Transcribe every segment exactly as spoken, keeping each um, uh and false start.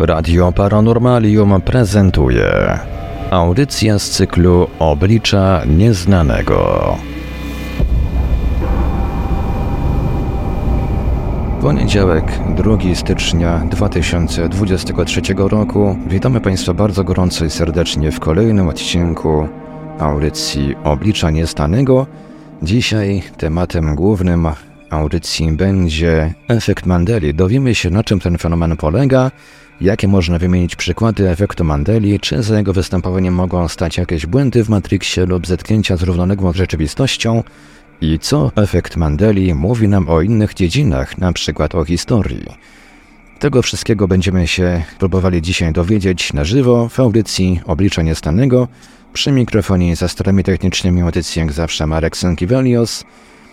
Radio Paranormalium prezentuje audycję z cyklu Oblicza Nieznanego. Poniedziałek, drugiego stycznia dwa tysiące dwudziestego trzeciego roku. Witamy Państwa bardzo gorąco i serdecznie w kolejnym odcinku audycji Oblicza Nieznanego. Dzisiaj tematem głównym audycji będzie efekt Mandeli. Dowiemy się, na czym ten fenomen polega, jakie można wymienić przykłady efektu Mandeli, czy za jego występowaniem mogą stać jakieś błędy w Matrixie lub zetknięcia z równoległą rzeczywistością i co efekt Mandeli mówi nam o innych dziedzinach, na przykład o historii. Tego wszystkiego będziemy się próbowali dzisiaj dowiedzieć na żywo w audycji Oblicza Nieznanego. Przy mikrofonie za starami technicznymi audycji jak zawsze Marek Sękiewelios.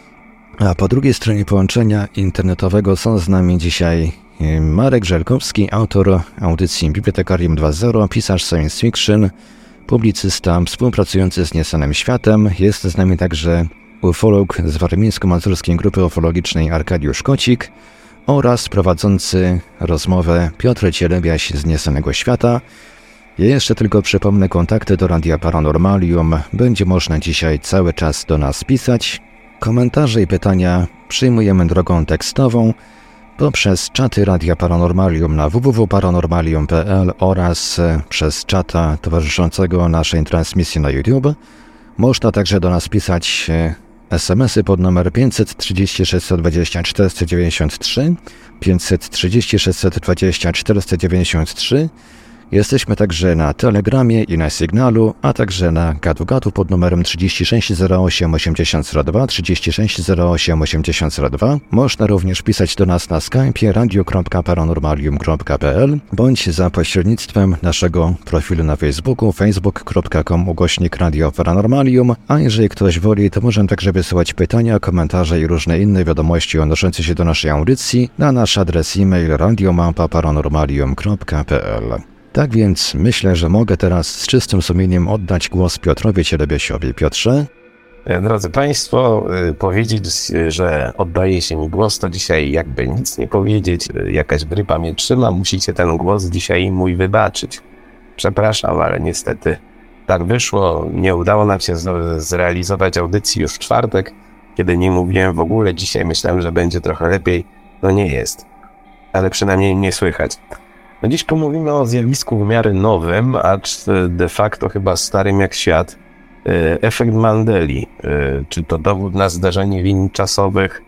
A po drugiej stronie połączenia internetowego są z nami dzisiaj Marek Żelkowski, autor audycji Bibliotekarium dwa zero, pisarz science fiction, publicysta współpracujący z Nieznanym Światem. Jest z nami także ufolog z warmińsko-mazurskiej grupy ufologicznej Arkadiusz Kocik oraz prowadzący rozmowę Piotr Cielebiaś z Nieznanego Świata. Ja jeszcze tylko przypomnę kontakty do Radia Paranormalium. Będzie można dzisiaj cały czas do nas pisać. Komentarze i pytania przyjmujemy drogą tekstową poprzez czaty Radia Paranormalium na w w w kropka paranormalium kropka p l oraz przez czata towarzyszącego naszej transmisji na YouTube. Można także do nas pisać es em esy pod numer pięćset trzydzieści sześć dwadzieścia czterysta dziewięćdziesiąt trzy, pięćset trzydzieści sześć dwadzieścia czterysta dziewięćdziesiąt trzy. Jesteśmy także na Telegramie i na Signalu, a także na Gadu-Gadu pod numerem trzydzieści sześć zero osiem osiemdziesiąt zero dwa, trzydzieści sześć zero osiem osiemdziesiąt zero dwa. Można również pisać do nas na Skype'ie radio kropka paranormalium kropka p l bądź za pośrednictwem naszego profilu na Facebooku facebook kropka com ukośnik Radio Paranormalium, a jeżeli ktoś woli, to możemy także wysyłać pytania, komentarze i różne inne wiadomości odnoszące się do naszej audycji na nasz adres e-mail radio małpa paranormalium kropka p l. Tak więc myślę, że mogę teraz z czystym sumieniem oddać głos Piotrowi Cielebiasiowi. Piotrze? Drodzy Państwo, powiedzieć, że oddaje się mi głos, to dzisiaj jakby nic nie powiedzieć. Jakaś grypa mnie trzyma, musicie ten głos dzisiaj mój wybaczyć. Przepraszam, ale niestety tak wyszło. Nie udało nam się zrealizować audycji już w czwartek, kiedy nie mówiłem w ogóle. Dzisiaj myślałem, że będzie trochę lepiej. No nie jest, ale przynajmniej nie słychać. No dziś pomówimy o zjawisku w miarę nowym, acz de facto chyba starym jak świat. Efekt Mandeli. Czy to dowód na zdarzenie linii czasowych,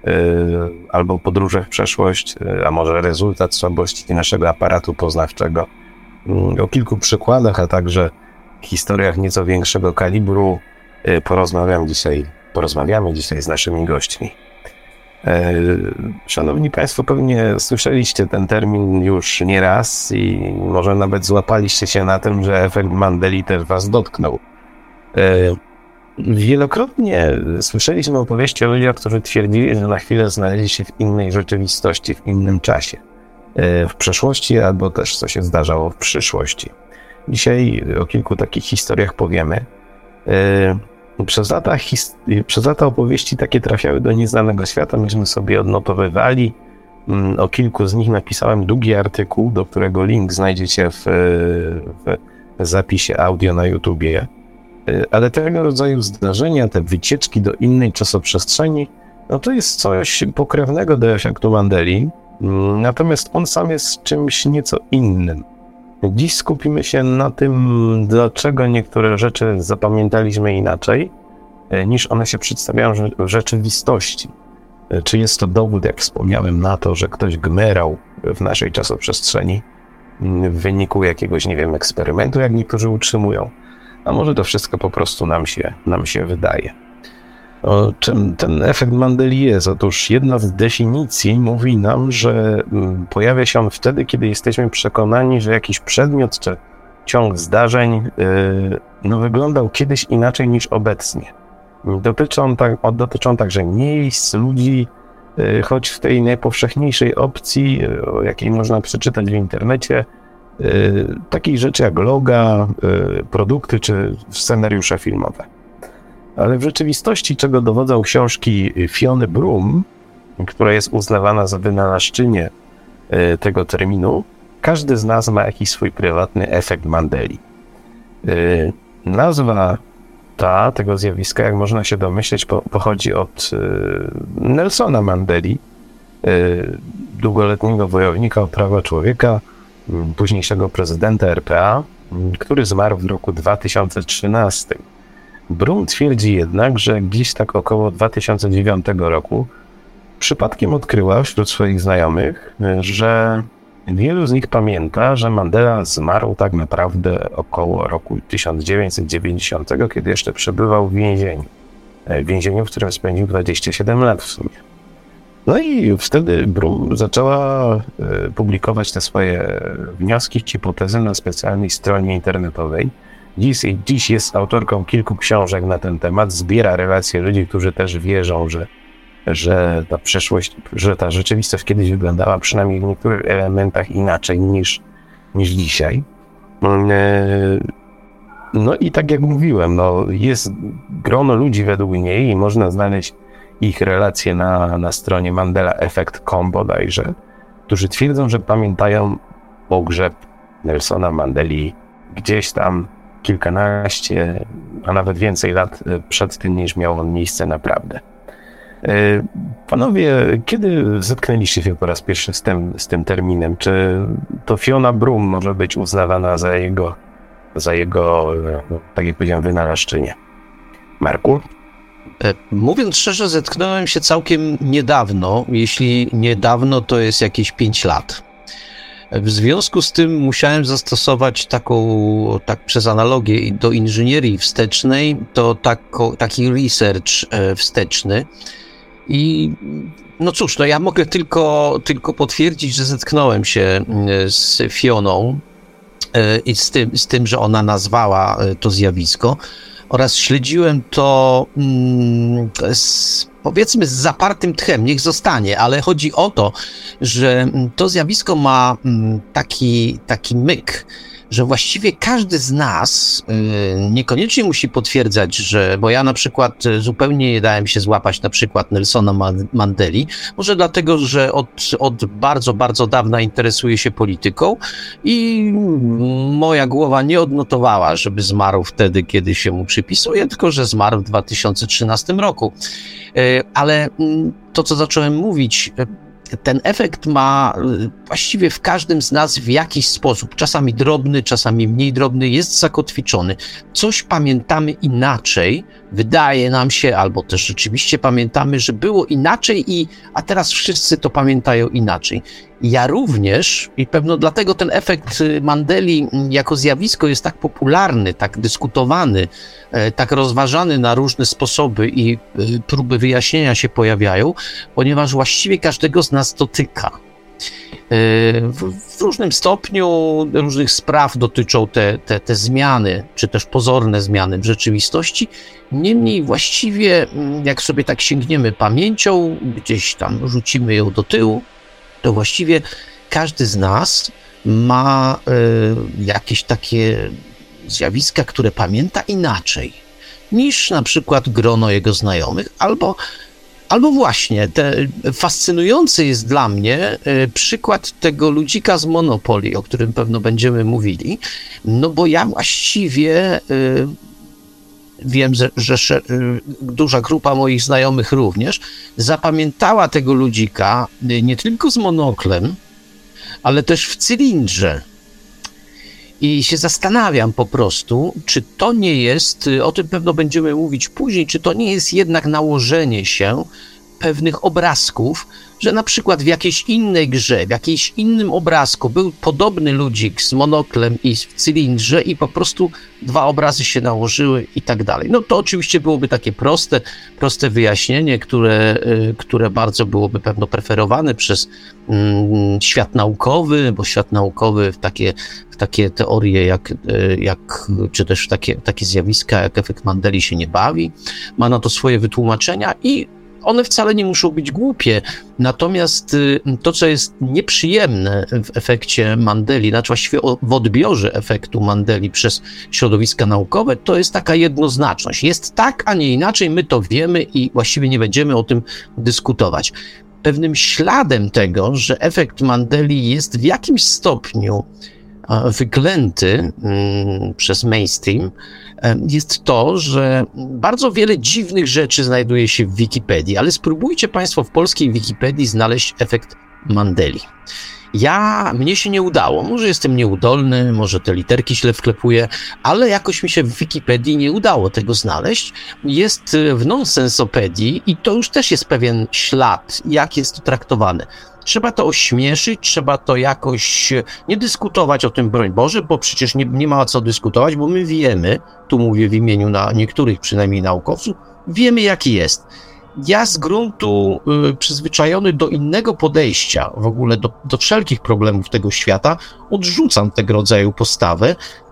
albo podróże w przeszłość, a może rezultat słabości naszego aparatu poznawczego. O kilku przykładach, a także historiach nieco większego kalibru porozmawiam dzisiaj, porozmawiamy dzisiaj z naszymi gośćmi. Szanowni Państwo, pewnie słyszeliście ten termin już nieraz i może nawet złapaliście się na tym, że efekt Mandeli też Was dotknął. Wielokrotnie słyszeliśmy opowieści o ludziach, którzy twierdzili, że na chwilę znaleźli się w innej rzeczywistości, w innym czasie, w przeszłości albo też co się zdarzało w przyszłości. Dzisiaj o kilku takich historiach powiemy. Przez lata, his- przez lata opowieści takie trafiały do Nieznanego Świata, myśmy sobie odnotowywali. O kilku z nich napisałem długi artykuł, do którego link znajdziecie w, w zapisie audio na YouTubie. Ale tego rodzaju zdarzenia, te wycieczki do innej czasoprzestrzeni, no to jest coś pokrewnego do efektu Mandeli, natomiast on sam jest czymś nieco innym. Dziś skupimy się na tym, dlaczego niektóre rzeczy zapamiętaliśmy inaczej, niż one się przedstawiają w rzeczywistości. Czy jest to dowód, jak wspomniałem, na to, że ktoś gmerał w naszej czasoprzestrzeni w wyniku jakiegoś, nie wiem, eksperymentu, jak niektórzy utrzymują, a może to wszystko po prostu nam się, nam się wydaje. O czym ten efekt Mandeli jest? Otóż jedna z definicji mówi nam, że pojawia się on wtedy, kiedy jesteśmy przekonani, że jakiś przedmiot czy ciąg zdarzeń yy, no, wyglądał kiedyś inaczej niż obecnie. Dotyczą, tak, dotyczą także miejsc, ludzi, yy, choć w tej najpowszechniejszej opcji, yy, o jakiej można przeczytać w internecie, yy, takich rzeczy jak loga, yy, produkty czy scenariusze filmowe. Ale w rzeczywistości, czego dowodzą książki Fiony Broom, która jest uznawana za wynalazczynię tego terminu, każdy z nas ma jakiś swój prywatny efekt Mandeli. Yy, nazwa ta, tego zjawiska, jak można się domyśleć, po, pochodzi od yy, Nelsona Mandeli, yy, długoletniego wojownika o prawa człowieka, yy, późniejszego prezydenta R P A, yy, który zmarł w roku dwa tysiące trzynastym. Brum twierdzi jednak, że gdzieś tak około dwa tysiące dziewiątego roku przypadkiem odkryła wśród swoich znajomych, że wielu z nich pamięta, że Mandela zmarł tak naprawdę około roku tysiąc dziewięćset dziewięćdziesiątego, kiedy jeszcze przebywał w więzieniu. W więzieniu, w którym spędził dwadzieścia siedem lat w sumie. No i wtedy Brum zaczęła publikować te swoje wnioski, hipotezy na specjalnej stronie internetowej. Dziś, dziś jest autorką kilku książek na ten temat, zbiera relacje ludzi, którzy też wierzą, że że ta przeszłość, że ta rzeczywistość kiedyś wyglądała przynajmniej w niektórych elementach inaczej niż, niż dzisiaj. No i tak jak mówiłem, no jest grono ludzi według niej i można znaleźć ich relacje na, na stronie mandela effect kropka com bodajże, którzy twierdzą, że pamiętają pogrzeb Nelsona Mandeli gdzieś tam kilkanaście, a nawet więcej lat przed tym, niż miał on miejsce naprawdę. Panowie, kiedy zetknęliście się po raz pierwszy z tym, z tym terminem? Czy to Fiona Brum może być uznawana za jego, za jego, no, tak jak powiedziałem, wynalazczynię? Marku? Mówiąc szczerze, zetknąłem się całkiem niedawno. Jeśli niedawno, to jest jakieś pięć lat. W związku z tym musiałem zastosować taką, tak przez analogię do inżynierii wstecznej, to tako, taki research wsteczny. I no cóż, no ja mogę tylko, tylko potwierdzić, że zetknąłem się z Fioną i z tym, z tym, że ona nazwała to zjawisko oraz śledziłem to z, powiedzmy z zapartym tchem, niech zostanie, ale chodzi o to, że to zjawisko ma taki, taki myk, że właściwie każdy z nas yy, niekoniecznie musi potwierdzać, że, bo ja na przykład zupełnie nie dałem się złapać na przykład Nelsona Mandeli, może dlatego, że od, od bardzo, bardzo dawna interesuję się polityką i moja głowa nie odnotowała, żeby zmarł wtedy, kiedy się mu przypisuje, tylko że zmarł w dwa tysiące trzynastym roku. Yy, ale to, co zacząłem mówić, ten efekt ma właściwie w każdym z nas w jakiś sposób, czasami drobny, czasami mniej drobny, jest zakotwiczony. Coś pamiętamy inaczej, wydaje nam się, albo też rzeczywiście pamiętamy, że było inaczej, i, a teraz wszyscy to pamiętają inaczej. Ja również, i pewno dlatego ten efekt Mandeli jako zjawisko jest tak popularny, tak dyskutowany, tak rozważany na różne sposoby i próby wyjaśnienia się pojawiają, ponieważ właściwie każdego z nas dotyka. W, w różnym stopniu różnych spraw dotyczą te, te, te zmiany, czy też pozorne zmiany w rzeczywistości. Niemniej właściwie, jak sobie tak sięgniemy pamięcią, gdzieś tam rzucimy ją do tyłu, to właściwie każdy z nas ma y, jakieś takie zjawiska, które pamięta inaczej niż na przykład grono jego znajomych, albo Albo właśnie, te, fascynujący jest dla mnie y, przykład tego ludzika z Monopoly, o którym pewno będziemy mówili, no bo ja właściwie y, wiem, że, że y, duża grupa moich znajomych również zapamiętała tego ludzika y, nie tylko z monoklem, ale też w cylindrze. I się zastanawiam po prostu, czy to nie jest, o tym pewno będziemy mówić później, czy to nie jest jednak nałożenie się pewnych obrazków, że na przykład w jakiejś innej grze, w jakimś innym obrazku był podobny ludzik z monoklem i w cylindrze i po prostu dwa obrazy się nałożyły i tak dalej. No to oczywiście byłoby takie proste, proste wyjaśnienie, które, które bardzo byłoby pewno preferowane przez mm, świat naukowy, bo świat naukowy w takie, w takie teorie jak, jak czy też w takie, takie zjawiska jak efekt Mandeli się nie bawi, ma na to swoje wytłumaczenia i one wcale nie muszą być głupie, natomiast to, co jest nieprzyjemne w efekcie Mandeli, znaczy właściwie w odbiorze efektu Mandeli przez środowiska naukowe, to jest taka jednoznaczność. Jest tak, a nie inaczej, my to wiemy i właściwie nie będziemy o tym dyskutować. pewnym śladem tego, że efekt Mandeli jest w jakimś stopniu wyklęty mm, przez mainstream, jest to, że bardzo wiele dziwnych rzeczy znajduje się w Wikipedii, ale spróbujcie Państwo w polskiej Wikipedii znaleźć efekt Mandeli. Ja, mnie się nie udało, może jestem nieudolny, może te literki źle wklepuję, ale jakoś mi się w Wikipedii nie udało tego znaleźć. Jest w Nonsensopedii i to już też jest pewien ślad, jak jest to traktowane. Trzeba to ośmieszyć, trzeba to jakoś nie dyskutować o tym, broń Boże, bo przecież nie, nie ma co dyskutować, bo my wiemy, tu mówię w imieniu na niektórych przynajmniej naukowców, wiemy jaki jest. Ja z gruntu y, przyzwyczajony do innego podejścia, w ogóle do, do wszelkich problemów tego świata, odrzucam tego rodzaju postawę.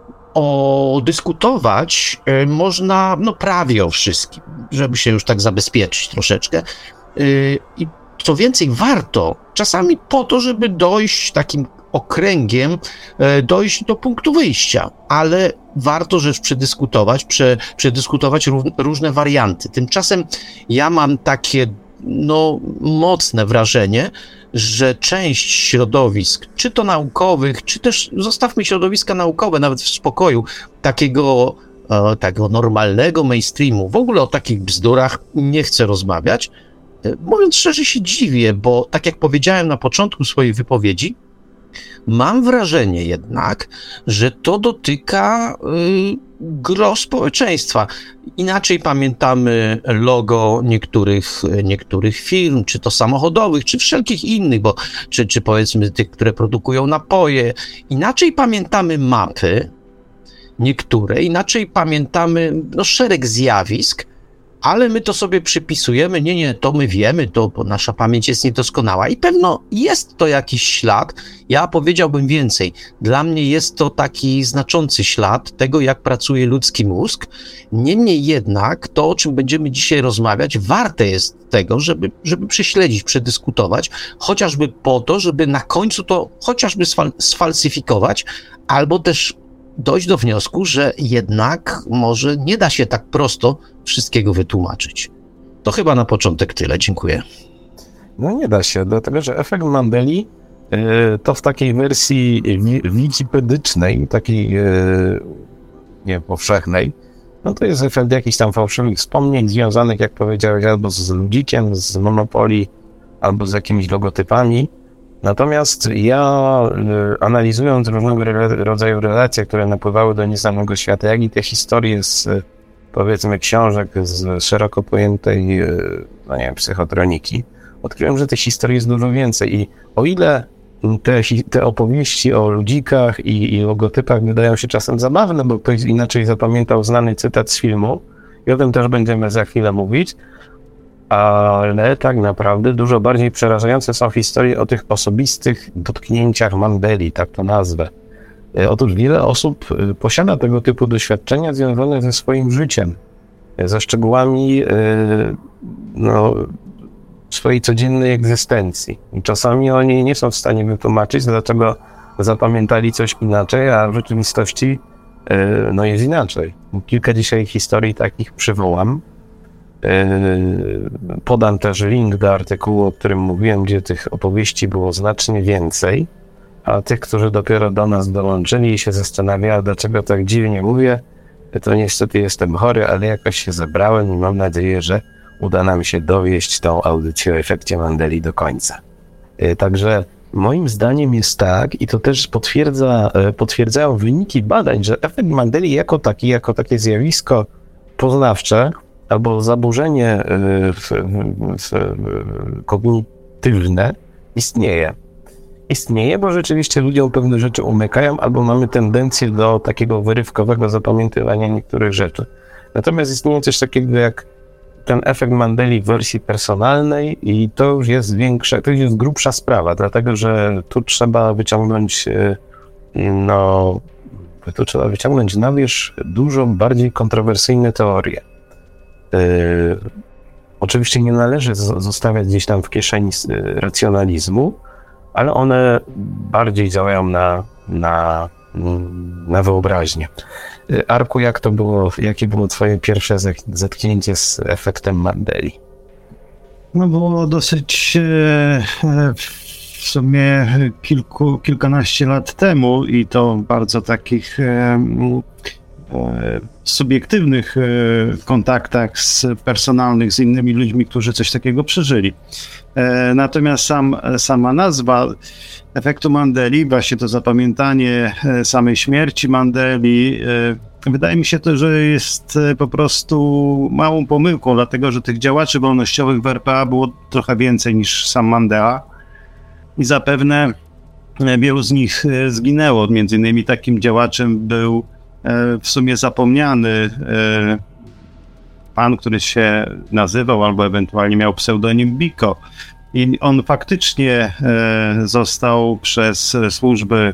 O dyskutować y, można no prawie o wszystkim, żeby się już tak zabezpieczyć troszeczkę. Y, I co więcej, warto czasami po to, żeby dojść takim okręgiem, y, dojść do punktu wyjścia, ale warto rzecz przedyskutować, prze, przedyskutować ró, różne warianty. Tymczasem ja mam takie no, mocne wrażenie, że część środowisk, czy to naukowych, czy też zostawmy środowiska naukowe, nawet w spokoju, takiego, e, takiego normalnego mainstreamu, w ogóle o takich bzdurach nie chcę rozmawiać. E, mówiąc szczerze, się dziwię, bo tak jak powiedziałem na początku swojej wypowiedzi, mam wrażenie jednak, że to dotyka y, gro społeczeństwa. Inaczej pamiętamy logo niektórych, niektórych firm, czy to samochodowych, czy wszelkich innych, bo, czy, czy powiedzmy tych, które produkują napoje. Inaczej pamiętamy mapy, niektóre, inaczej pamiętamy no, szereg zjawisk, ale my to sobie przypisujemy, nie, nie, to my wiemy, to bo nasza pamięć jest niedoskonała i pewno jest to jakiś ślad. Ja powiedziałbym więcej. Dla mnie jest to taki znaczący ślad tego, jak pracuje ludzki mózg. Niemniej jednak to, o czym będziemy dzisiaj rozmawiać, warte jest tego, żeby, żeby prześledzić, przedyskutować, chociażby po to, żeby na końcu to chociażby sfal- sfalsyfikować, albo też dojść do wniosku, że jednak może nie da się tak prosto wszystkiego wytłumaczyć. To chyba na początek tyle. Dziękuję. No nie da się, dlatego że efekt Mandeli yy, to w takiej wersji wi- wikipedycznej, takiej yy, nie powszechnej, no to jest efekt jakichś tam fałszywych wspomnień związanych, jak powiedziałeś, albo z ludzikiem, z Monopoly, albo z jakimiś logotypami. Natomiast ja, y, analizując różnego re- rodzaju relacje, które napływały do nieznanego świata, jak i te historie z, powiedzmy, książek z szeroko pojętej, y, no nie wiem, psychotroniki, odkryłem, że tych historii jest dużo więcej i o ile te, te opowieści o ludzikach i, i logotypach wydają się czasem zabawne, bo ktoś inaczej zapamiętał znany cytat z filmu i o tym też będziemy za chwilę mówić, ale tak naprawdę dużo bardziej przerażające są historie o tych osobistych dotknięciach Mandeli, tak to nazwę. Otóż wiele osób posiada tego typu doświadczenia związane ze swoim życiem, ze szczegółami no, swojej codziennej egzystencji. I czasami oni nie są w stanie wytłumaczyć, dlaczego zapamiętali coś inaczej, a w rzeczywistości no, jest inaczej. Kilka dzisiaj historii takich przywołam. Podam też link do artykułu, o którym mówiłem, gdzie tych opowieści było znacznie więcej, a tych, którzy dopiero do nas dołączyli i się zastanawiają, dlaczego tak dziwnie mówię, to niestety jestem chory, ale jakoś się zebrałem i mam nadzieję, że uda nam się dowieść tą audycję o efekcie Mandeli do końca. Także moim zdaniem jest tak, i to też potwierdza, potwierdzają wyniki badań, że efekt Mandeli jako taki, jako takie zjawisko poznawcze, albo zaburzenie w, w, w, kognitywne istnieje. Istnieje, bo rzeczywiście ludziom pewne rzeczy umykają, albo mamy tendencję do takiego wyrywkowego zapamiętywania niektórych rzeczy. Natomiast istnieje coś takiego jak ten efekt Mandeli w wersji personalnej i to już jest większa, to już jest grubsza sprawa, dlatego że tu trzeba wyciągnąć, no, tu trzeba wyciągnąć na wierzch dużo bardziej kontrowersyjne teorie. Yy, oczywiście nie należy z- zostawiać gdzieś tam w kieszeni yy, racjonalizmu, ale one bardziej działają na, na, na wyobraźnię. Yy, Arku, jak to było, jakie było twoje pierwsze zetknięcie z efektem Mandeli? No było dosyć e, w sumie kilku, kilkanaście lat temu i to bardzo takich e, e, subiektywnych e, kontaktach z, personalnych z innymi ludźmi, którzy coś takiego przeżyli. E, natomiast sam, sama nazwa efektu Mandeli, właśnie to zapamiętanie samej śmierci Mandeli, e, wydaje mi się to, że jest po prostu małą pomyłką, dlatego że tych działaczy wolnościowych w R P A było trochę więcej niż sam Mandela i zapewne wielu z nich zginęło. Między innymi takim działaczem był w sumie zapomniany pan, który się nazywał albo ewentualnie miał pseudonim Biko. I on faktycznie został przez służby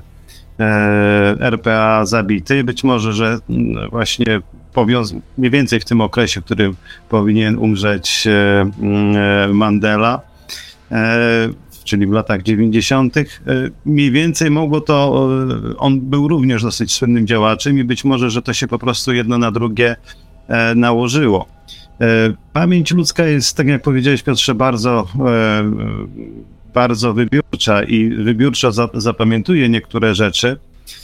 R P A zabity. Być może, że właśnie powiąz- mniej więcej w tym okresie, w którym powinien umrzeć Mandela, czyli w latach dziewięćdziesiątych. Mniej więcej mogło to, on był również dosyć słynnym działaczem i być może, że to się po prostu jedno na drugie nałożyło. Pamięć ludzka jest, tak jak powiedziałeś, Piotrze, bardzo bardzo wybiórcza i wybiórczo zapamiętuje niektóre rzeczy.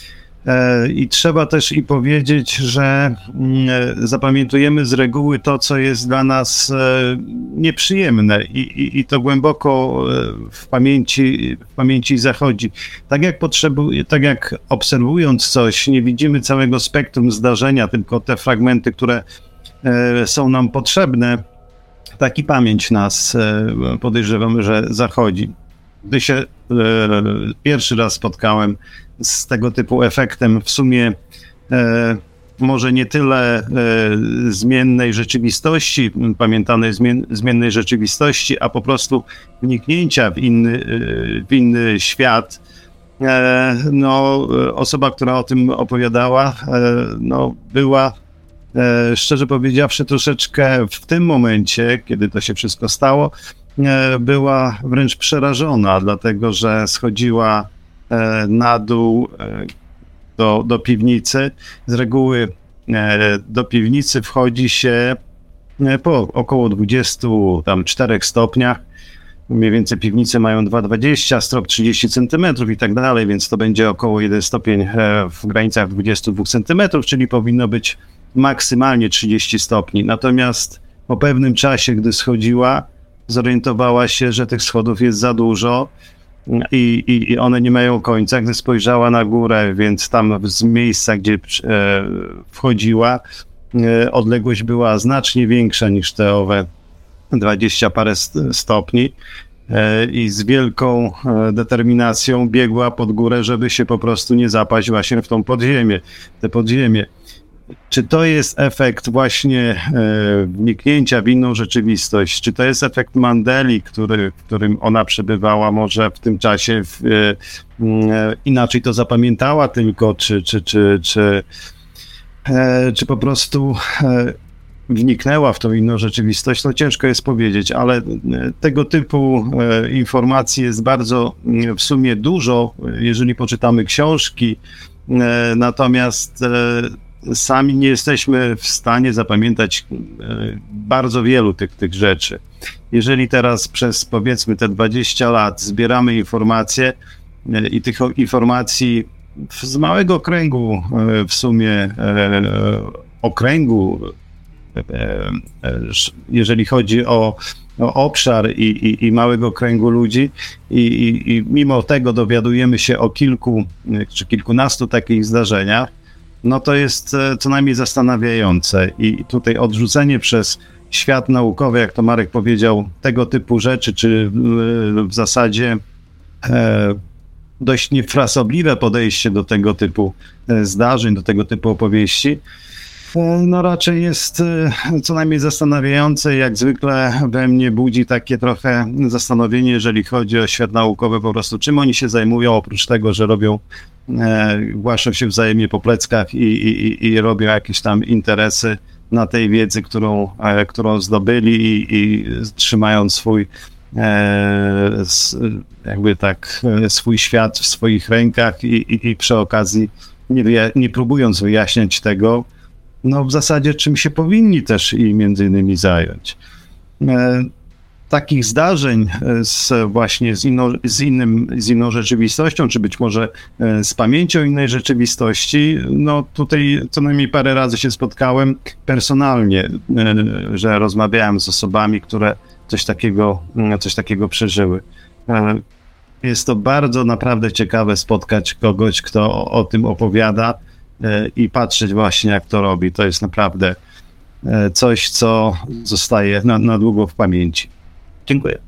I trzeba też i powiedzieć, że zapamiętujemy z reguły to, co jest dla nas nieprzyjemne i, i, i to głęboko w pamięci, w pamięci zachodzi. Tak jak, potrzebu- tak jak obserwując coś, nie widzimy całego spektrum zdarzenia, tylko te fragmenty, które są nam potrzebne, tak i pamięć nas, podejrzewam, że zachodzi. Gdy się pierwszy raz spotkałem z tego typu efektem, w sumie może nie tyle zmiennej rzeczywistości, pamiętanej zmien- zmiennej rzeczywistości, a po prostu wniknięcia w inny, w inny świat, no, osoba, która o tym opowiadała, no, była, szczerze powiedziawszy, troszeczkę w tym momencie, kiedy to się wszystko stało, była wręcz przerażona, dlatego że schodziła na dół do, do piwnicy. Z reguły do piwnicy wchodzi się po około dwudziestu czterech stopniach. Mniej więcej piwnice mają dwa przecinek dwadzieścia, strop trzydzieści centymetrów i tak dalej, więc to będzie około jeden stopień w granicach dwudziestu dwóch centymetrów, czyli powinno być maksymalnie trzydzieści stopni. Natomiast po pewnym czasie, gdy schodziła, zorientowała się, że tych schodów jest za dużo i, i, i one nie mają końca. Gdy spojrzała na górę, więc tam z miejsca, gdzie e, wchodziła, e, odległość była znacznie większa niż te owe dwadzieścia parę stopni e, i z wielką e, determinacją biegła pod górę, żeby się po prostu nie zapaść właśnie w tą podziemię, te podziemie. Czy to jest efekt właśnie e, wniknięcia w inną rzeczywistość? Czy to jest efekt Mandeli, który, w którym ona przebywała może w tym czasie w, e, inaczej to zapamiętała tylko, czy, czy, czy, czy, e, czy po prostu e, wniknęła w tą inną rzeczywistość? No ciężko jest powiedzieć, ale tego typu e, informacji jest bardzo w sumie dużo, jeżeli poczytamy książki, e, natomiast e, sami nie jesteśmy w stanie zapamiętać bardzo wielu tych, tych rzeczy. Jeżeli teraz przez, powiedzmy, te dwadzieścia lat zbieramy informacje i tych informacji z małego kręgu, w sumie okręgu, jeżeli chodzi o, o obszar i, i, i małego kręgu ludzi i, i, i mimo tego dowiadujemy się o kilku czy kilkunastu takich zdarzeniach, no to jest co najmniej zastanawiające i tutaj odrzucenie przez świat naukowy, jak to Marek powiedział, tego typu rzeczy, czy w zasadzie e, dość niefrasobliwe podejście do tego typu zdarzeń, do tego typu opowieści, e, no raczej jest e, co najmniej zastanawiające. Jak zwykle we mnie budzi takie trochę zastanowienie, jeżeli chodzi o świat naukowy, po prostu czym oni się zajmują, oprócz tego, że robią E, głaszczą się wzajemnie po pleckach i, i, i robią jakieś tam interesy na tej wiedzy, którą, e, którą zdobyli i, i trzymając swój e, s, jakby tak swój świat w swoich rękach i, i, i przy okazji nie, wyja- nie próbując wyjaśniać tego, no w zasadzie czym się powinni też i między innymi zająć. E, takich zdarzeń z właśnie z inną, z, innym, z inną rzeczywistością, czy być może z pamięcią innej rzeczywistości, no tutaj co najmniej parę razy się spotkałem personalnie, że rozmawiałem z osobami, które coś takiego, coś takiego przeżyły. Jest to bardzo naprawdę ciekawe spotkać kogoś, kto o, o tym opowiada i patrzeć właśnie, jak to robi. To jest naprawdę coś, co zostaje na, na długo w pamięci. Dziękuję.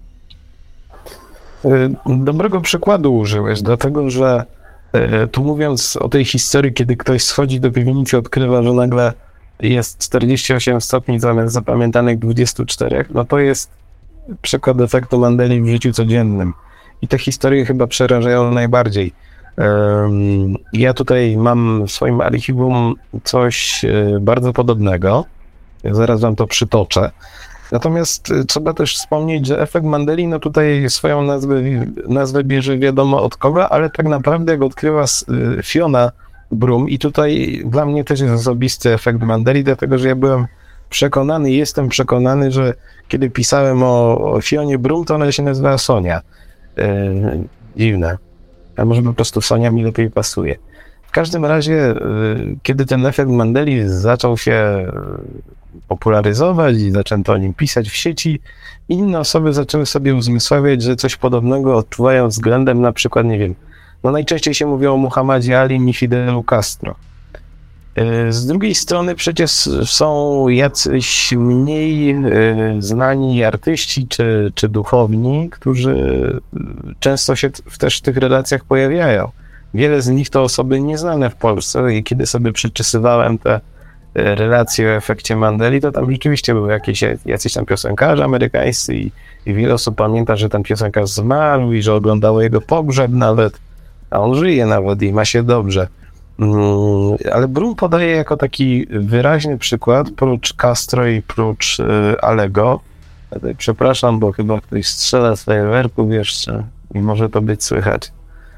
Dobrego przykładu użyłeś, dlatego że tu mówiąc o tej historii, kiedy ktoś schodzi do piwnicy, odkrywa, że nagle jest czterdzieści osiem stopni zamiast zapamiętanych dwudziestu czterech, no to jest przykład efektu Mandeli w życiu codziennym. I te historie chyba przerażają najbardziej. Ja tutaj mam w swoim archiwum coś bardzo podobnego. Ja zaraz wam to przytoczę. Natomiast trzeba też wspomnieć, że efekt Mandeli, no tutaj swoją nazwę, nazwę bierze wiadomo od kogo, ale tak naprawdę jak odkrywa Fiona Broom i tutaj dla mnie też jest osobisty efekt Mandeli, dlatego że ja byłem przekonany, jestem przekonany, że kiedy pisałem o, o Fionie Broom, to ona się nazywała Sonia. Yy, dziwne. A może po prostu Sonia mi lepiej pasuje. W każdym razie, yy, kiedy ten efekt Mandeli zaczął się popularyzować i zaczęto o nim pisać w sieci, inne osoby zaczęły sobie uzmysławiać, że coś podobnego odczuwają względem na przykład, nie wiem, no najczęściej się mówi o Muhammadzie Ali i Fidelu Castro. Z drugiej strony przecież są jacyś mniej znani artyści czy, czy duchowni, którzy często się też w tych relacjach pojawiają. Wiele z nich to osoby nieznane w Polsce i kiedy sobie przeczytywałem te relacje o efekcie Mandeli, to tam rzeczywiście były jakieś, jacyś tam piosenkarze amerykańscy i, i wiele osób pamięta, że ten piosenkarz zmarł i że oglądało jego pogrzeb nawet, a on żyje nawet i ma się dobrze. Ale Broom podaje jako taki wyraźny przykład, prócz Castro i prócz y, Alego. Przepraszam, bo chyba ktoś strzela z fajerwerków jeszcze i może to być słychać.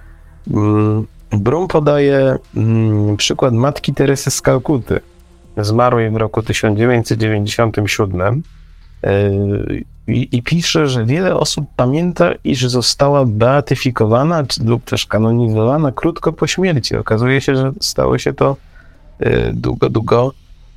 Broom podaje mm, przykład matki Teresy z Kalkuty, zmarłej w roku tysiąc dziewięćset dziewięćdziesiątym siódmym yy, i, i pisze, że wiele osób pamięta, iż została beatyfikowana lub też kanonizowana krótko po śmierci. Okazuje się, że stało się to yy, długo, długo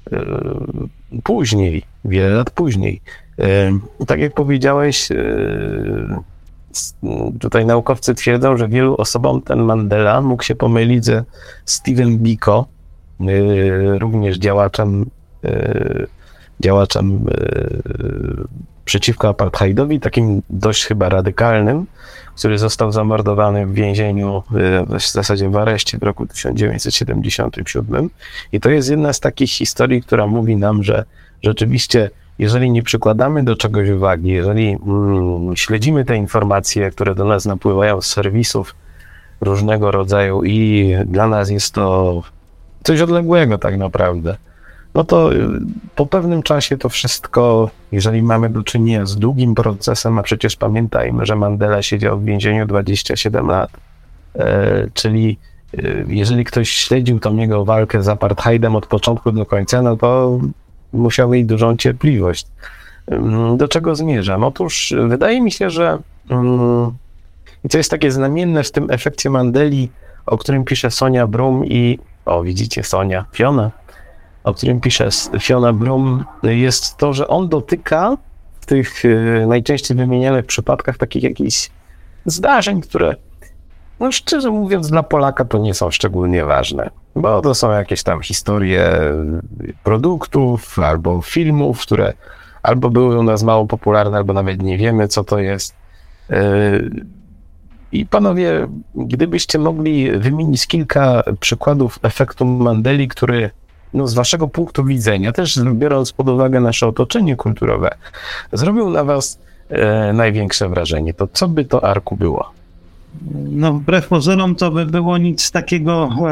yy, później, wiele lat później. Yy, tak jak powiedziałeś, yy, tutaj naukowcy twierdzą, że wielu osobom ten Mandela mógł się pomylić ze Stevem Biko, Yy, również działaczem, yy, działaczem yy, przeciwko apartheidowi, takim dość chyba radykalnym, który został zamordowany w więzieniu, yy, w zasadzie w areszcie w roku tysiąc dziewięćset siedemdziesiątym siódmym. I to jest jedna z takich historii, która mówi nam, że rzeczywiście, jeżeli nie przykładamy do czegoś uwagi, jeżeli mm, śledzimy te informacje, które do nas napływają z serwisów różnego rodzaju i dla nas jest to coś odległego tak naprawdę, no to po pewnym czasie to wszystko, jeżeli mamy do czynienia z długim procesem, a przecież pamiętajmy, że Mandela siedział w więzieniu dwadzieścia siedem lat, e, czyli e, jeżeli ktoś śledził tą jego walkę z apartheidem od początku do końca, no to musiał mieć dużą cierpliwość. Do czego zmierzam? Otóż wydaje mi się, że um, i to jest takie znamienne w tym efekcie Mandeli, o którym pisze Sonia Broom i o, widzicie, Sonia, Fiona, o którym pisze Fiona Broom, jest to, że on dotyka w tych y, najczęściej wymienianych przypadkach takich jakichś zdarzeń, które, no szczerze mówiąc, dla Polaka to nie są szczególnie ważne, bo to są jakieś tam historie produktów albo filmów, które albo były u nas mało popularne, albo nawet nie wiemy, co to jest. Y, I panowie, gdybyście mogli wymienić kilka przykładów efektu Mandeli, który no, z waszego punktu widzenia, też biorąc pod uwagę nasze otoczenie kulturowe, zrobił na was e, największe wrażenie, to co by to, Arku, było? No wbrew pozorom to by było nic takiego e,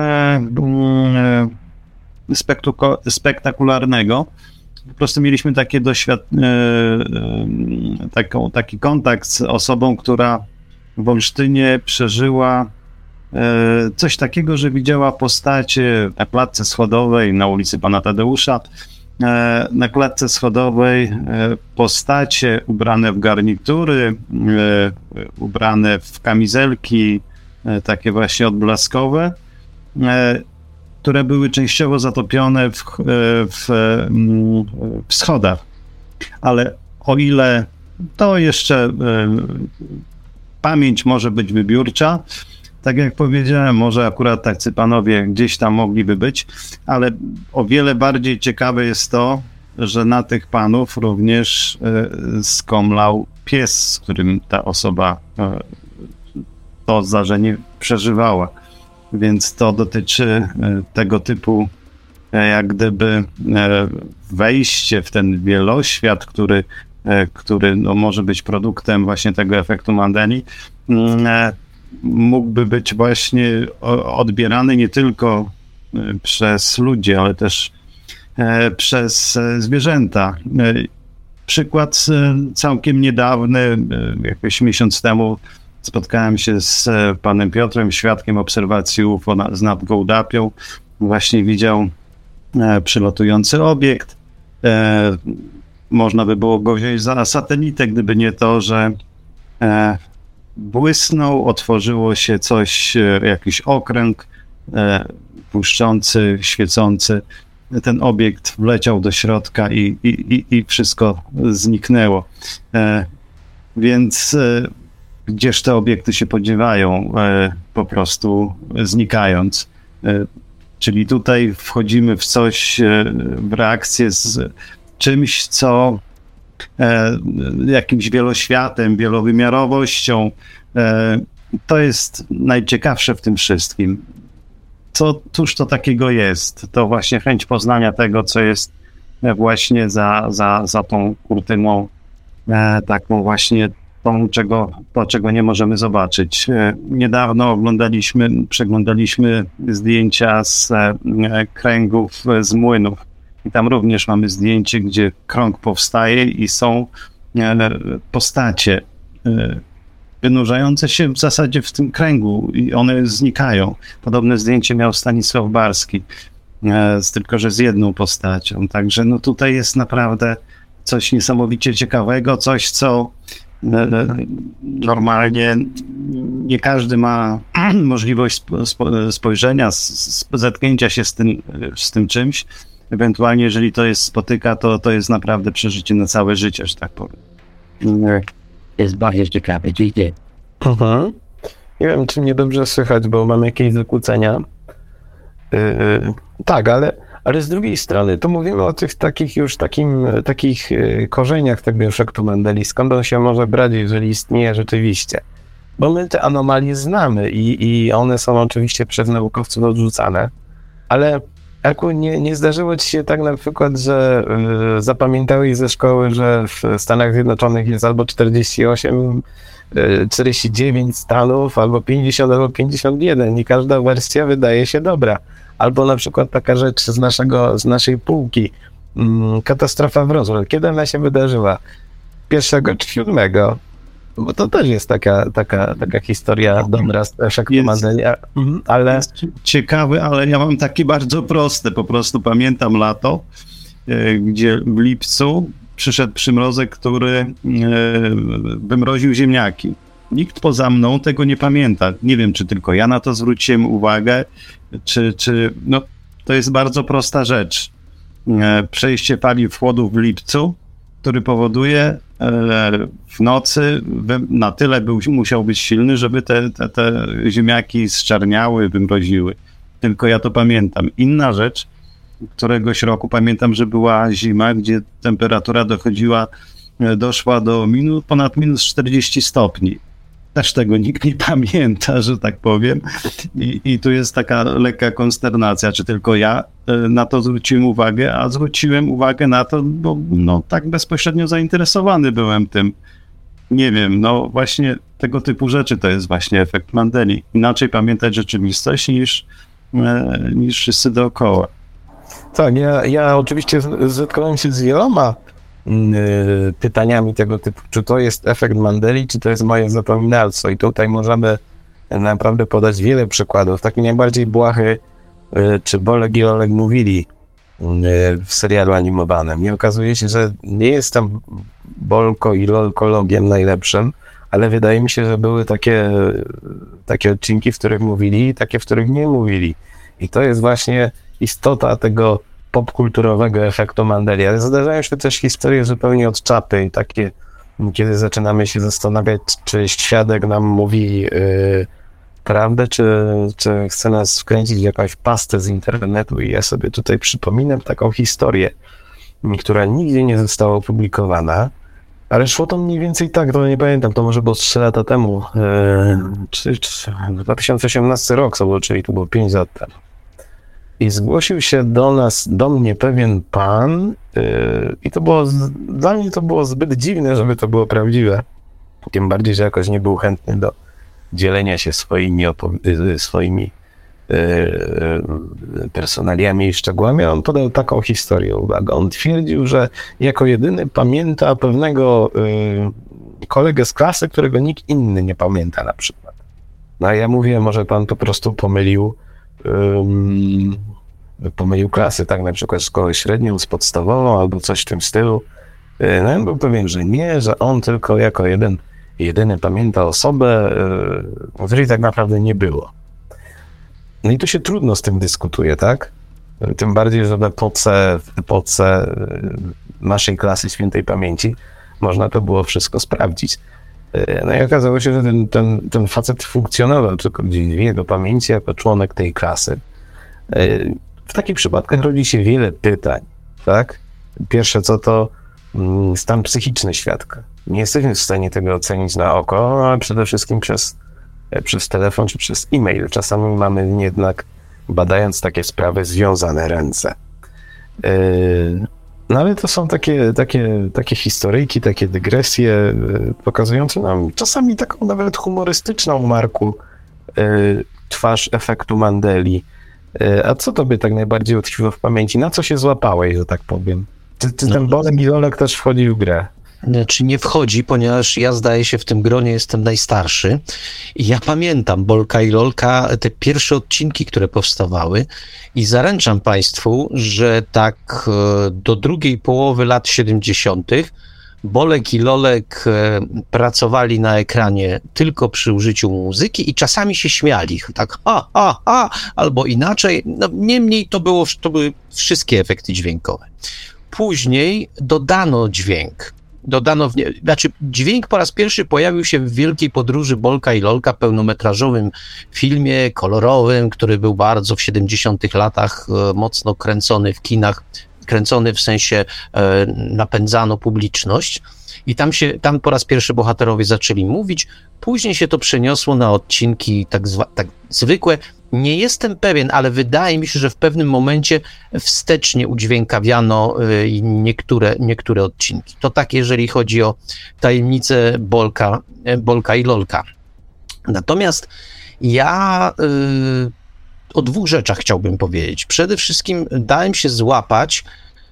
e, spektuko, spektakularnego. Po prostu mieliśmy takie doświad- e, e, taką, taki kontakt z osobą, która w Olsztynie przeżyła e, coś takiego, że widziała postacie na klatce schodowej na ulicy Pana Tadeusza, na klatce schodowej postacie ubrane w garnitury, ubrane w kamizelki, takie właśnie odblaskowe, które były częściowo zatopione w, w, w schodach. Ale o ile to jeszcze pamięć może być wybiórcza, tak jak powiedziałem, może akurat tacy panowie gdzieś tam mogliby być, ale o wiele bardziej ciekawe jest to, że na tych panów również skomlał pies, z którym ta osoba to zdarzenie przeżywała. Więc to dotyczy tego typu jak gdyby wejście w ten wieloświat, który, który no może być produktem właśnie tego efektu Mandeli, mógłby być właśnie odbierany nie tylko przez ludzi, ale też przez zwierzęta. Przykład całkiem niedawny, jakiś miesiąc temu spotkałem się z panem Piotrem, świadkiem obserwacji U F O nad Gołdapią. Właśnie widział przylatujący obiekt. Można by było go wziąć za satelitę, gdyby nie to, że błysnął, otworzyło się coś, jakiś okręg błyszczący, świecący. Ten obiekt wleciał do środka i, i, i wszystko zniknęło. Więc gdzież te obiekty się podziewają, po prostu znikając. Czyli tutaj wchodzimy w coś, w reakcję z czymś, co jakimś wieloświatem, wielowymiarowością. To jest najciekawsze w tym wszystkim. Co cóż to takiego jest? To właśnie chęć poznania tego, co jest właśnie za, za, za tą kurtyną, taką właśnie tą, czego, to, czego nie możemy zobaczyć. Niedawno oglądaliśmy, przeglądaliśmy zdjęcia z kręgów z młynów. I tam również mamy zdjęcie, gdzie krąg powstaje i są postacie wynurzające się w zasadzie w tym kręgu i one znikają. Podobne zdjęcie miał Stanisław Barski, tylko że z jedną postacią. Także no tutaj jest naprawdę coś niesamowicie ciekawego, coś, co normalnie nie każdy ma możliwość spojrzenia, zetknięcia się z tym, z tym czymś. Ewentualnie, jeżeli to jest spotyka, to, to jest naprawdę przeżycie na całe życie, że tak powiem. Jest bardzo ciekawe, dziękuję. Mhm. Nie wiem, czy mnie dobrze słychać, bo mam jakieś zakłócenia. Yy, tak, ale, ale z drugiej strony, to mówimy o tych takich już takim, takich korzeniach tego efektu Mandeli, skąd on się może brać, jeżeli istnieje rzeczywiście. Bo my te anomalie znamy i, i one są oczywiście przez naukowców odrzucane, ale Arku, nie, nie zdarzyło ci się tak na przykład, że y, zapamiętałeś ze szkoły, że w Stanach Zjednoczonych jest albo czterdzieści osiem, y, czterdzieści dziewięć stanów, albo pięćdziesiąt, albo pięćdziesiąt jeden i każda wersja wydaje się dobra. Albo na przykład taka rzecz z, naszego, z naszej półki, y, katastrofa w Roswell. Kiedy ona się wydarzyła? Pierwszego czy siódmego? Bo to też jest taka, taka, taka historia dobra z efektu Mandeli, ale... Jest ciekawy, ale ja mam takie bardzo proste. Po prostu pamiętam lato, gdzie w lipcu przyszedł przymrozek, który wymroził ziemniaki. Nikt poza mną tego nie pamięta. Nie wiem, czy tylko ja na to zwróciłem uwagę, czy... czy no, to jest bardzo prosta rzecz. Przejście fali chłodu w lipcu, który powoduje w nocy na tyle był, musiał być silny, żeby te, te, te ziemniaki zczarniały, wymroziły. Tylko ja to pamiętam. Inna rzecz, któregoś roku pamiętam, że była zima, gdzie temperatura dochodziła, doszła do minus, ponad minus czterdzieści stopni. Też tego nikt nie pamięta, że tak powiem. I, i tu jest taka lekka konsternacja, czy tylko ja na to zwróciłem uwagę, a zwróciłem uwagę na to, bo no, tak bezpośrednio zainteresowany byłem tym. Nie wiem, no właśnie tego typu rzeczy to jest właśnie efekt Mandeli. Inaczej pamiętać rzeczywistość niż, niż wszyscy dookoła. Tak, ja, ja oczywiście zetknąłem się z wieloma pytaniami tego typu, czy to jest efekt Mandeli, czy to jest moje zapominalstwo i tutaj możemy naprawdę podać wiele przykładów. Taki najbardziej błahy, czy Bolek i Oleg mówili, w serialu animowanym. I okazuje się, że nie jestem bolko i lolkologiem najlepszym, ale wydaje mi się, że były takie, takie odcinki, w których mówili i takie, w których nie mówili. I to jest właśnie istota tego popkulturowego efektu Mandeli. Ale zdarzają się też historie zupełnie od czapy i takie, kiedy zaczynamy się zastanawiać, czy świadek nam mówi yy, prawdę, czy, czy chce nas wkręcić w jakąś pastę z internetu. I ja sobie tutaj przypominam taką historię, która nigdzie nie została opublikowana, ale szło to mniej więcej tak, to nie pamiętam, to może było trzy lata temu, yy, czy, czy, dwa tysiące osiemnasty rok, czyli to było pięć lat temu. I zgłosił się do nas, do mnie pewien pan yy, i to było, dla mnie to było zbyt dziwne, żeby to było prawdziwe. Tym bardziej, że jakoś nie był chętny do dzielenia się swoimi, opowi- swoimi yy, personaliami i szczegółami. On podał taką historię, uwaga. On twierdził, że jako jedyny pamięta pewnego yy, kolegę z klasy, którego nikt inny nie pamięta na przykład. No a ja mówię, może pan po prostu pomylił Um, pomylił klasy, tak, na przykład szkołę średnią z podstawową albo coś w tym stylu. No ja był pewien, że nie, że on tylko jako jeden, jedyny pamięta osobę, której tak naprawdę nie było. No i tu się trudno z tym dyskutuje, tak? Tym bardziej, że w epoce, w epoce naszej klasy świętej pamięci można to było wszystko sprawdzić. No i okazało się, że ten, ten, ten facet funkcjonował tylko gdzieś w jego pamięci jako członek tej klasy. W takich przypadkach rodzi się wiele pytań, tak? Pierwsze co to stan psychiczny świadka. Nie jesteśmy w stanie tego ocenić na oko, ale przede wszystkim przez, przez telefon czy przez e-mail. Czasami mamy jednak, badając takie sprawy, związane ręce. No ale to są takie, takie, takie historyjki, takie dygresje pokazujące nam czasami taką nawet humorystyczną, Marku, twarz efektu Mandeli. A co tobie tak najbardziej utkwiło w pamięci? Na co się złapałeś, że tak powiem? Czy, czy ten no, Bolek i Lolek też wchodzi w grę? Czy nie wchodzi, ponieważ ja zdaje się w tym gronie jestem najstarszy i ja pamiętam Bolka i Lolka, te pierwsze odcinki, które powstawały i zaręczam państwu, że tak do drugiej połowy lat siedemdziesiątych Bolek i Lolek pracowali na ekranie tylko przy użyciu muzyki i czasami się śmiali, tak a, a, a, albo inaczej, no niemniej to było, to były wszystkie efekty dźwiękowe. Później dodano dźwięk. Dodano, w nie, znaczy dźwięk po raz pierwszy pojawił się w Wielkiej Podróży Bolka i Lolka, pełnometrażowym filmie kolorowym, który był bardzo w siedemdziesiątych latach e, mocno kręcony w kinach, kręcony w sensie e, napędzano publiczność i tam się, tam po raz pierwszy bohaterowie zaczęli mówić, później się to przeniosło na odcinki tak, zwa, tak zwykłe. Nie jestem pewien, ale wydaje mi się, że w pewnym momencie wstecznie udźwiękawiano niektóre, niektóre odcinki. To tak, jeżeli chodzi o tajemnicę Bolka, Bolka i Lolka. Natomiast ja y, o dwóch rzeczach chciałbym powiedzieć. Przede wszystkim dałem się złapać,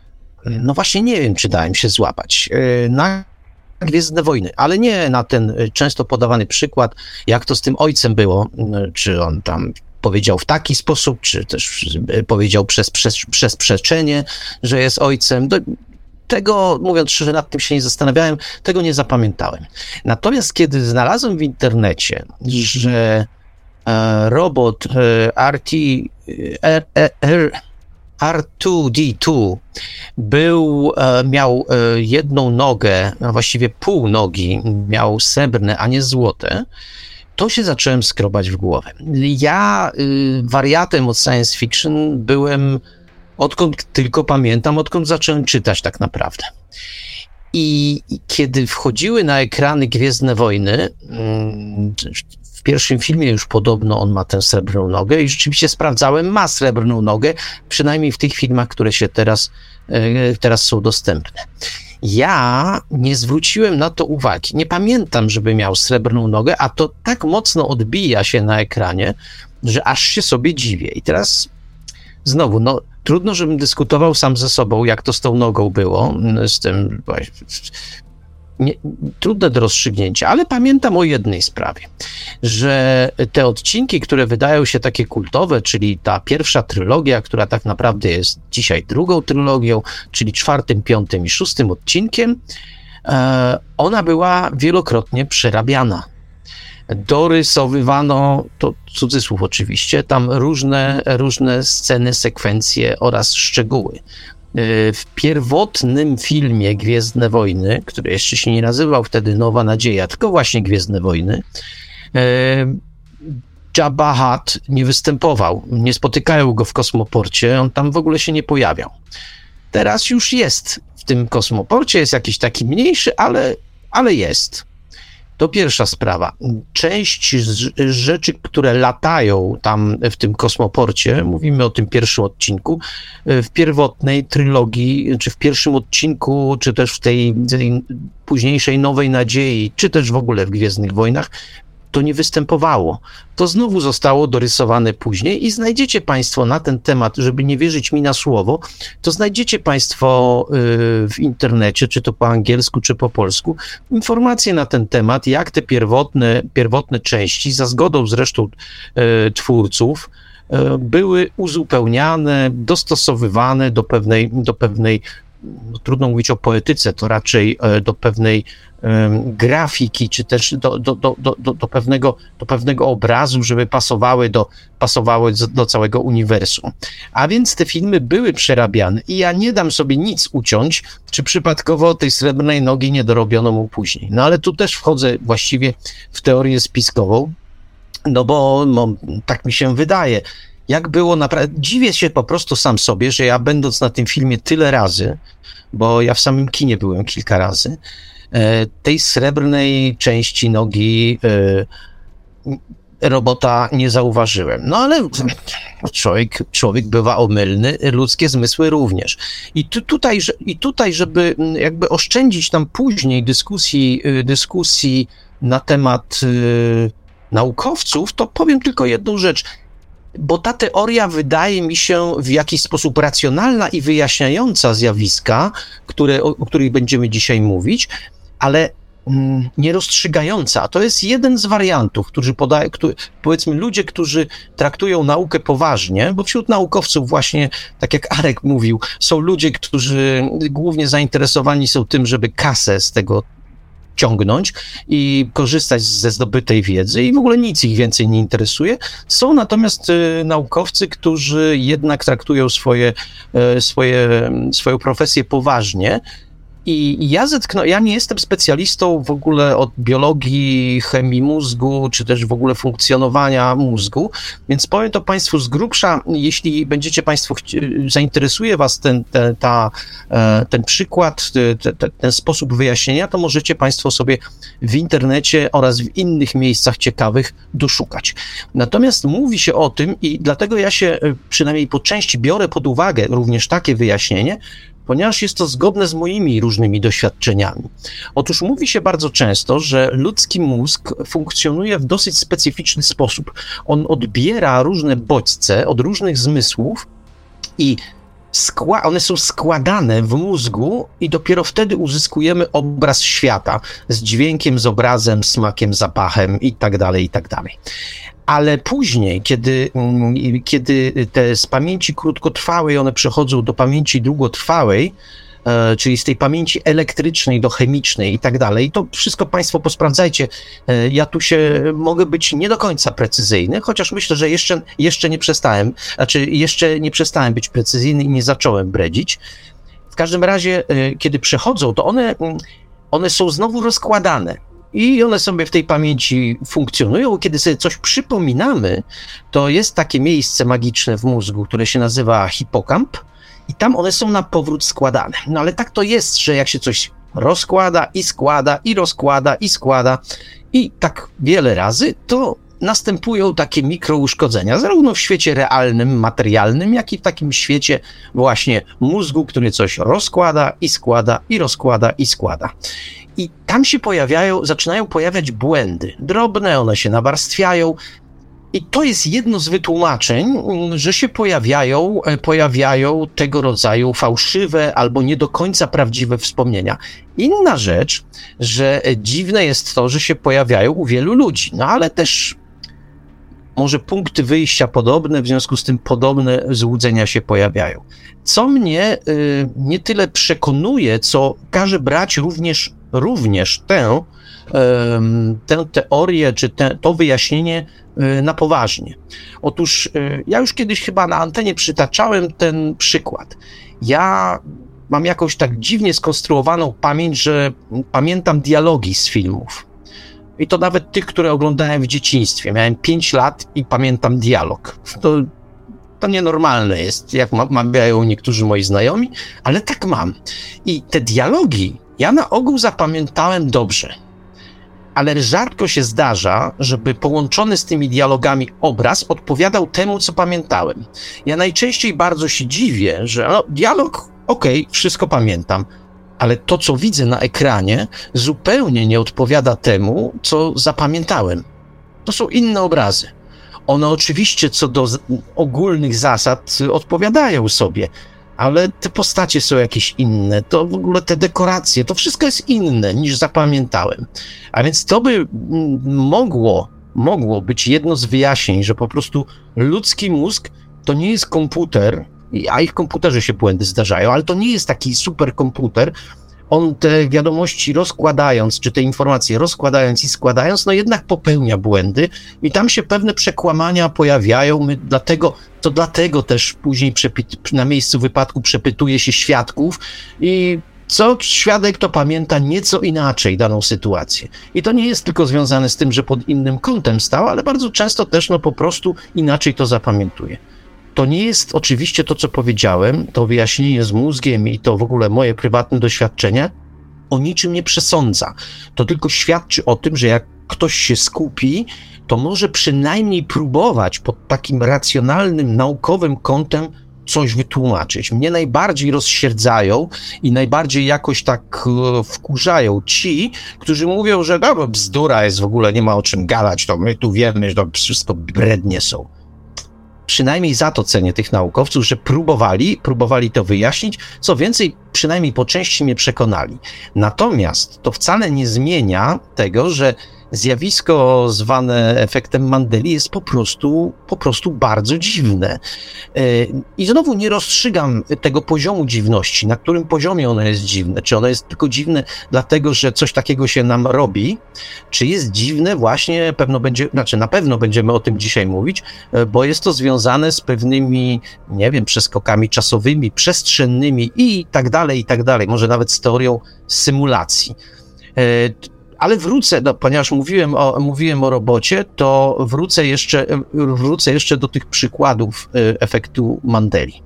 no właśnie nie wiem, czy dałem się złapać, y, na Gwiezdne Wojny, ale nie na ten często podawany przykład, jak to z tym ojcem było, czy on tam powiedział w taki sposób, czy też powiedział przez, przez, przez przeczenie, że jest ojcem. Do tego, mówiąc szczerze, nad tym się nie zastanawiałem, tego nie zapamiętałem. Natomiast kiedy znalazłem w internecie, że e, robot e, R T, R, R, R dwa D dwa był, e, miał e, jedną nogę, a właściwie pół nogi, miał srebrne, a nie złote, to się zacząłem skrobać w głowę. Ja y, wariatem od science fiction byłem, odkąd tylko pamiętam, odkąd zacząłem czytać tak naprawdę. I, i kiedy wchodziły na ekrany Gwiezdne Wojny, y, w pierwszym filmie już podobno on ma tę srebrną nogę i rzeczywiście sprawdzałem, ma srebrną nogę, przynajmniej w tych filmach, które się teraz, y, teraz są dostępne. Ja nie zwróciłem na to uwagi. Nie pamiętam, żeby miał srebrną nogę, a to tak mocno odbija się na ekranie, że aż się sobie dziwię. I teraz znowu, no trudno, żebym dyskutował sam ze sobą, jak to z tą nogą było, z tym nie, trudne do rozstrzygnięcia, ale pamiętam o jednej sprawie, że te odcinki, które wydają się takie kultowe, czyli ta pierwsza trylogia, która tak naprawdę jest dzisiaj drugą trylogią, czyli czwartym, piątym i szóstym odcinkiem, e, ona była wielokrotnie przerabiana. Dorysowywano, to cudzysłów oczywiście, tam różne, różne sceny, sekwencje oraz szczegóły. W pierwotnym filmie Gwiezdne Wojny, który jeszcze się nie nazywał wtedy Nowa Nadzieja, tylko właśnie Gwiezdne Wojny, Jabba Hutt nie występował, nie spotykają go w kosmoporcie, on tam w ogóle się nie pojawiał. Teraz już jest w tym kosmoporcie, jest jakiś taki mniejszy, ale, ale jest. To pierwsza sprawa. Część z rzeczy, które latają tam w tym kosmoporcie, mówimy o tym pierwszym odcinku, w pierwotnej trylogii, czy w pierwszym odcinku, czy też w tej, tej późniejszej Nowej Nadziei, czy też w ogóle w Gwiezdnych Wojnach, to nie występowało. To znowu zostało dorysowane później i znajdziecie Państwo na ten temat, żeby nie wierzyć mi na słowo, to znajdziecie Państwo w internecie, czy to po angielsku, czy po polsku, informacje na ten temat, jak te pierwotne, pierwotne części, za zgodą zresztą twórców, były uzupełniane, dostosowywane do pewnej, do pewnej no, trudno mówić o poetyce, to raczej do pewnej um, grafiki, czy też do, do, do, do, do, pewnego, do pewnego obrazu, żeby pasowały, do, pasowały do całego uniwersum. A więc te filmy były przerabiane i ja nie dam sobie nic uciąć, czy przypadkowo tej Srebrnej Nogi nie dorobiono mu później. No ale tu też wchodzę właściwie w teorię spiskową, no bo no, tak mi się wydaje. Jak było naprawdę, dziwię się po prostu sam sobie, że ja będąc na tym filmie tyle razy, bo ja w samym kinie byłem kilka razy, tej srebrnej części nogi robota nie zauważyłem. No ale człowiek, człowiek bywa omylny, ludzkie zmysły również. I tu, tutaj, i tutaj, żeby jakby oszczędzić nam później dyskusji, dyskusji na temat naukowców, to powiem tylko jedną rzecz. Bo ta teoria wydaje mi się w jakiś sposób racjonalna i wyjaśniająca zjawiska, które, o, o których będziemy dzisiaj mówić, ale mm, nierozstrzygająca. To jest jeden z wariantów, którzy podają, który, powiedzmy ludzie, którzy traktują naukę poważnie, bo wśród naukowców właśnie, tak jak Arek mówił, są ludzie, którzy głównie zainteresowani są tym, żeby kasę z tego ciągnąć i korzystać ze zdobytej wiedzy i w ogóle nic ich więcej nie interesuje. Są natomiast y, naukowcy, którzy jednak traktują swoje, y, swoje, swoją profesję poważnie. I ja zetknąłem, ja nie jestem specjalistą w ogóle od biologii, chemii mózgu, czy też w ogóle funkcjonowania mózgu, więc powiem to Państwu z grubsza, jeśli będziecie Państwo, zainteresuje Was ten, ten, ta, ten przykład, ten, ten sposób wyjaśnienia, to możecie Państwo sobie w internecie oraz w innych miejscach ciekawych doszukać. Natomiast mówi się o tym i dlatego ja się przynajmniej po części biorę pod uwagę również takie wyjaśnienie, ponieważ jest to zgodne z moimi różnymi doświadczeniami. Otóż mówi się bardzo często, że ludzki mózg funkcjonuje w dosyć specyficzny sposób. On odbiera różne bodźce od różnych zmysłów i skła- one są składane w mózgu i dopiero wtedy uzyskujemy obraz świata z dźwiękiem, z obrazem, smakiem, zapachem i tak dalej, i tak dalej. Ale później, kiedy, kiedy te z pamięci krótkotrwałej one przechodzą do pamięci długotrwałej, e, czyli z tej pamięci elektrycznej do chemicznej i tak dalej, to wszystko Państwo posprawdzajcie. E, ja tu się mogę być nie do końca precyzyjny, chociaż myślę, że jeszcze, jeszcze nie przestałem, znaczy jeszcze nie przestałem być precyzyjny i nie zacząłem bredzić. W każdym razie, e, kiedy przechodzą, to one, one są znowu rozkładane. I one sobie w tej pamięci funkcjonują. Kiedy sobie coś przypominamy, to jest takie miejsce magiczne w mózgu, które się nazywa hipokamp i tam one są na powrót składane. No ale tak to jest, że jak się coś rozkłada i składa i rozkłada i składa i tak wiele razy, to następują takie mikrouszkodzenia, zarówno w świecie realnym, materialnym, jak i w takim świecie właśnie mózgu, który coś rozkłada i składa i rozkłada i składa. I tam się pojawiają, zaczynają pojawiać błędy. Drobne, one się nawarstwiają I to jest jedno z wytłumaczeń, że się pojawiają, pojawiają tego rodzaju fałszywe albo nie do końca prawdziwe wspomnienia. Inna rzecz, że dziwne jest to, że się pojawiają u wielu ludzi, no ale też może punkty wyjścia podobne, w związku z tym podobne złudzenia się pojawiają. Co mnie y, nie tyle przekonuje, co każe brać również, również tę, y, tę teorię, czy te, to wyjaśnienie y, na poważnie. Otóż y, ja już kiedyś chyba na antenie przytaczałem ten przykład. Ja mam jakąś tak dziwnie skonstruowaną pamięć, że pamiętam dialogi z filmów. I to nawet tych, które oglądałem w dzieciństwie. Miałem pięć lat i pamiętam dialog. To, to nienormalne jest, jak mawiają niektórzy moi znajomi, ale tak mam. I te dialogi ja na ogół zapamiętałem dobrze. Ale rzadko się zdarza, żeby połączony z tymi dialogami obraz odpowiadał temu, co pamiętałem. Ja najczęściej bardzo się dziwię, że no, dialog, okej, okay, wszystko pamiętam, ale to, co widzę na ekranie, zupełnie nie odpowiada temu, co zapamiętałem. To są inne obrazy. One oczywiście co do ogólnych zasad odpowiadają sobie, ale te postacie są jakieś inne, to w ogóle te dekoracje, to wszystko jest inne niż zapamiętałem. A więc to by mogło, mogło być jedno z wyjaśnień, że po prostu ludzki mózg to nie jest komputer, a i w komputerze się błędy zdarzają, ale to nie jest taki superkomputer. On te wiadomości rozkładając, czy te informacje rozkładając i składając, no jednak popełnia błędy i tam się pewne przekłamania pojawiają. My dlatego, to dlatego też później przepy- na miejscu wypadku przepytuje się świadków i co świadek to pamięta nieco inaczej daną sytuację. I to nie jest tylko związane z tym, że pod innym kątem stał, ale bardzo często też no po prostu inaczej to zapamiętuje. To nie jest oczywiście to, co powiedziałem, to wyjaśnienie z mózgiem i to w ogóle moje prywatne doświadczenie o niczym nie przesądza. To tylko świadczy o tym, że jak ktoś się skupi, to może przynajmniej próbować pod takim racjonalnym, naukowym kątem coś wytłumaczyć. Mnie najbardziej rozsierdzają i najbardziej jakoś tak wkurzają ci, którzy mówią, że no, bzdura jest w ogóle, nie ma o czym gadać, to my tu wiemy, że to wszystko brednie są. Przynajmniej za to cenię tych naukowców, że próbowali, próbowali to wyjaśnić. Co więcej, przynajmniej po części mnie przekonali. Natomiast to wcale nie zmienia tego, że zjawisko zwane efektem Mandeli jest po prostu, po prostu bardzo dziwne. I znowu nie rozstrzygam tego poziomu dziwności, na którym poziomie ono jest dziwne. Czy ono jest tylko dziwne dlatego, że coś takiego się nam robi, czy jest dziwne właśnie, pewno będzie, znaczy na pewno będziemy o tym dzisiaj mówić, bo jest to związane z pewnymi, nie wiem, przeskokami czasowymi, przestrzennymi i tak dalej, i tak dalej. Może nawet z teorią symulacji. Ale wrócę, no, ponieważ mówiłem o, mówiłem o robocie, to wrócę jeszcze, wrócę jeszcze do tych przykładów efektu Mandeli.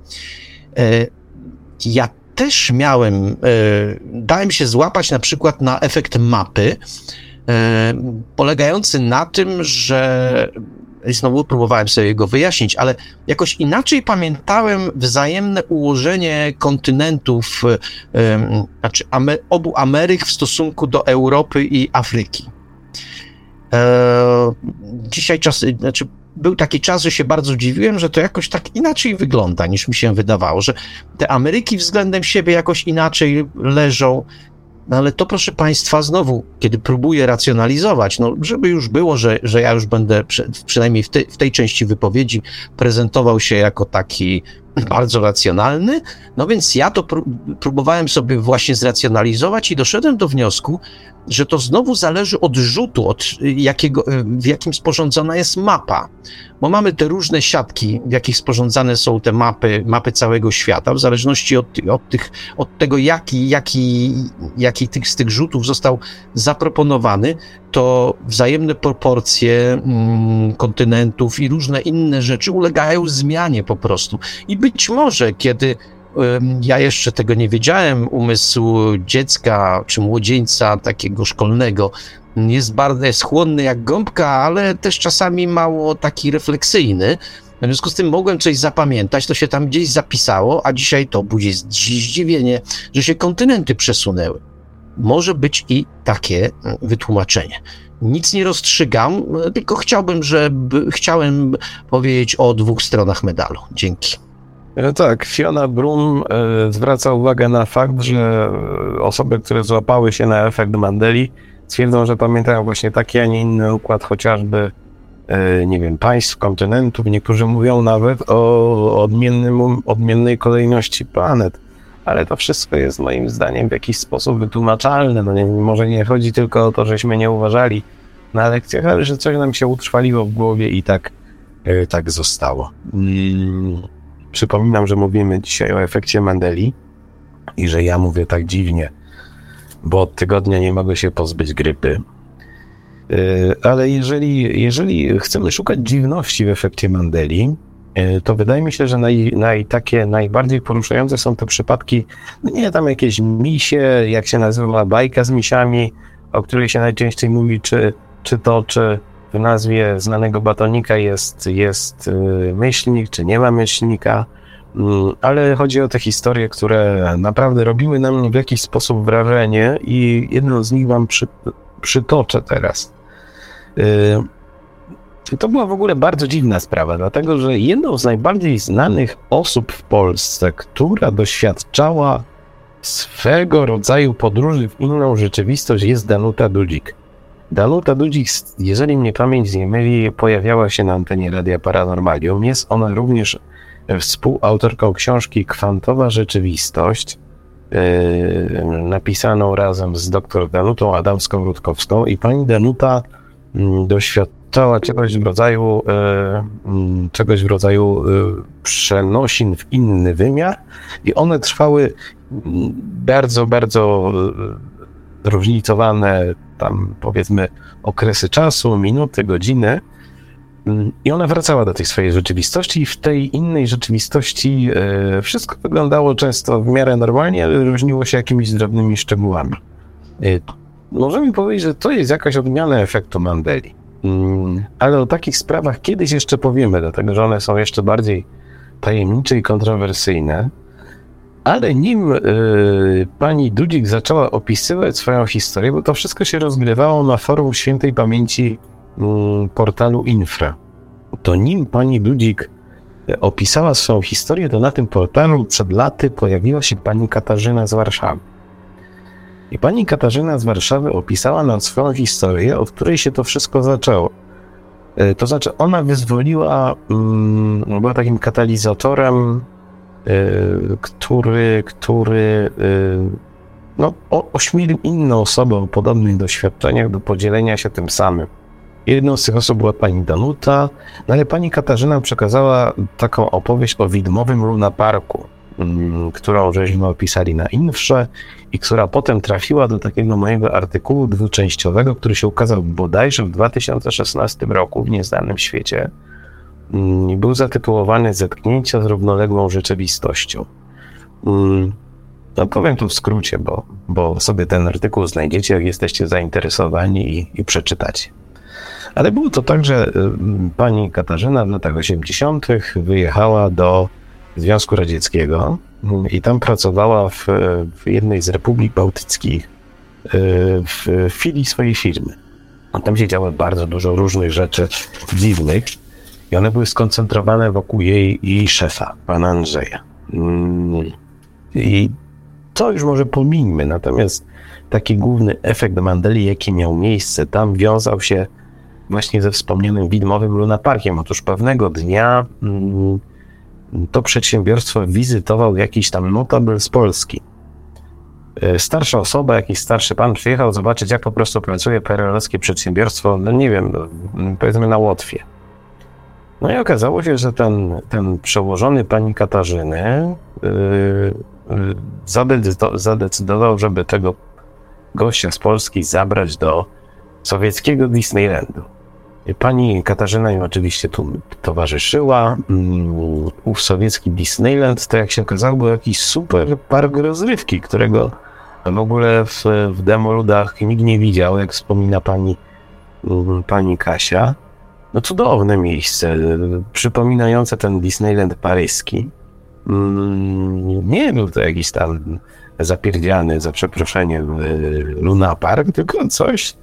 Ja też miałem, dałem się złapać na przykład na efekt mapy, polegający na tym, że znowu próbowałem sobie go wyjaśnić, ale jakoś inaczej pamiętałem wzajemne ułożenie kontynentów, um, znaczy Amer- obu Ameryk w stosunku do Europy i Afryki. E, dzisiaj czas, znaczy był taki czas, że się bardzo dziwiłem, że to jakoś tak inaczej wygląda, niż mi się wydawało, że te Ameryki względem siebie jakoś inaczej leżą. No ale to, proszę Państwa, znowu, kiedy próbuję racjonalizować, no żeby już było, że, że ja już będę przy, przynajmniej w, te, w tej części wypowiedzi prezentował się jako taki bardzo racjonalny, no więc ja to pró- próbowałem sobie właśnie zracjonalizować i doszedłem do wniosku, że to znowu zależy od rzutu, od jakiego, w jakim sporządzona jest mapa. Bo mamy te różne siatki, w jakich sporządzane są te mapy, mapy całego świata, w zależności od, od, tych, od tego, jaki, jaki, jaki tych, z tych rzutów został zaproponowany, to wzajemne proporcje mm, kontynentów i różne inne rzeczy ulegają zmianie po prostu. I być może, kiedy ja jeszcze tego nie wiedziałem, umysł dziecka czy młodzieńca takiego szkolnego jest bardzo jest chłonny jak gąbka, ale też czasami mało taki refleksyjny. W związku z tym mogłem coś zapamiętać, to się tam gdzieś zapisało, a dzisiaj to budzi zdziwienie, że się kontynenty przesunęły. Może być i takie wytłumaczenie. Nic nie rozstrzygam, tylko chciałbym, żeby, chciałem powiedzieć o dwóch stronach medalu. Dzięki. Tak, Fiona Brum e, zwraca uwagę na fakt, że osoby, które złapały się na efekt Mandeli, twierdzą, że pamiętają właśnie taki, a nie inny układ chociażby, e, nie wiem, państw, kontynentów. Niektórzy mówią nawet o odmiennym, odmiennej kolejności planet. Ale to wszystko jest moim zdaniem w jakiś sposób wytłumaczalne. No nie, może nie chodzi tylko o to, żeśmy nie uważali na lekcjach, ale że coś nam się utrwaliło w głowie i tak, e, tak zostało. Mm. Przypominam, że mówimy dzisiaj o efekcie Mandeli i że ja mówię tak dziwnie, bo od tygodnia nie mogę się pozbyć grypy. Yy, ale jeżeli, jeżeli chcemy szukać dziwności w efekcie Mandeli, yy, to wydaje mi się, że naj, naj, takie najbardziej poruszające są te przypadki, no nie tam jakieś misie, jak się nazywa bajka z misiami, o której się najczęściej mówi, czy, czy to, czy w nazwie znanego batonika jest, jest myślnik, czy nie ma myślnika, ale chodzi o te historie, które naprawdę robiły na mnie w jakiś sposób wrażenie i jedną z nich wam przy, przytoczę teraz. To była w ogóle bardzo dziwna sprawa, dlatego że jedną z najbardziej znanych osób w Polsce, która doświadczała swego rodzaju podróży w inną rzeczywistość, jest Danuta Dudzik. Danuta Dudzik, jeżeli mnie pamięć nie myli, pojawiała się na antenie Radia Paranormalium. Jest ona również współautorką książki Kwantowa Rzeczywistość, yy, napisaną razem z doktor Danutą Adamską-Rutkowską, i pani Danuta yy, doświadczała czegoś w rodzaju, yy, czegoś w rodzaju yy, przenosin w inny wymiar i one trwały yy, bardzo, bardzo yy, zróżnicowane tam, powiedzmy, okresy czasu, minuty, godziny. I ona wracała do tej swojej rzeczywistości i w tej innej rzeczywistości e, wszystko wyglądało często w miarę normalnie, ale różniło się jakimiś drobnymi szczegółami. E, możemy powiedzieć, że to jest jakaś odmiana efektu Mandeli. Mm, ale o takich sprawach kiedyś jeszcze powiemy, dlatego że one są jeszcze bardziej tajemnicze i kontrowersyjne. Ale nim e, pani Dudzik zaczęła opisywać swoją historię, bo to wszystko się rozgrywało na forum świętej pamięci portalu Infra. To nim pani Dudzik opisała swoją historię, to na tym portalu przed laty pojawiła się pani Katarzyna z Warszawy. I pani Katarzyna z Warszawy opisała nam swoją historię, od której się to wszystko zaczęło. To znaczy ona wyzwoliła, była takim katalizatorem, który, który no, ośmielił inne osoby o podobnych doświadczeniach do podzielenia się tym samym. Jedną z tych osób była pani Danuta, no ale pani Katarzyna przekazała taką opowieść o widmowym lunaparku, um, którą żeśmy opisali na Infrze i która potem trafiła do takiego mojego artykułu dwuczęściowego, który się ukazał bodajże w dwa tysiące szesnastym roku w Nieznanym Świecie um, i był zatytułowany Zetknięcia z równoległą rzeczywistością. Um, no powiem tu w skrócie, bo, bo sobie ten artykuł znajdziecie, jak jesteście zainteresowani i, i przeczytacie. Ale było to tak, że pani Katarzyna w latach osiemdziesiątych wyjechała do Związku Radzieckiego i tam pracowała w, w jednej z republik bałtyckich w filii swojej firmy. Tam się działo bardzo dużo różnych rzeczy dziwnych i one były skoncentrowane wokół jej, jej szefa, pana Andrzeja. I to już może pomińmy, natomiast taki główny efekt Mandeli, jaki miał miejsce tam, wiązał się właśnie ze wspomnianym widmowym lunaparkiem. Otóż pewnego dnia mm, to przedsiębiorstwo wizytował jakiś tam notabel z Polski. Starsza osoba, jakiś starszy pan przyjechał zobaczyć, jak po prostu pracuje P R L-owskie przedsiębiorstwo, no nie wiem, powiedzmy na Łotwie. No i okazało się, że ten, ten przełożony pani Katarzyny yy, yy, zadecydował, zadecydował, żeby tego gościa z Polski zabrać do sowieckiego Disneylandu. Pani Katarzyna im oczywiście tu towarzyszyła. Ów sowiecki Disneyland to, jak się okazało, był jakiś super park rozrywki, którego w ogóle w, w Demoludach nikt nie widział, jak wspomina pani, pani Kasia. No cudowne miejsce, przypominające ten Disneyland paryski. Nie był to jakiś tam zapierdziany, za przeproszeniem, lunapark, tylko coś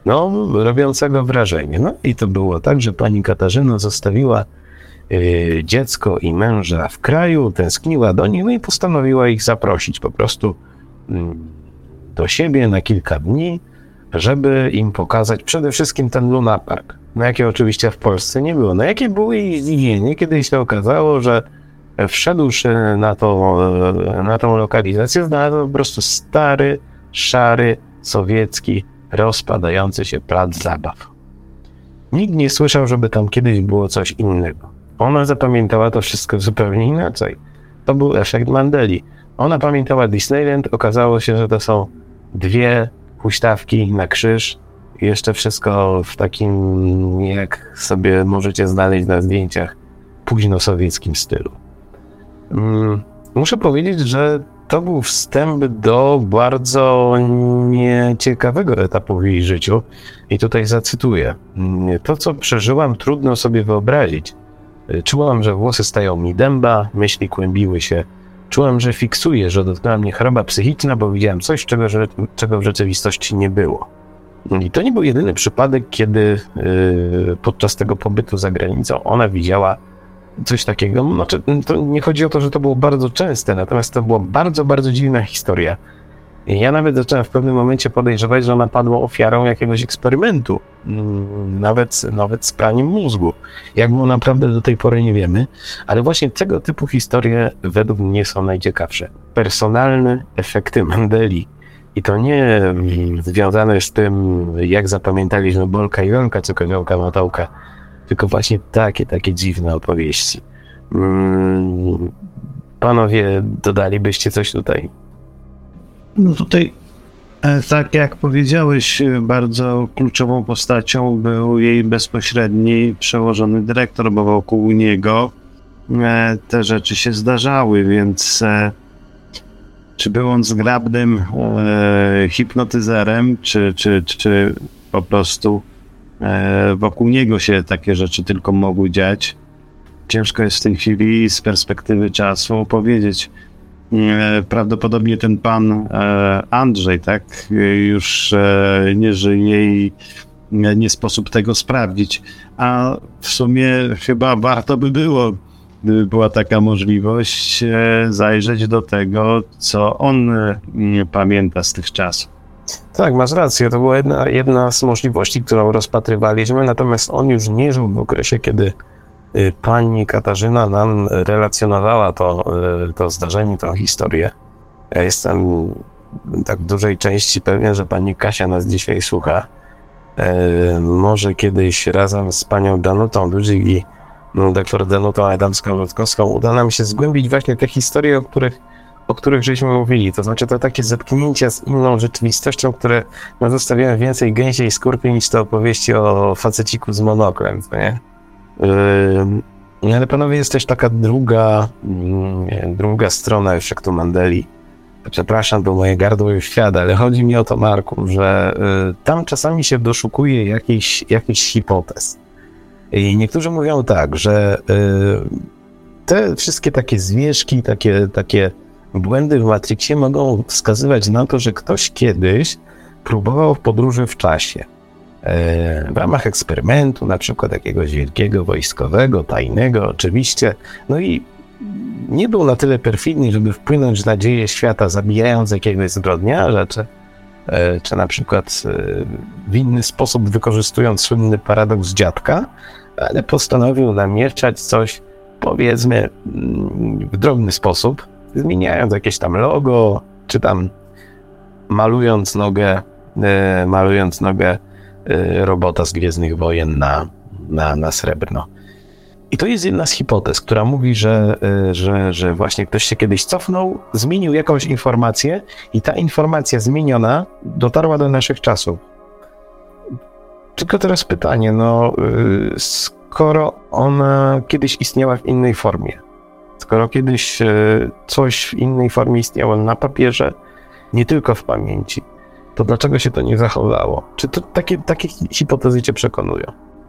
no, robiącego wrażenie. No i to było tak, że pani Katarzyna zostawiła y, dziecko i męża w kraju, tęskniła do nich, no i postanowiła ich zaprosić po prostu y, do siebie na kilka dni, żeby im pokazać przede wszystkim ten Luna Park, na jakie oczywiście w Polsce nie było. No jakie było jej zdziwienie, kiedy się okazało, że wszedłszy na, to, na tą lokalizację, znalazł po prostu stary, szary, sowiecki, rozpadający się plac zabaw. Nikt nie słyszał, żeby tam kiedyś było coś innego. Ona zapamiętała to wszystko zupełnie inaczej. To był efekt Mandeli. Ona pamiętała Disneyland, okazało się, że to są dwie huśtawki na krzyż i jeszcze wszystko w takim, jak sobie możecie znaleźć na zdjęciach, późno-sowieckim stylu. Hmm, muszę powiedzieć, że to był wstęp do bardzo nieciekawego etapu w jej życiu i tutaj zacytuję. To, co przeżyłam, trudno sobie wyobrazić. Czułam, że włosy stają mi dęba, myśli kłębiły się. Czułam, że fiksuje, że dotknęła mnie choroba psychiczna, bo widziałem coś, czego, czego w rzeczywistości nie było. I to nie był jedyny przypadek, kiedy yy, podczas tego pobytu za granicą ona widziała coś takiego. Znaczy, to nie chodzi o to, że to było bardzo częste, natomiast to była bardzo, bardzo dziwna historia. I ja nawet zacząłem w pewnym momencie podejrzewać, że ona padła ofiarą jakiegoś eksperymentu, nawet, nawet z praniem mózgu. Jak było naprawdę do tej pory nie wiemy, ale właśnie tego typu historie według mnie są najciekawsze. Personalne efekty Mandeli. I to nie związane z tym, jak zapamiętaliśmy Bolka i Ronka, czy Koziołka Matołka, tylko właśnie takie, takie dziwne opowieści. Panowie, dodalibyście coś tutaj? No tutaj, tak jak powiedziałeś, bardzo kluczową postacią był jej bezpośredni przełożony dyrektor, bo wokół niego te rzeczy się zdarzały, więc czy był on zgrabnym hipnotyzerem, czy, czy, czy po prostu wokół niego się takie rzeczy tylko mogły dziać, ciężko jest w tej chwili z perspektywy czasu powiedzieć. Prawdopodobnie ten pan Andrzej, tak, już nie żyje i nie sposób tego sprawdzić, a w sumie chyba warto by było, gdyby była taka możliwość, zajrzeć do tego, co on pamięta z tych czasów. Tak, masz rację, to była jedna, jedna z możliwości, którą rozpatrywaliśmy, natomiast on już nie żył w okresie, kiedy pani Katarzyna nam relacjonowała to, to zdarzenie, tą historię. Ja jestem tak w dużej części pewien, że pani Kasia nas dzisiaj słucha. E, może kiedyś razem z panią Danutą Ludzik i no, doktor Danutą Adamską-Rutkowską uda nam się zgłębić właśnie te historie, o których, o których żeśmy mówili. To znaczy to takie zetknięcia z inną rzeczywistością, które no, zostawiają więcej gęsiej skórki niż te opowieści o faceciku z monoklem, nie? Yy, ale panowie, jest też taka druga, yy, druga strona efektu Mandeli. Przepraszam, bo moje gardło już siada, ale chodzi mi o to, Marku, że yy, tam czasami się doszukuje jakichś, jakichś hipotez. I niektórzy mówią tak, że yy, te wszystkie takie zwierzki, takie, takie błędy w Matrixie mogą wskazywać na to, że ktoś kiedyś próbował w podróży w czasie. W ramach eksperymentu, na przykład jakiegoś wielkiego, wojskowego, tajnego oczywiście, no i nie był na tyle perfidny, żeby wpłynąć na dzieje świata, zabijając jakiegoś zbrodniarza, czy, czy na przykład w inny sposób wykorzystując słynny paradoks dziadka, ale postanowił namieszać coś, powiedzmy, w drobny sposób, zmieniając jakieś tam logo, czy tam malując nogę, malując nogę robota z Gwiezdnych Wojen na, na, na srebrno. I to jest jedna z hipotez, która mówi, że, że, że właśnie ktoś się kiedyś cofnął, zmienił jakąś informację i ta informacja zmieniona dotarła do naszych czasów. Tylko teraz pytanie, no skoro ona kiedyś istniała w innej formie, skoro kiedyś coś w innej formie istniało na papierze, nie tylko w pamięci, to dlaczego się to nie zachowało? Czy to takie, takie hipotezy cię przekonują?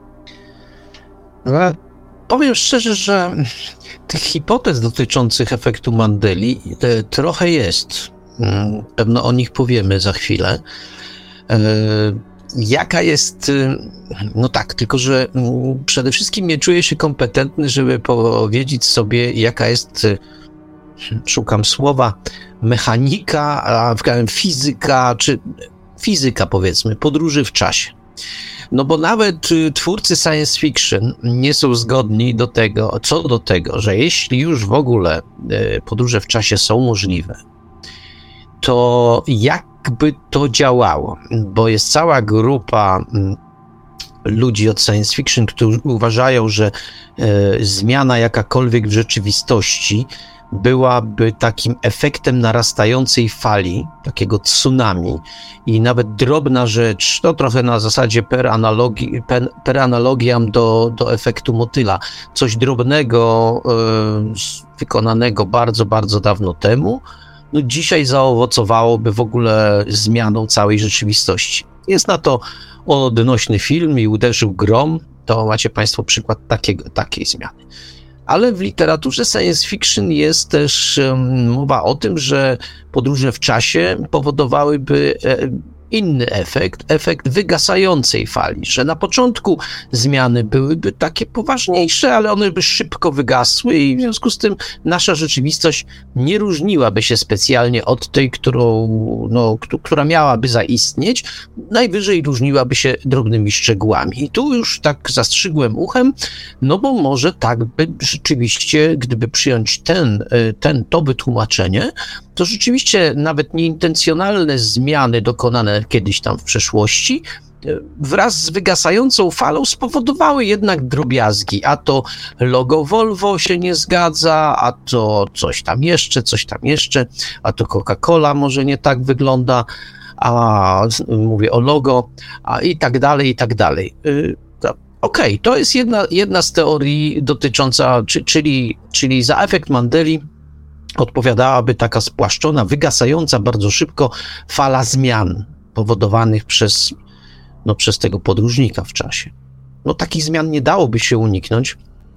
Ale powiem szczerze, że tych hipotez dotyczących efektu Mandeli e, trochę jest. Pewno o nich powiemy za chwilę. E, jaka jest, no tak, tylko że przede wszystkim nie czuję się kompetentny, żeby powiedzieć sobie, jaka jest, szukam słowa, mechanika, fizyka, czy fizyka powiedzmy, podróży w czasie. No bo nawet twórcy science fiction nie są zgodni do tego, co do tego, że jeśli już w ogóle podróże w czasie są możliwe, to jakby to działało? Bo jest cała grupa ludzi od science fiction, którzy uważają, że zmiana jakakolwiek w rzeczywistości byłaby takim efektem narastającej fali, takiego tsunami i nawet drobna rzecz, to trochę na zasadzie per, analogii, per, per analogiam do, do efektu motyla, coś drobnego y, wykonanego bardzo, bardzo dawno temu, no dzisiaj zaowocowałoby w ogóle zmianą całej rzeczywistości. Jest na to odnośny film i uderzył grom, to macie Państwo przykład takiego, takiej zmiany. Ale w literaturze science fiction jest też um, mowa o tym, że podróże w czasie powodowałyby e, inny efekt, efekt wygasającej fali, że na początku zmiany byłyby takie poważniejsze, ale one by szybko wygasły i w związku z tym nasza rzeczywistość nie różniłaby się specjalnie od tej, którą, no, która miałaby zaistnieć, najwyżej różniłaby się drobnymi szczegółami. I tu już tak zastrzygłem uchem, no bo może tak by rzeczywiście, gdyby przyjąć ten, ten to wytłumaczenie, to rzeczywiście nawet nieintencjonalne zmiany dokonane kiedyś tam w przeszłości wraz z wygasającą falą spowodowały jednak drobiazgi, a to logo Volvo się nie zgadza, a to coś tam jeszcze, coś tam jeszcze, a to Coca-Cola może nie tak wygląda, a mówię o logo, a i tak dalej, i tak dalej. Okej, okay, to jest jedna, jedna z teorii dotycząca, czy, czyli, czyli za efekt Mandeli odpowiadałaby taka spłaszczona, wygasająca bardzo szybko fala zmian powodowanych przez, no, przez tego podróżnika w czasie. No takich zmian nie dałoby się uniknąć,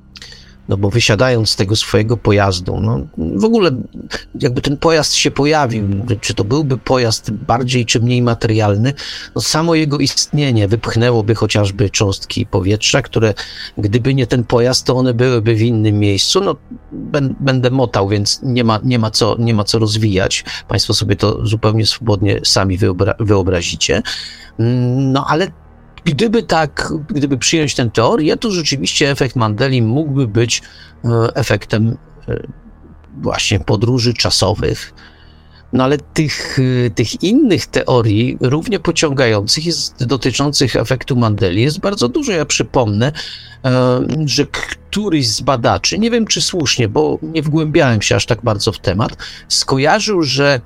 no bo wysiadając z tego swojego pojazdu, no w ogóle jakby ten pojazd się pojawił, czy to byłby pojazd bardziej czy mniej materialny, no samo jego istnienie wypchnęłoby chociażby cząstki powietrza, które gdyby nie ten pojazd, to one byłyby w innym miejscu. No będę motał, więc nie ma, nie ma, co, nie ma co rozwijać. Państwo sobie to zupełnie swobodnie sami wyobra- wyobrazicie. No ale Gdyby tak, gdyby przyjąć tę teorię, to rzeczywiście efekt Mandeli mógłby być efektem właśnie podróży czasowych. No ale tych, tych innych teorii, równie pociągających, jest, dotyczących efektu Mandeli, jest bardzo dużo. Ja przypomnę, że któryś z badaczy, nie wiem czy słusznie, bo nie wgłębiałem się aż tak bardzo w temat, skojarzył, że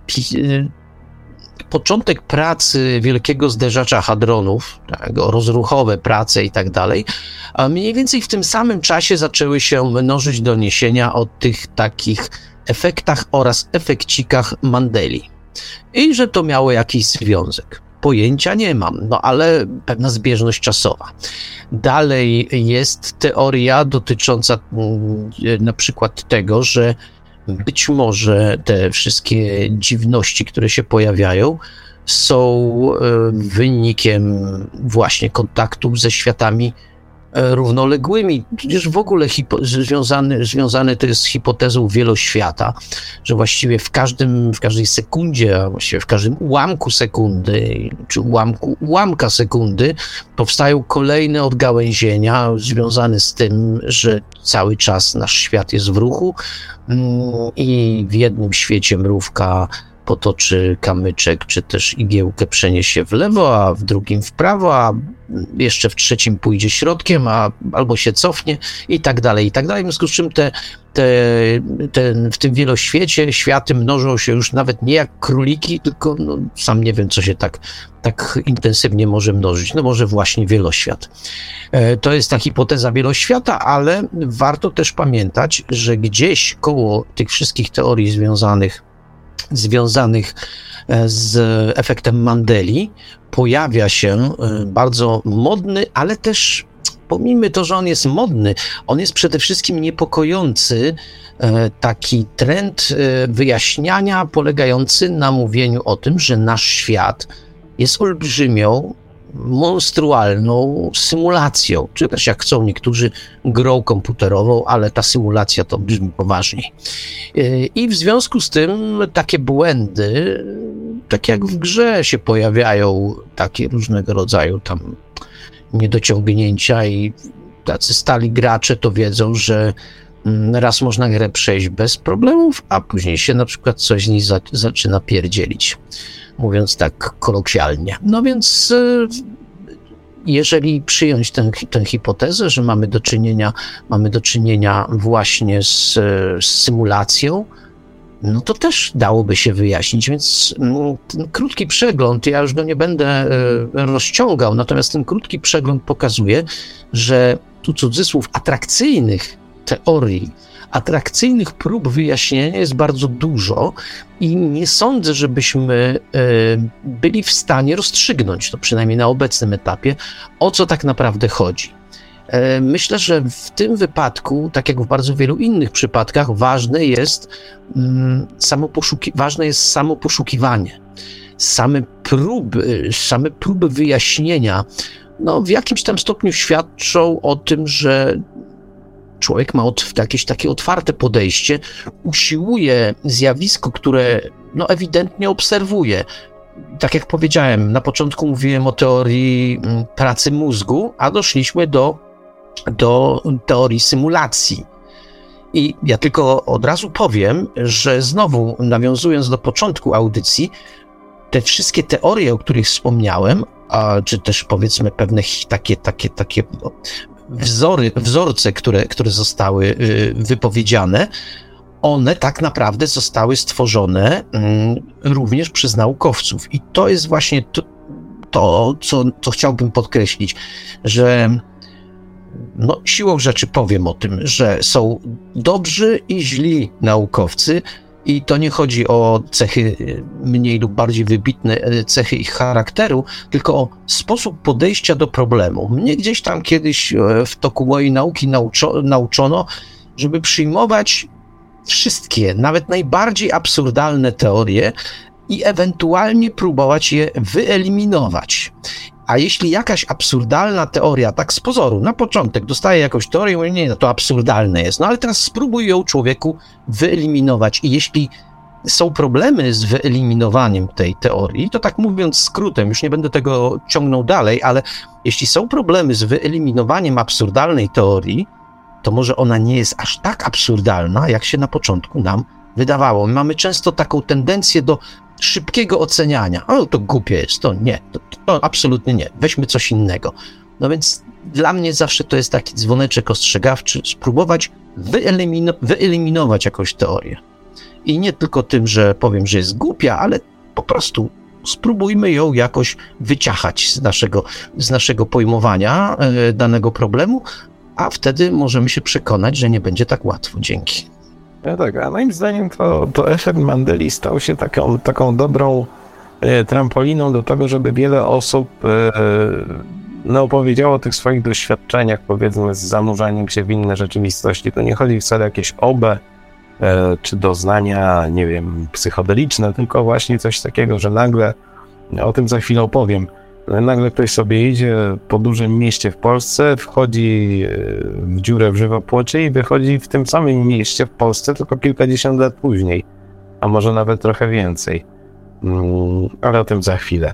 początek pracy wielkiego zderzacza hadronów, tak, rozruchowe prace i tak dalej, a mniej więcej w tym samym czasie zaczęły się mnożyć doniesienia o tych takich efektach oraz efekcikach Mandeli. I że to miało jakiś związek. Pojęcia nie mam, no ale pewna zbieżność czasowa. Dalej jest teoria dotycząca na przykład tego, że być może te wszystkie dziwności, które się pojawiają, są wynikiem właśnie kontaktów ze światami równoległymi. Przecież w ogóle hipo- związany, związany to jest z hipotezą wieloświata, że właściwie w każdym, w każdej sekundzie, a właściwie w każdym ułamku sekundy, czy ułamku, ułamka sekundy powstają kolejne odgałęzienia związane z tym, że cały czas nasz świat jest w ruchu i w jednym świecie mrówka potoczy kamyczek, czy też igiełkę przeniesie w lewo, a w drugim w prawo, a jeszcze w trzecim pójdzie środkiem, a albo się cofnie i tak dalej, i tak dalej. W związku z czym te, te, te, w tym wieloświecie światy mnożą się już nawet nie jak króliki, tylko no, sam nie wiem, co się tak, tak intensywnie może mnożyć. No może właśnie wieloświat. To jest ta hipoteza wieloświata, ale warto też pamiętać, że gdzieś koło tych wszystkich teorii związanych związanych z efektem Mandeli pojawia się bardzo modny, ale też pomijmy to, że on jest modny, on jest przede wszystkim niepokojący taki trend wyjaśniania polegający na mówieniu o tym, że nasz świat jest olbrzymią, monstrualną symulacją, czy też jak chcą niektórzy grą komputerową, ale ta symulacja to brzmi poważniej. I w związku z tym takie błędy, tak jak w grze się pojawiają takie różnego rodzaju tam niedociągnięcia i tacy stali gracze to wiedzą, że raz można grę przejść bez problemów, a później się na przykład coś z niej za, zaczyna pierdzielić, mówiąc tak kolokwialnie. No więc jeżeli przyjąć tę, tę hipotezę, że mamy do czynienia, mamy do czynienia właśnie z, z symulacją, no to też dałoby się wyjaśnić, więc ten krótki przegląd, ja już go nie będę rozciągał, natomiast ten krótki przegląd pokazuje, że tu cudzysłów atrakcyjnych teorii, atrakcyjnych prób wyjaśnienia jest bardzo dużo i nie sądzę, żebyśmy byli w stanie rozstrzygnąć, to przynajmniej na obecnym etapie, o co tak naprawdę chodzi. Myślę, że w tym wypadku, tak jak w bardzo wielu innych przypadkach, ważne jest, samo poszuki- ważne jest samo poszukiwanie. Same próby, same próby wyjaśnienia, no w jakimś tam stopniu świadczą o tym, że człowiek ma od, jakieś takie otwarte podejście, usiłuje zjawisko, które no ewidentnie obserwuje. Tak jak powiedziałem, na początku mówiłem o teorii pracy mózgu, a doszliśmy do, do teorii symulacji. I ja tylko od razu powiem, że znowu nawiązując do początku audycji, te wszystkie teorie, o których wspomniałem, a, czy też powiedzmy pewne takie, takie, takie wzory, wzorce, które, które zostały wypowiedziane, one tak naprawdę zostały stworzone również przez naukowców. I to jest właśnie to, to co, co chciałbym podkreślić, że no, siłą rzeczy powiem o tym, że są dobrzy i źli naukowcy i to nie chodzi o cechy mniej lub bardziej wybitne cechy ich charakteru, tylko o sposób podejścia do problemu. Mnie gdzieś tam kiedyś w toku mojej nauki nauczo, nauczono, żeby przyjmować wszystkie, nawet najbardziej absurdalne teorie i ewentualnie próbować je wyeliminować. A jeśli jakaś absurdalna teoria, tak z pozoru, na początek dostaje jakąś teorię i mówi, nie, no to absurdalne jest, no ale teraz spróbuj ją człowieku wyeliminować i jeśli są problemy z wyeliminowaniem tej teorii, to tak mówiąc skrótem, już nie będę tego ciągnął dalej, ale jeśli są problemy z wyeliminowaniem absurdalnej teorii, to może ona nie jest aż tak absurdalna, jak się na początku nam wydawało. My mamy często taką tendencję do szybkiego oceniania. O, to głupie jest, to nie, to, to absolutnie nie, weźmy coś innego. No więc dla mnie zawsze to jest taki dzwoneczek ostrzegawczy, spróbować wyelimino- wyeliminować jakąś teorię. I nie tylko tym, że powiem, że jest głupia, ale po prostu spróbujmy ją jakoś wyciachać z naszego, z naszego pojmowania e, danego problemu, a wtedy możemy się przekonać, że nie będzie tak łatwo. Dzięki. No tak, a moim zdaniem to, to efekt Mandeli stał się taką, taką dobrą e, trampoliną do tego, żeby wiele osób e, no, opowiedziało o tych swoich doświadczeniach, powiedzmy, z zanurzaniem się w inne rzeczywistości. To nie chodzi wcale o jakieś obę, e, czy doznania, nie wiem, psychodeliczne, tylko właśnie coś takiego, że nagle, o tym za chwilę opowiem, nagle ktoś sobie idzie po dużym mieście w Polsce, wchodzi w dziurę w żywopłocie i wychodzi w tym samym mieście w Polsce, tylko kilkadziesiąt lat później, a może nawet trochę więcej. Ale o tym za chwilę.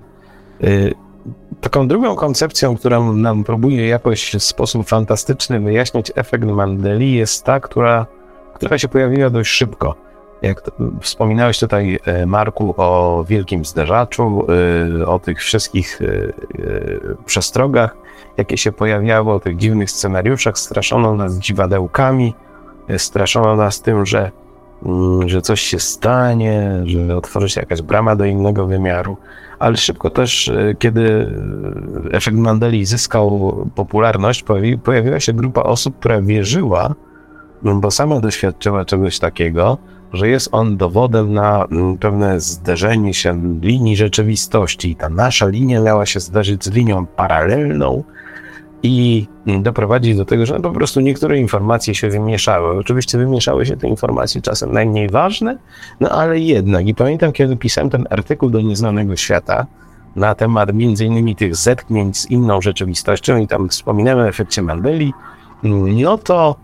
Taką drugą koncepcją, która nam próbuje jakoś w sposób fantastyczny wyjaśnić efekt Mandeli, jest ta, która, która się pojawiła dość szybko. Jak wspominałeś tutaj, Marku, o wielkim zderzaczu, o tych wszystkich przestrogach, jakie się pojawiały, o tych dziwnych scenariuszach, straszono nas dziwadełkami, straszono nas tym, że, że coś się stanie, że otworzy się jakaś brama do innego wymiaru, ale szybko też, kiedy efekt Mandeli zyskał popularność, pojawiła się grupa osób, która wierzyła, bo sama doświadczyła czegoś takiego, że jest on dowodem na pewne zderzenie się linii rzeczywistości. I ta nasza linia miała się zderzyć z linią paralelną i doprowadzić do tego, że po prostu niektóre informacje się wymieszały. Oczywiście wymieszały się te informacje czasem najmniej ważne, no ale jednak. I pamiętam, kiedy pisałem ten artykuł do Nieznanego Świata, na temat między innymi tych zetknięć z inną rzeczywistością i tam wspominałem o efekcie Mandeli, no to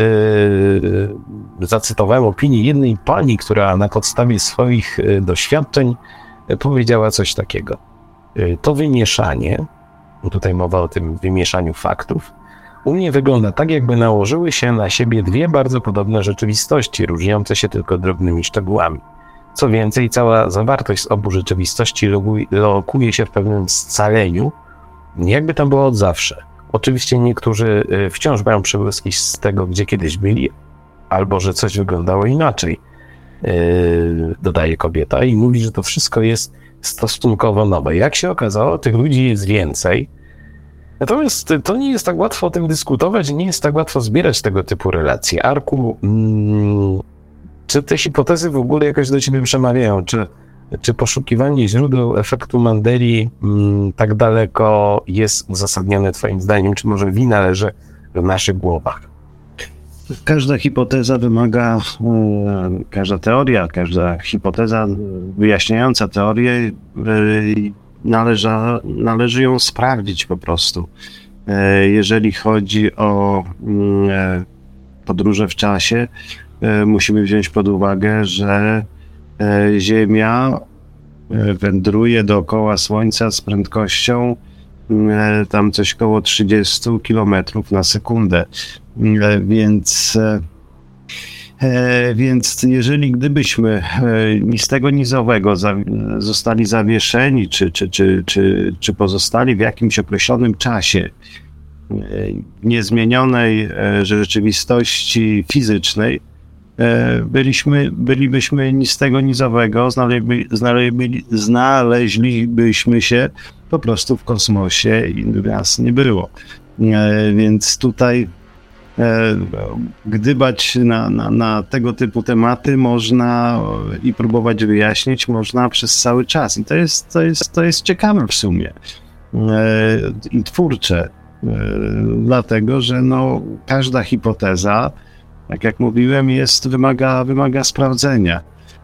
yy, zacytowałem opinię jednej pani, która na podstawie swoich yy, doświadczeń yy, powiedziała coś takiego. Yy, to wymieszanie, tutaj mowa o tym wymieszaniu faktów, u mnie wygląda tak, jakby nałożyły się na siebie dwie bardzo podobne rzeczywistości, różniące się tylko drobnymi szczegółami. Co więcej, cała zawartość z obu rzeczywistości lokuje się w pewnym scaleniu, jakby tam było od zawsze. Oczywiście niektórzy wciąż mają przebłyski z tego, gdzie kiedyś byli, albo że coś wyglądało inaczej, yy, dodaje kobieta i mówi, że to wszystko jest stosunkowo nowe. Jak się okazało, tych ludzi jest więcej. Natomiast to nie jest tak łatwo o tym dyskutować, nie jest tak łatwo zbierać tego typu relacje. Arku, mm, czy te hipotezy w ogóle jakoś do ciebie przemawiają? Czy, czy poszukiwanie źródeł efektu Mandeli mm, tak daleko jest uzasadnione twoim zdaniem? Czy może wina leży w naszych głowach? Każda hipoteza wymaga, e, każda teoria, każda hipoteza wyjaśniająca teorię, e, należa, należy ją sprawdzić po prostu. E, jeżeli chodzi o e, podróże w czasie, e, musimy wziąć pod uwagę, że e, Ziemia e, wędruje dookoła Słońca z prędkością e, tam coś koło trzydzieści kilometrów na sekundę. E, więc, e, więc jeżeli gdybyśmy e, ni z tego nizowego za, zostali zawieszeni, czy, czy, czy, czy, czy pozostali w jakimś określonym czasie e, niezmienionej e, rzeczywistości fizycznej, e, byliśmy, bylibyśmy ni z tego nizowego, znaleźli, znaleźli, znaleźlibyśmy się po prostu w kosmosie i nas nie było. E, więc tutaj gdybać na, na, na tego typu tematy można i próbować wyjaśnić można przez cały czas. I to jest, to jest, to jest ciekawe w sumie i twórcze, dlatego że no, każda hipoteza, tak jak mówiłem, jest, wymaga, wymaga sprawdzenia.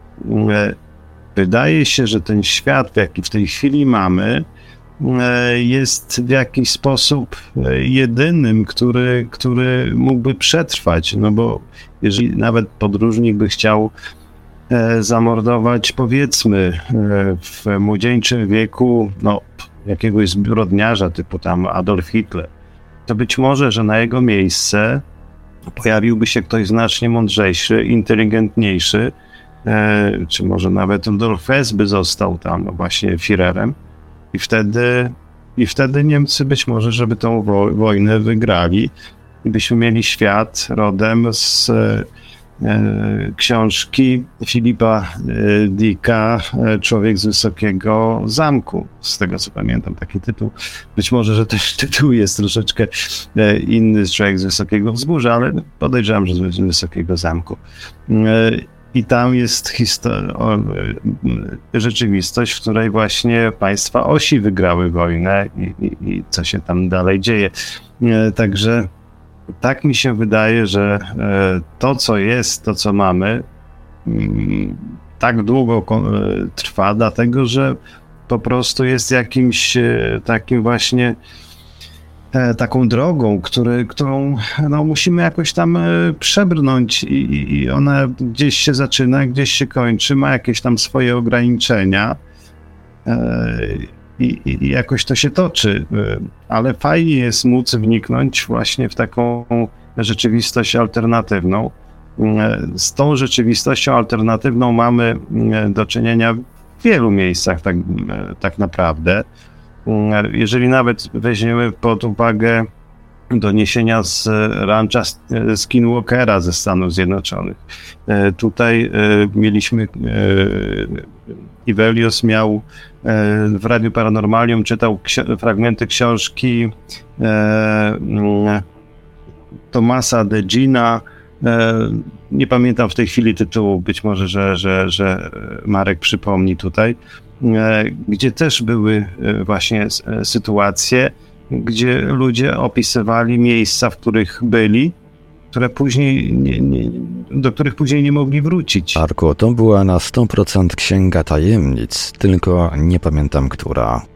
Wydaje się, że ten świat, jaki w tej chwili mamy, jest w jakiś sposób jedynym, który, który mógłby przetrwać, no bo jeżeli nawet podróżnik by chciał zamordować, powiedzmy, w młodzieńczym wieku, no, jakiegoś zbrodniarza typu tam Adolf Hitler, to być może, że na jego miejsce pojawiłby się ktoś znacznie mądrzejszy, inteligentniejszy, czy może nawet Rudolf Hess by został tam właśnie Führerem. I wtedy, I wtedy Niemcy być może, żeby tą wo- wojnę wygrali, i byśmy mieli świat rodem z e, książki Filipa e, Dicka Człowiek z Wysokiego Zamku. Z tego co pamiętam taki tytuł. Być może, że też tytuł jest troszeczkę e, inny z Człowiek z Wysokiego Wzgórza, ale podejrzewam, że z Wysokiego Zamku. E, I tam jest histo- rzeczywistość, w której właśnie państwa osi wygrały wojnę i, i, i co się tam dalej dzieje. Także tak mi się wydaje, że to, co jest, to, co mamy, tak długo trwa, dlatego że po prostu jest jakimś takim właśnie taką drogą, który, którą no, musimy jakoś tam przebrnąć i, i ona gdzieś się zaczyna, gdzieś się kończy, ma jakieś tam swoje ograniczenia i, i jakoś to się toczy, ale fajnie jest móc wniknąć właśnie w taką rzeczywistość alternatywną. Z tą rzeczywistością alternatywną mamy do czynienia w wielu miejscach tak, tak naprawdę. Jeżeli nawet weźmiemy pod uwagę doniesienia z rancha Skinwalkera ze Stanów Zjednoczonych. Tutaj mieliśmy, Ivelios miał w Radiu Paranormalium, czytał ksi- fragmenty książki Tomasa de Gina. Nie pamiętam w tej chwili tytułu, być może, że, że, że Marek przypomni tutaj, gdzie też były właśnie sytuacje, gdzie ludzie opisywali miejsca, w których byli, które później nie, nie, do których później nie mogli wrócić. Arku, to była na sto procent Księga Tajemnic, tylko nie pamiętam która.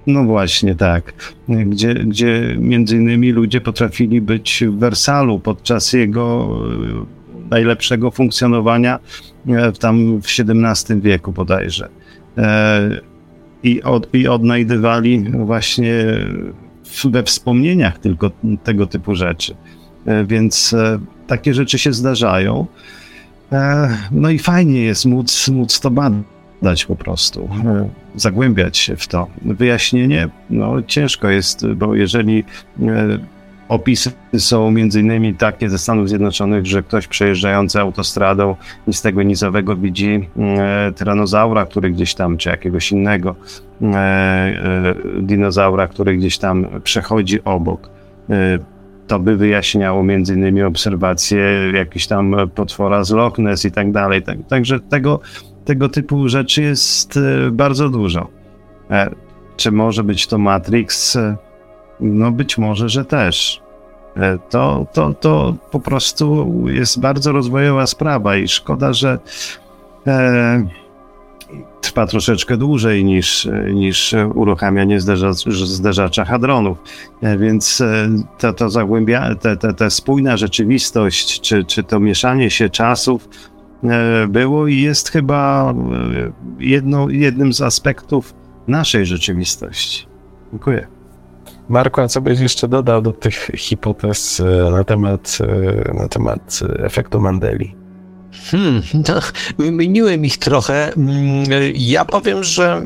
No właśnie, tak. Gdzie, gdzie między innymi ludzie potrafili być w Wersalu podczas jego najlepszego funkcjonowania tam w siedemnastym wieku bodajże. I, od, i odnajdywali właśnie we wspomnieniach tylko tego typu rzeczy. Więc takie rzeczy się zdarzają. No i fajnie jest móc, móc to badać po prostu, zagłębiać się w to. Wyjaśnienie, no ciężko jest, bo jeżeli opisy są między innymi takie ze Stanów Zjednoczonych, że ktoś przejeżdżający autostradą nic tego nizowego widzi e, tyranozaura, który gdzieś tam, czy jakiegoś innego e, e, dinozaura, który gdzieś tam przechodzi obok. E, to by wyjaśniało między innymi obserwacje jakichś tam potwora z Loch Ness i tak dalej. Tak, także tego, tego typu rzeczy jest e, bardzo dużo. E, czy może być to Matrix? E, No być może, że też. To, to, to po prostu jest bardzo rozwojowa sprawa i szkoda, że e, trwa troszeczkę dłużej niż, niż uruchamianie zderza, zderzacza hadronów. E, więc to, to zagłębia, te, te, te spójna rzeczywistość, czy, czy to mieszanie się czasów e, było i jest chyba jedno, jednym z aspektów naszej rzeczywistości. Dziękuję. Marku, a co byś jeszcze dodał do tych hipotez na temat, na temat efektu Mandeli? Hmm, no, wymieniłem ich trochę. Ja powiem, że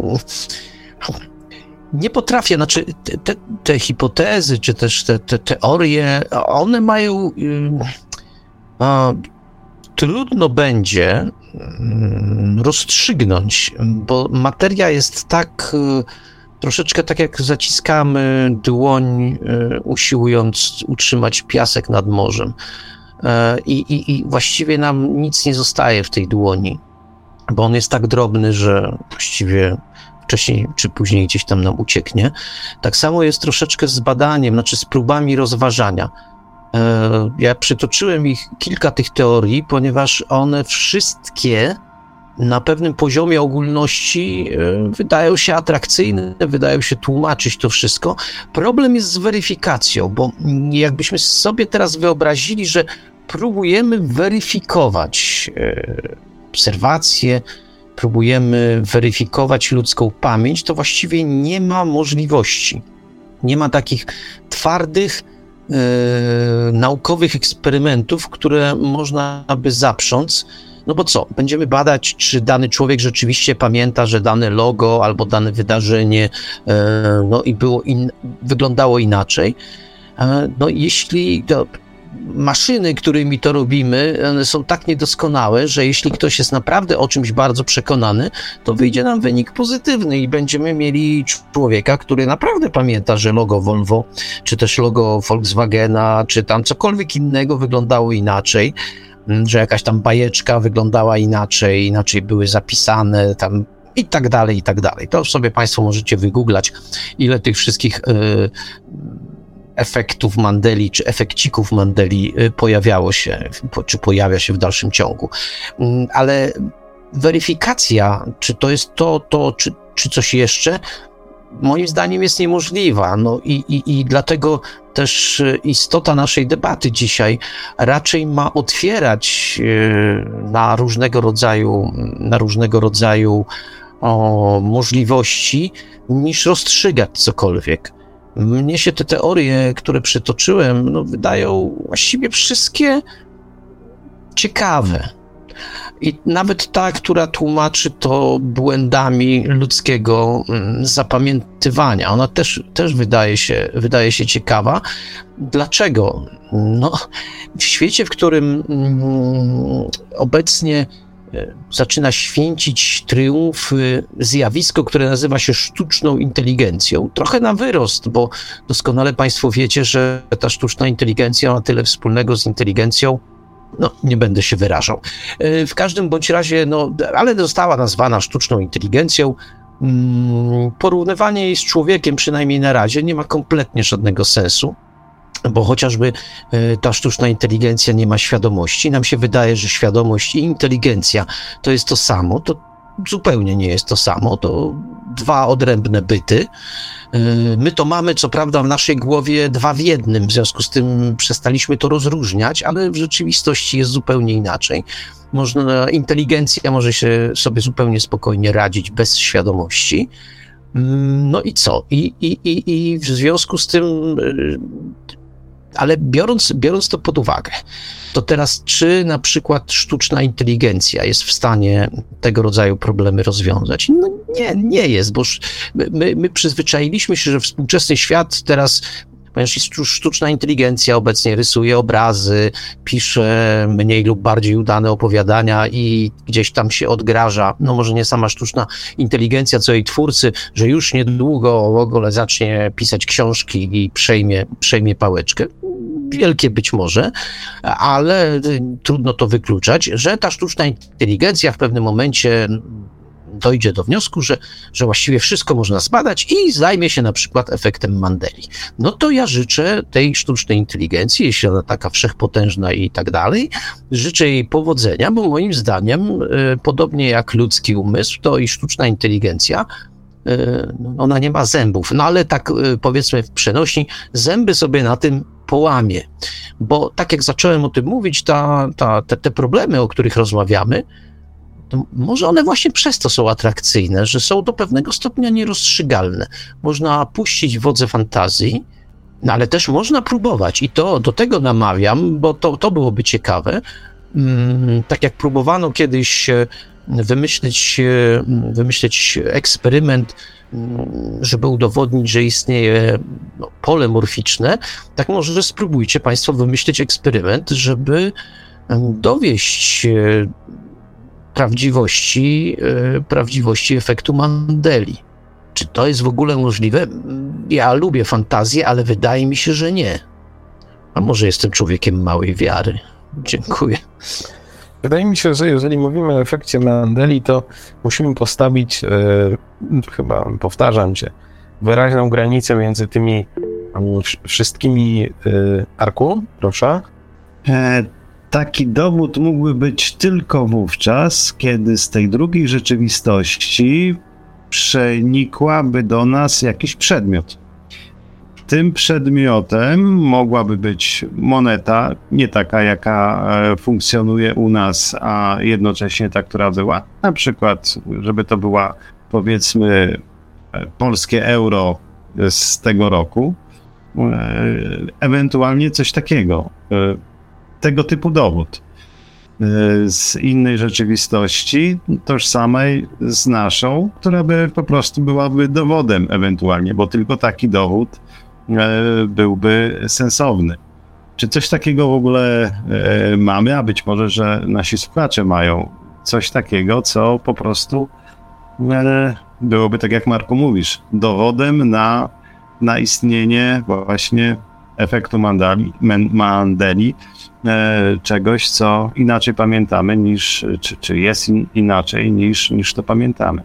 nie potrafię, znaczy te, te hipotezy, czy też te, te teorie, one mają... A, trudno będzie rozstrzygnąć, bo materia jest tak... Troszeczkę tak jak zaciskamy dłoń, usiłując utrzymać piasek nad morzem. I, i, I właściwie nam nic nie zostaje w tej dłoni, bo on jest tak drobny, że właściwie wcześniej czy później gdzieś tam nam ucieknie. Tak samo jest troszeczkę z badaniem, znaczy z próbami rozważania. Ja przytoczyłem ich kilka tych teorii, ponieważ one wszystkie na pewnym poziomie ogólności wydają się atrakcyjne, wydają się tłumaczyć to wszystko. Problem jest z weryfikacją, bo jakbyśmy sobie teraz wyobrazili, że próbujemy weryfikować obserwacje, próbujemy weryfikować ludzką pamięć, to właściwie nie ma możliwości. Nie ma takich twardych, e, naukowych eksperymentów, które można by zaprząc. No bo co? Będziemy badać, czy dany człowiek rzeczywiście pamięta, że dane logo albo dane wydarzenie e, no i było in, wyglądało inaczej. E, no jeśli to maszyny, którymi to robimy, one są tak niedoskonałe, że jeśli ktoś jest naprawdę o czymś bardzo przekonany, to wyjdzie nam wynik pozytywny i będziemy mieli człowieka, który naprawdę pamięta, że logo Volvo, czy też logo Volkswagena, czy tam cokolwiek innego wyglądało inaczej, że jakaś tam bajeczka wyglądała inaczej, inaczej były zapisane tam i tak dalej, i tak dalej. To sobie Państwo możecie wygooglać, ile tych wszystkich y, efektów Mandeli, czy efekcików Mandeli pojawiało się, czy pojawia się w dalszym ciągu. Ale weryfikacja, czy to jest to, to czy, czy coś jeszcze, moim zdaniem jest niemożliwa. No i, i, i dlatego też istota naszej debaty dzisiaj raczej ma otwierać na różnego rodzaju, na różnego rodzaju o, możliwości, niż rozstrzygać cokolwiek. Mnie się te teorie, które przytoczyłem, no, wydają właściwie wszystkie ciekawe. I nawet ta, która tłumaczy to błędami ludzkiego zapamiętywania, ona też, też wydaje się, wydaje się ciekawa. Dlaczego? No, w świecie, w którym obecnie zaczyna święcić triumfy zjawisko, które nazywa się sztuczną inteligencją. Trochę na wyrost, bo doskonale Państwo wiecie, że ta sztuczna inteligencja ma tyle wspólnego z inteligencją, no nie będę się wyrażał. W każdym bądź razie, no, ale została nazwana sztuczną inteligencją. Porównywanie jej z człowiekiem, przynajmniej na razie, nie ma kompletnie żadnego sensu, bo chociażby ta sztuczna inteligencja nie ma świadomości. Nam się wydaje, że świadomość i inteligencja to jest to samo, to zupełnie nie jest to samo, to dwa odrębne byty. My to mamy, co prawda, w naszej głowie dwa w jednym, w związku z tym przestaliśmy to rozróżniać, ale w rzeczywistości jest zupełnie inaczej. Można, inteligencja może się sobie zupełnie spokojnie radzić bez świadomości. No i co? I, i, i, i w związku z tym, ale biorąc, biorąc to pod uwagę, to teraz czy na przykład sztuczna inteligencja jest w stanie tego rodzaju problemy rozwiązać? No nie, nie jest, bo my, my przyzwyczailiśmy się, że współczesny świat teraz, ponieważ jest sztuczna inteligencja, obecnie rysuje obrazy, pisze mniej lub bardziej udane opowiadania i gdzieś tam się odgraża, no może nie sama sztuczna inteligencja, co jej twórcy, że już niedługo w ogóle zacznie pisać książki i przejmie, przejmie pałeczkę. Wielkie być może, ale trudno to wykluczać, że ta sztuczna inteligencja w pewnym momencie dojdzie do wniosku, że, że właściwie wszystko można zbadać i zajmie się na przykład efektem Mandeli. No to ja życzę tej sztucznej inteligencji, jeśli ona taka wszechpotężna i tak dalej, życzę jej powodzenia, bo moim zdaniem, podobnie jak ludzki umysł, to i sztuczna inteligencja, ona nie ma zębów, no ale tak powiedzmy w przenośni, zęby sobie na tym połamie, bo tak jak zacząłem o tym mówić, ta, ta, te, te problemy, o których rozmawiamy, to może one właśnie przez to są atrakcyjne, że są do pewnego stopnia nierozstrzygalne. Można puścić wodze fantazji, no ale też można próbować i to do tego namawiam, bo to, to byłoby ciekawe. Tak jak próbowano kiedyś wymyślić, wymyślić eksperyment, żeby udowodnić, że istnieje no, pole morficzne, tak może spróbujcie Państwo wymyślić eksperyment, żeby dowieść prawdziwości, prawdziwości efektu Mandeli. Czy to jest w ogóle możliwe? Ja lubię fantazję, ale wydaje mi się, że nie. A może jestem człowiekiem małej wiary. Dziękuję. Wydaje mi się, że jeżeli mówimy o efekcie Mandeli, to musimy postawić, e, chyba powtarzam się, wyraźną granicę między tymi wszystkimi e, Arku, proszę. E, taki dowód mógłby być tylko wówczas, kiedy z tej drugiej rzeczywistości przenikłaby do nas jakiś przedmiot. Tym przedmiotem mogłaby być moneta, nie taka, jaka funkcjonuje u nas, a jednocześnie ta, która była. Na przykład, żeby to była, powiedzmy, polskie euro z tego roku, ewentualnie coś takiego. Tego typu dowód z innej rzeczywistości, tożsamej z naszą, która by po prostu byłaby dowodem ewentualnie, bo tylko taki dowód byłby sensowny. Czy coś takiego w ogóle mamy, a być może, że nasi słuchacze mają coś takiego, co po prostu byłoby, tak jak Marku mówisz, dowodem na, na istnienie właśnie efektu Mandeli, Mandeli, czegoś, co inaczej pamiętamy niż, czy, czy jest in, inaczej niż, niż to pamiętamy.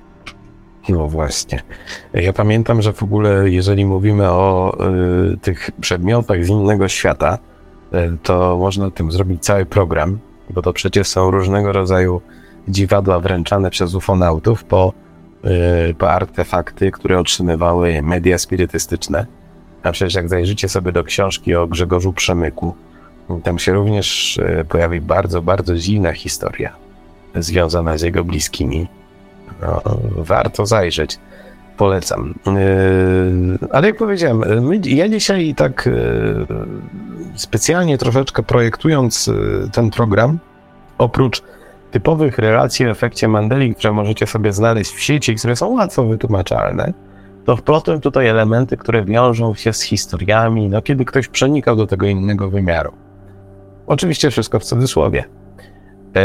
No właśnie. Ja pamiętam, że w ogóle jeżeli mówimy o y, tych przedmiotach z innego świata, y, to można tym zrobić cały program, bo to przecież są różnego rodzaju dziwadła wręczane przez ufonautów po, y, po artefakty, które otrzymywały media spirytystyczne. A przecież jak zajrzycie sobie do książki o Grzegorzu Przemyku, tam się również y, pojawi bardzo, bardzo dziwna historia związana z jego bliskimi. No, warto zajrzeć. Polecam. Yy, ale jak powiedziałem, my, ja dzisiaj tak yy, specjalnie troszeczkę projektując yy, ten program, oprócz typowych relacji o efekcie Mandeli, które możecie sobie znaleźć w sieci, które są łatwo wytłumaczalne, to wplotłem tutaj elementy, które wiążą się z historiami, no kiedy ktoś przenikał do tego innego wymiaru. Oczywiście wszystko w cudzysłowie. Yy,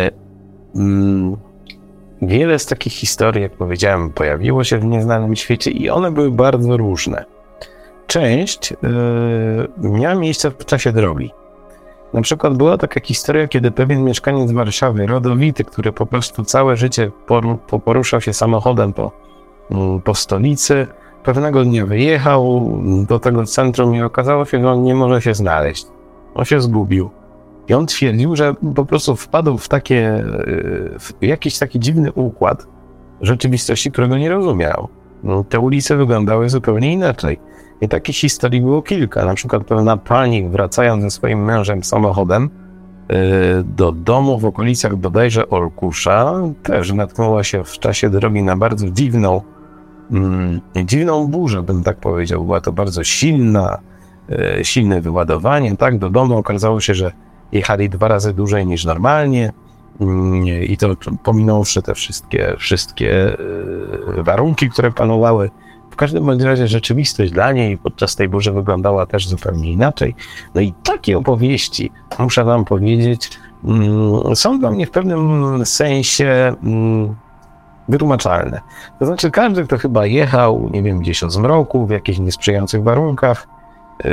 yy, Wiele z takich historii, jak powiedziałem, pojawiło się w nieznanym świecie i one były bardzo różne. Część yy, miała miejsce w czasie drogi. Na przykład była taka historia, kiedy pewien mieszkaniec Warszawy, rodowity, który po prostu całe życie poru, poruszał się samochodem po, po stolicy, pewnego dnia wyjechał do tego centrum i okazało się, że on nie może się znaleźć. On się zgubił. I on twierdził, że po prostu wpadł w takie, w jakiś taki dziwny układ rzeczywistości, którego nie rozumiał. No, te ulice wyglądały zupełnie inaczej. I takich historii było kilka. Na przykład pewna pani, wracając ze swoim mężem samochodem yy, do domu w okolicach bodajże Olkusza, też natknęła się w czasie drogi na bardzo dziwną, yy, dziwną burzę, bym tak powiedział. Była to bardzo silna, yy, silne wyładowanie. Tak, do domu okazało się, że jechali dwa razy dłużej niż normalnie. Yy, I to pominąwszy te wszystkie, wszystkie yy, warunki, które panowały. W każdym bądź razie rzeczywistość dla niej podczas tej burzy wyglądała też zupełnie inaczej. No i takie opowieści, muszę wam powiedzieć, mm, są dla mnie w pewnym sensie mm, wytłumaczalne. To znaczy każdy, kto chyba jechał, nie wiem, gdzieś o zmroku, w jakichś niesprzyjających warunkach, yy,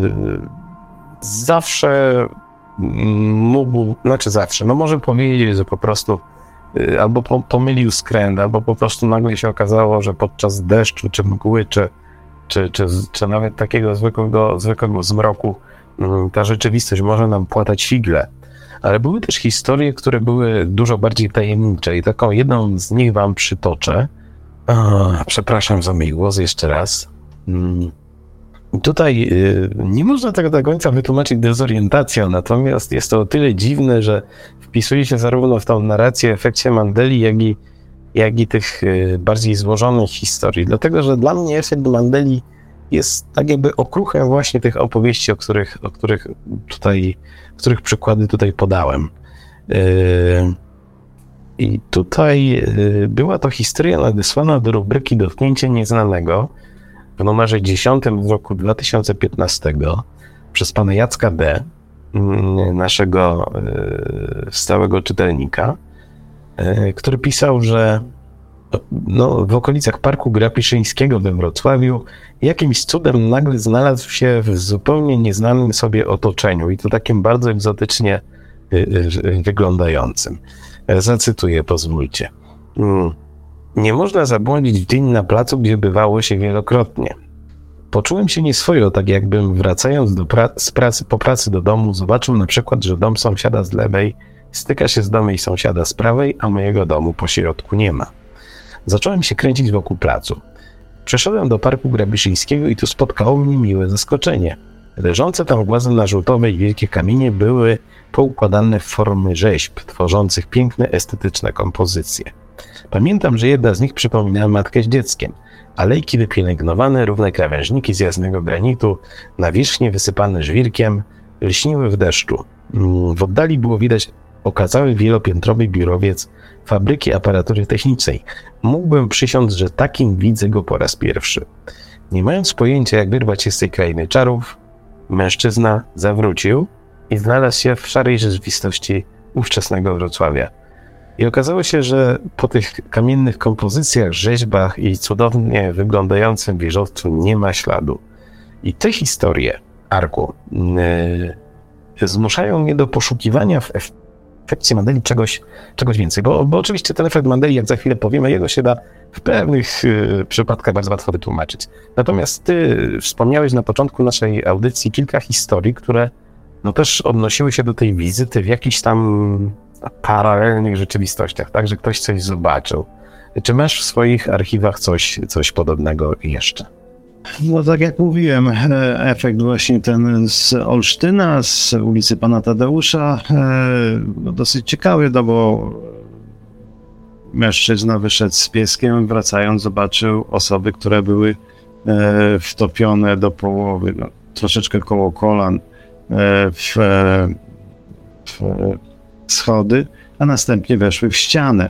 zawsze mógł, znaczy zawsze, no może powiedzieć, że po prostu albo pomylił skręt, albo po prostu nagle się okazało, że podczas deszczu, czy mgły, czy, czy, czy, czy nawet takiego zwykłego, zwykłego zmroku ta rzeczywistość może nam płatać figle. Ale były też historie, które były dużo bardziej tajemnicze i taką jedną z nich wam przytoczę. O, przepraszam za mój głos jeszcze raz. Tutaj y, nie można tego do końca wytłumaczyć dezorientacją, natomiast jest to o tyle dziwne, że wpisuje się zarówno w tą narrację efekcie Mandeli, jak i, jak i tych y, bardziej złożonych historii. Dlatego, że dla mnie efekt Mandeli jest tak jakby okruchem właśnie tych opowieści, o których, o których tutaj, których przykłady tutaj podałem. Y, I tutaj y, była to historia nadesłana do rubryki Dotknięcie Nieznanego w numerze dziesiątym z roku dwa tysiące piętnastego przez pana Jacka D., naszego y, stałego czytelnika, y, który pisał, że no, w okolicach Parku Grabiszyńskiego we Wrocławiu jakimś cudem nagle znalazł się w zupełnie nieznanym sobie otoczeniu i to takim bardzo egzotycznie y, y, wyglądającym. Zacytuję, pozwólcie. Mm. Nie można zabłądzić w dzień na placu, gdzie bywało się wielokrotnie. Poczułem się nieswojo, tak jakbym wracając do pra- z pracy, po pracy do domu zobaczył na przykład, że dom sąsiada z lewej styka się z domem sąsiada z prawej, a mojego domu po środku nie ma. Zacząłem się kręcić wokół placu. Przeszedłem do Parku Grabiszyńskiego i tu spotkało mnie miłe zaskoczenie. Leżące tam głazem na żółtowej wielkie kamienie były poukładane w formy rzeźb, tworzących piękne, estetyczne kompozycje. Pamiętam, że jedna z nich przypominała matkę z dzieckiem. Alejki wypielęgnowane, równe krawężniki z jasnego granitu, nawierzchnie wysypane żwirkiem, lśniły w deszczu. W oddali było widać okazały wielopiętrowy biurowiec fabryki aparatury technicznej. Mógłbym przysiąc, że takim widzę go po raz pierwszy. Nie mając pojęcia, jak wyrwać się z tej krainy czarów, mężczyzna zawrócił i znalazł się w szarej rzeczywistości ówczesnego Wrocławia. I okazało się, że po tych kamiennych kompozycjach, rzeźbach i cudownie wyglądającym wieżowcu nie ma śladu. I te historie, Arku, yy, zmuszają mnie do poszukiwania w efekcie Mandeli czegoś, czegoś więcej. Bo, bo oczywiście ten efekt Mandeli, jak za chwilę powiemy, jego się da w pewnych yy, przypadkach bardzo łatwo wytłumaczyć. Natomiast ty wspomniałeś na początku naszej audycji kilka historii, które no też odnosiły się do tej wizyty w jakichś tam paralelnych rzeczywistościach, tak, że ktoś coś zobaczył. Czy masz w swoich archiwach coś, coś podobnego jeszcze? No tak jak mówiłem, efekt właśnie ten z Olsztyna, z ulicy Pana Tadeusza, no dosyć ciekawy, no bo mężczyzna wyszedł z pieskiem, wracając zobaczył osoby, które były wtopione do połowy, no, troszeczkę koło kolan w, w schody, a następnie weszły w ścianę,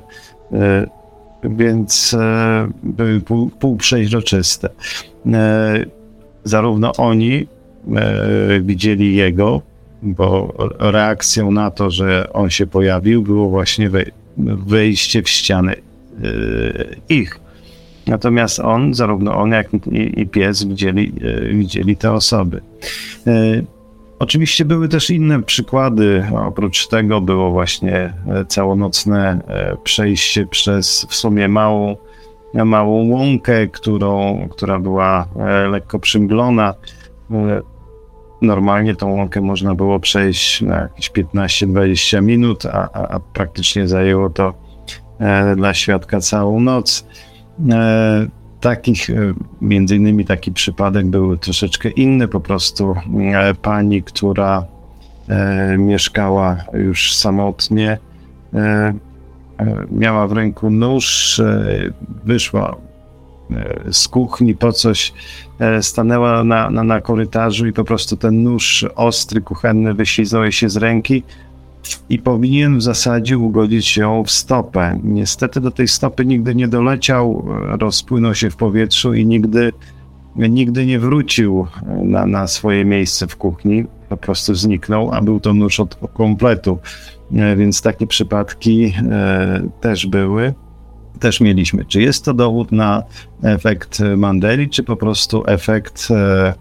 więc były pół, półprzeźroczyste. Zarówno oni widzieli jego, bo reakcją na to, że on się pojawił, było właśnie wejście w ścianę ich. Natomiast on, zarówno on, jak i, i pies widzieli, widzieli te osoby. Oczywiście były też inne przykłady. Oprócz tego było właśnie całonocne przejście przez w sumie małą, małą łąkę, którą, która była lekko przymglona. normalnie tą łąkę można było przejść na jakieś piętnaście dwadzieścia minut, a, a, a praktycznie zajęło to e, dla świadka całą noc. E, takich, e, między innymi taki przypadek był troszeczkę inny, po prostu e, pani, która e, mieszkała już samotnie, e, e, miała w ręku nóż, e, wyszła z kuchni po coś, stanęła na, na, na korytarzu i po prostu ten nóż ostry, kuchenny wyśliznął jej się z ręki i powinien w zasadzie ugodzić ją w stopę. Niestety do tej stopy nigdy nie doleciał, rozpłynął się w powietrzu i nigdy, nigdy nie wrócił na, na swoje miejsce w kuchni. Po prostu zniknął, a był to nóż od kompletu. Więc takie przypadki e, też były. Też mieliśmy. Czy jest to dowód na efekt Mandeli, czy po prostu efekt e,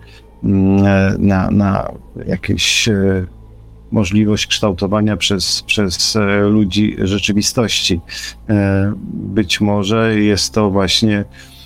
na, na jakąś e, możliwość kształtowania przez, przez ludzi rzeczywistości? E, być może jest to właśnie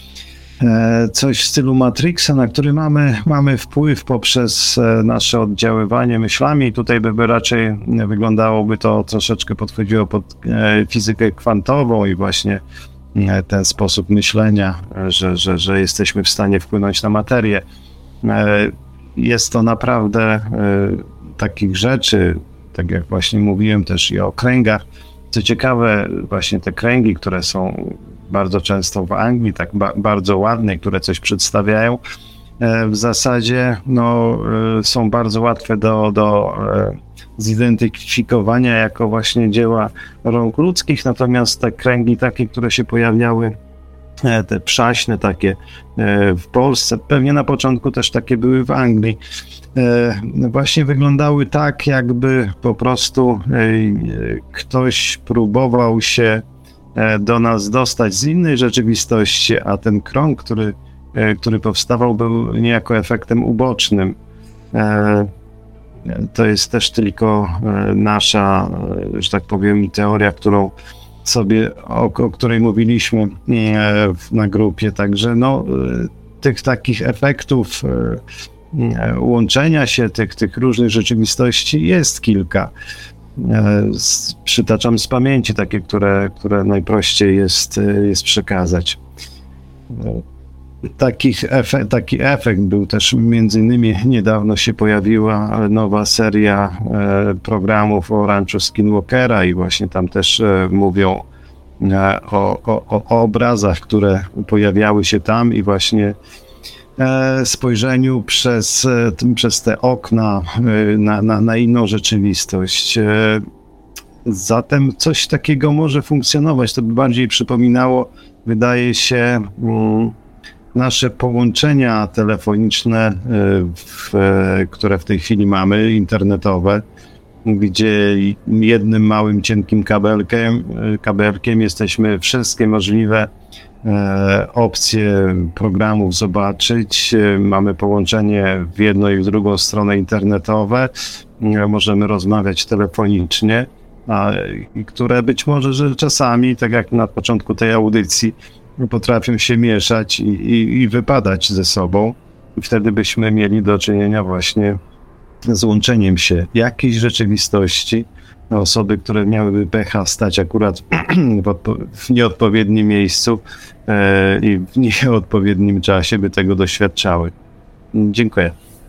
e, coś w stylu Matrixa, na który mamy, mamy wpływ poprzez nasze oddziaływanie myślami. Tutaj by, by raczej wyglądałoby to, troszeczkę podchodziło pod e, fizykę kwantową i właśnie e, ten sposób myślenia, że, że, że jesteśmy w stanie wpłynąć na materię. E, jest to naprawdę e, takich rzeczy, tak jak właśnie mówiłem też i o kręgach. Co ciekawe, właśnie te kręgi, które są bardzo często w Anglii, tak ba- bardzo ładne, które coś przedstawiają, e, w zasadzie no, e, są bardzo łatwe do, do e, zidentyfikowania jako właśnie dzieła rąk ludzkich, natomiast te kręgi takie, które się pojawiały, e, te przaśne takie e, w Polsce, pewnie na początku też takie były w Anglii, e, właśnie wyglądały tak, jakby po prostu e, ktoś próbował się do nas dostać z innej rzeczywistości, a ten krąg, który, który powstawał, był niejako efektem ubocznym. To jest też tylko nasza, że tak powiem, teoria, którą sobie, o, o której mówiliśmy na grupie. Także no, tych takich efektów łączenia się tych, tych różnych rzeczywistości jest kilka. Przytaczam z pamięci takie, które, które najprościej jest, jest przekazać. Takich efe, taki efekt był też, między innymi niedawno się pojawiła nowa seria e, programów o Ranchu Skinwalkera i właśnie tam też e, mówią e, o, o, o obrazach, które pojawiały się tam i właśnie e, spojrzeniu przez, e, przez te okna e, na, na, na inną rzeczywistość. E, zatem coś takiego może funkcjonować. To by bardziej przypominało, wydaje się, mm, nasze połączenia telefoniczne, w, które w tej chwili mamy, internetowe, gdzie jednym małym, cienkim kabelkiem, kabelkiem jesteśmy wszystkie możliwe e, opcje programów zobaczyć. Mamy połączenie w jedną i w drugą stronę internetowe, e, możemy rozmawiać telefonicznie, a, które być może, że czasami, tak jak na początku tej audycji, potrafią się mieszać i, i, i wypadać ze sobą. I wtedy byśmy mieli do czynienia właśnie z łączeniem się jakiejś rzeczywistości. Osoby, które miałyby pecha stać akurat w, odpo- w nieodpowiednim miejscu e, i w nieodpowiednim czasie, by tego doświadczały. Dziękuję.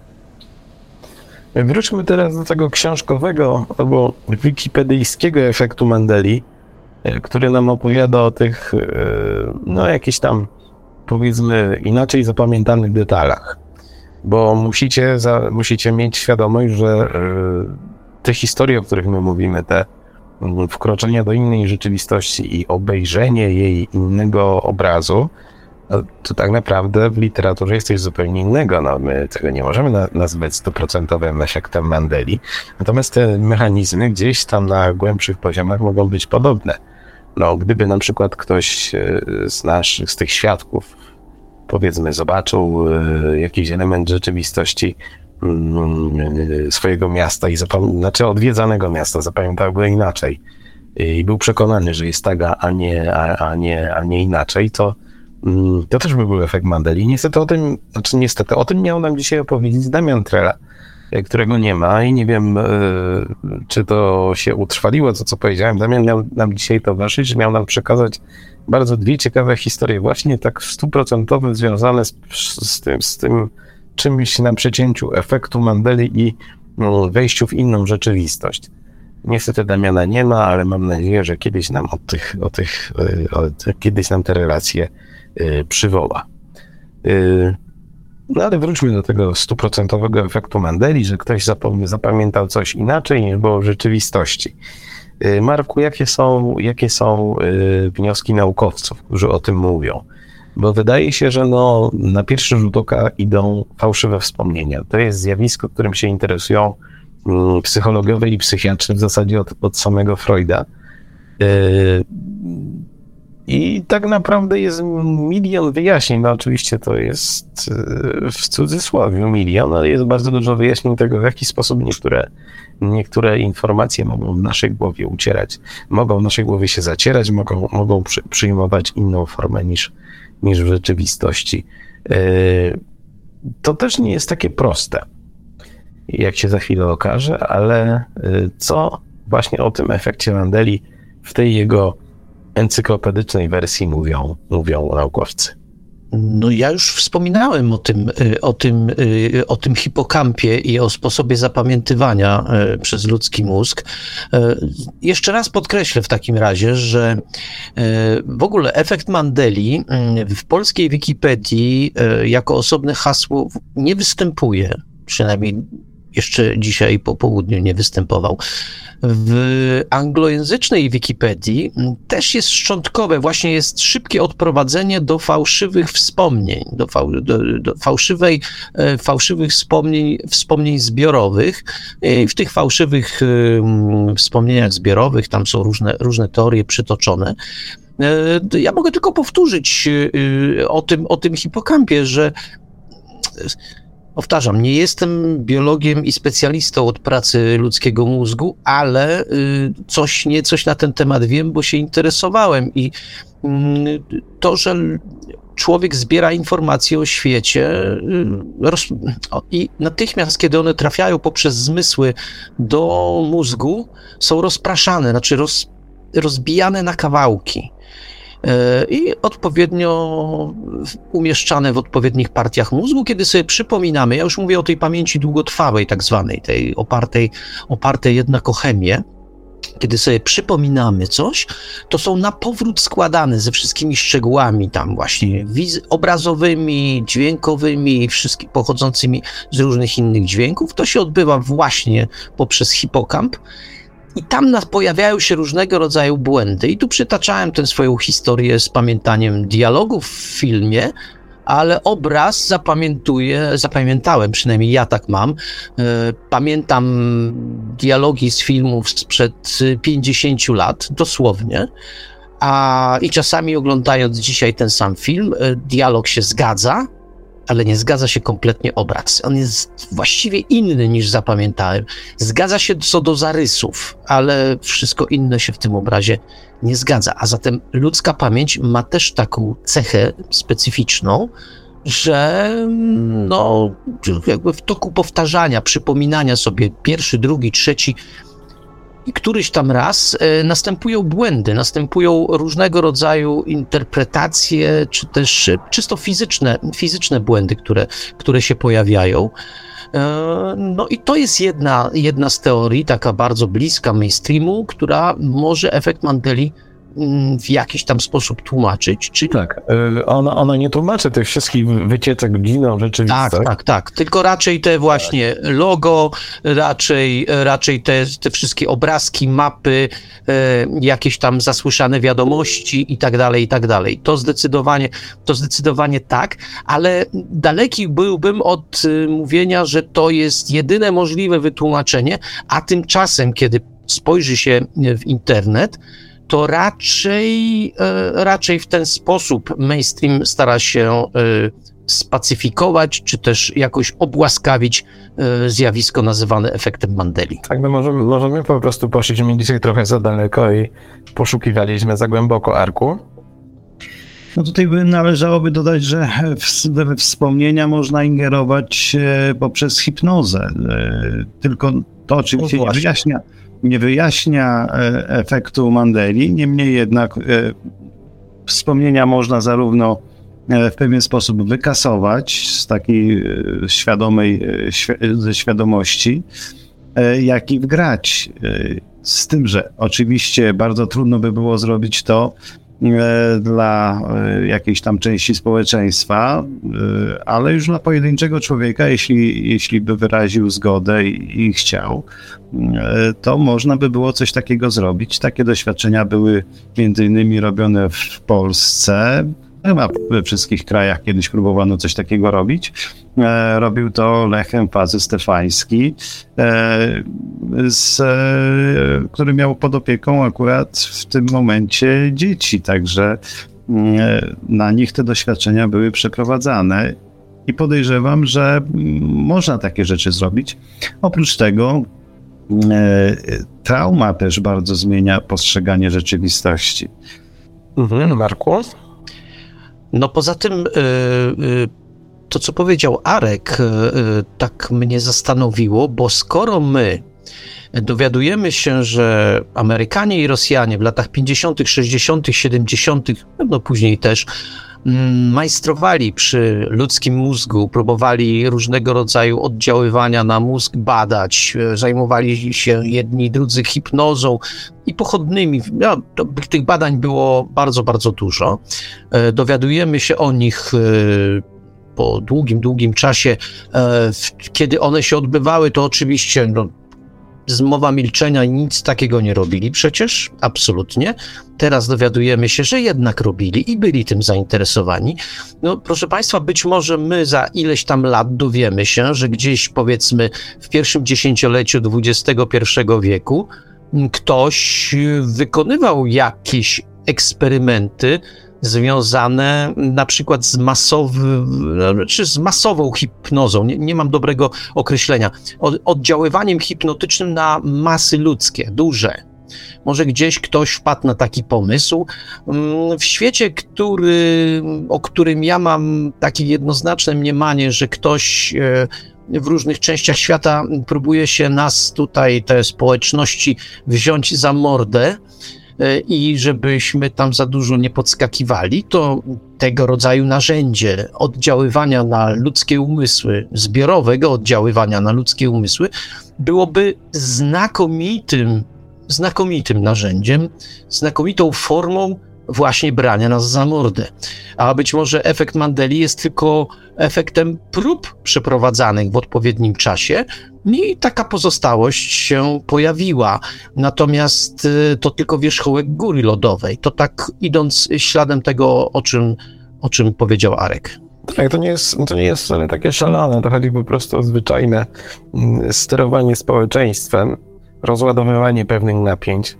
Wróćmy teraz do tego książkowego albo wikipedyjskiego efektu Mandeli, który nam opowiada o tych, no jakichś tam, powiedzmy, inaczej zapamiętanych detalach. Bo musicie, za, musicie mieć świadomość, że te historie, o których my mówimy, te wkroczenia do innej rzeczywistości i obejrzenie jej innego obrazu, to tak naprawdę w literaturze jest coś zupełnie innego. No, my tego nie możemy na, nazwać stuprocentowym efektem Mandeli. Natomiast te mechanizmy gdzieś tam na głębszych poziomach mogą być podobne. No, gdyby na przykład ktoś z naszych, z tych świadków, powiedzmy, zobaczył jakiś element rzeczywistości swojego miasta i zapamiętał, znaczy odwiedzanego miasta, zapamiętał go inaczej i był przekonany, że jest tak, a nie, a, a nie, a nie inaczej, to to też by był efekt Mandeli. Niestety o tym, znaczy niestety o tym miał nam dzisiaj opowiedzieć Damian Trela, którego nie ma i nie wiem, czy to się utrwaliło, to co powiedziałem. Damian miał nam dzisiaj towarzyszyć, miał nam przekazać bardzo dwie ciekawe historie, właśnie tak stuprocentowo związane z, z, tym, z tym czymś na przecięciu efektu Mandeli i no, wejściu w inną rzeczywistość. Niestety Damiana nie ma, ale mam nadzieję, że kiedyś nam o tych, o tych, o, kiedyś nam te relacje y, przywoła. Y, no ale wróćmy do tego stuprocentowego efektu Mandeli, że ktoś zapom- zapamiętał coś inaczej niż było w rzeczywistości. Y, Marku, jakie są, jakie są y, wnioski naukowców, którzy o tym mówią? Bo wydaje się, że no, na pierwszy rzut oka idą fałszywe wspomnienia. To jest zjawisko, którym się interesują psychologowie i psychiatrzy w zasadzie od, od samego Freuda. Yy, I tak naprawdę jest milion wyjaśnień. No oczywiście to jest yy, w cudzysłowie milion, ale jest bardzo dużo wyjaśnień tego, w jaki sposób niektóre, niektóre informacje mogą w naszej głowie ucierać, mogą w naszej głowie się zacierać, mogą, mogą przy, przyjmować inną formę niż, niż w rzeczywistości. Yy, to też nie jest takie proste, jak się za chwilę okaże, ale co właśnie o tym efekcie Mandeli w tej jego encyklopedycznej wersji mówią, mówią naukowcy? No ja już wspominałem o tym, o tym, o tym hipokampie i o sposobie zapamiętywania przez ludzki mózg. Jeszcze raz podkreślę w takim razie, że w ogóle efekt Mandeli w polskiej Wikipedii jako osobne hasło nie występuje, przynajmniej jeszcze dzisiaj po południu nie występował. W anglojęzycznej Wikipedii też jest szczątkowe, właśnie jest szybkie odprowadzenie do fałszywych wspomnień, do, fał, do, do fałszywej, fałszywych wspomnień, wspomnień zbiorowych. I w tych fałszywych wspomnieniach zbiorowych tam są różne, różne teorie przytoczone. Ja mogę tylko powtórzyć o tym, o tym hipokampie, że powtarzam, nie jestem biologiem i specjalistą od pracy ludzkiego mózgu, ale coś, nie, coś na ten temat wiem, bo się interesowałem i to, że człowiek zbiera informacje o świecie roz, i natychmiast, kiedy one trafiają poprzez zmysły do mózgu, są rozpraszane, znaczy roz, rozbijane na kawałki i odpowiednio umieszczane w odpowiednich partiach mózgu, kiedy sobie przypominamy, ja już mówię o tej pamięci długotrwałej tak zwanej, tej opartej, opartej jednak o chemię, kiedy sobie przypominamy coś, to są na powrót składane ze wszystkimi szczegółami tam właśnie wiz- obrazowymi, dźwiękowymi, wszystkimi pochodzącymi z różnych innych dźwięków. To się odbywa właśnie poprzez hipokamp. I tam nas pojawiają się różnego rodzaju błędy. I tu przytaczałem tę swoją historię z pamiętaniem dialogów w filmie, ale obraz zapamiętuję, zapamiętałem, przynajmniej ja tak mam. Pamiętam dialogi z filmów sprzed pięćdziesięciu lat, dosłownie. A i czasami oglądając dzisiaj ten sam film, dialog się zgadza, ale nie zgadza się kompletnie obraz. On jest właściwie inny niż zapamiętałem. Zgadza się co do zarysów, ale wszystko inne się w tym obrazie nie zgadza. A zatem ludzka pamięć ma też taką cechę specyficzną, że no, jakby w toku powtarzania, przypominania sobie pierwszy, drugi, trzeci i któryś tam raz e, następują błędy, następują różnego rodzaju interpretacje, czy też czysto fizyczne, fizyczne błędy, które, które się pojawiają. E, no i to jest jedna, jedna z teorii, taka bardzo bliska mainstreamu, która może efekt Mandeli w jakiś tam sposób tłumaczyć. Czy... Tak, ona, ona nie tłumaczy tych wszystkich wycieczek w dziwną rzeczywistość. Tak, tak, tak. Tylko raczej te właśnie tak. logo, raczej, raczej te, te wszystkie obrazki, mapy, e, jakieś tam zasłyszane wiadomości i tak dalej, i tak dalej. To zdecydowanie, to zdecydowanie tak, ale daleki byłbym od y, mówienia, że to jest jedyne możliwe wytłumaczenie, a tymczasem, kiedy spojrzy się w internet, to raczej, raczej w ten sposób mainstream stara się spacyfikować, czy też jakoś obłaskawić zjawisko nazywane efektem Mandeli. Tak, no możemy, możemy po prostu poszliśmy dzisiaj trochę za daleko i poszukiwaliśmy za głęboko arku. No tutaj by należałoby dodać, że we wspomnienia można ingerować poprzez hipnozę. Tylko to oczywiście nie wyjaśnia, nie wyjaśnia efektu Mandeli, niemniej jednak wspomnienia można zarówno w pewien sposób wykasować z takiej świadomej, ze świadomości, jak i wgrać. Z tym, że oczywiście bardzo trudno by było zrobić to dla jakiejś tam części społeczeństwa, ale już dla pojedynczego człowieka, jeśli, jeśli by wyraził zgodę i, i chciał, to można by było coś takiego zrobić. Takie doświadczenia były między innymi robione w Polsce. Chyba we wszystkich krajach kiedyś próbowano coś takiego robić. E, robił to Lech Emfazy Stefański, e, z, e, który miał pod opieką akurat w tym momencie dzieci, także e, na nich te doświadczenia były przeprowadzane i podejrzewam, że można takie rzeczy zrobić. Oprócz tego e, trauma też bardzo zmienia postrzeganie rzeczywistości. Mhm, Marku? No poza tym to, co powiedział Arek, tak mnie zastanowiło, bo skoro my dowiadujemy się, że Amerykanie i Rosjanie w latach pięćdziesiątych, sześćdziesiątych, siedemdziesiątych, no później też, majstrowali przy ludzkim mózgu, próbowali różnego rodzaju oddziaływania na mózg badać, zajmowali się jedni i drudzy hipnozą i pochodnymi. No, to, tych badań było bardzo, bardzo dużo. Dowiadujemy się o nich po długim, długim czasie. Kiedy one się odbywały, to oczywiście no, zmowa milczenia, nic takiego nie robili przecież, absolutnie. Teraz dowiadujemy się, że jednak robili i byli tym zainteresowani. No proszę Państwa, być może my za ileś tam lat dowiemy się, że gdzieś powiedzmy w pierwszym dziesięcioleciu dwudziestego pierwszego wieku ktoś wykonywał jakieś eksperymenty związane na przykład z masowym, czy z masową hipnozą, nie, nie mam dobrego określenia, od, oddziaływaniem hipnotycznym na masy ludzkie, duże. Może gdzieś ktoś wpadł na taki pomysł. W świecie, który, o którym ja mam takie jednoznaczne mniemanie, że ktoś w różnych częściach świata próbuje się nas tutaj, te społeczności, wziąć za mordę, i żebyśmy tam za dużo nie podskakiwali, to tego rodzaju narzędzie oddziaływania na ludzkie umysły, zbiorowego oddziaływania na ludzkie umysły, byłoby znakomitym, znakomitym narzędziem, znakomitą formą właśnie brania nas za mordę. A być może efekt Mandeli jest tylko efektem prób przeprowadzanych w odpowiednim czasie i taka pozostałość się pojawiła. Natomiast to tylko wierzchołek góry lodowej. To tak idąc śladem tego, o czym, o czym powiedział Arek. Tak, to nie jest, to nie jest wcale takie szalone, to chodzi po prostu o zwyczajne sterowanie społeczeństwem, rozładowywanie pewnych napięć,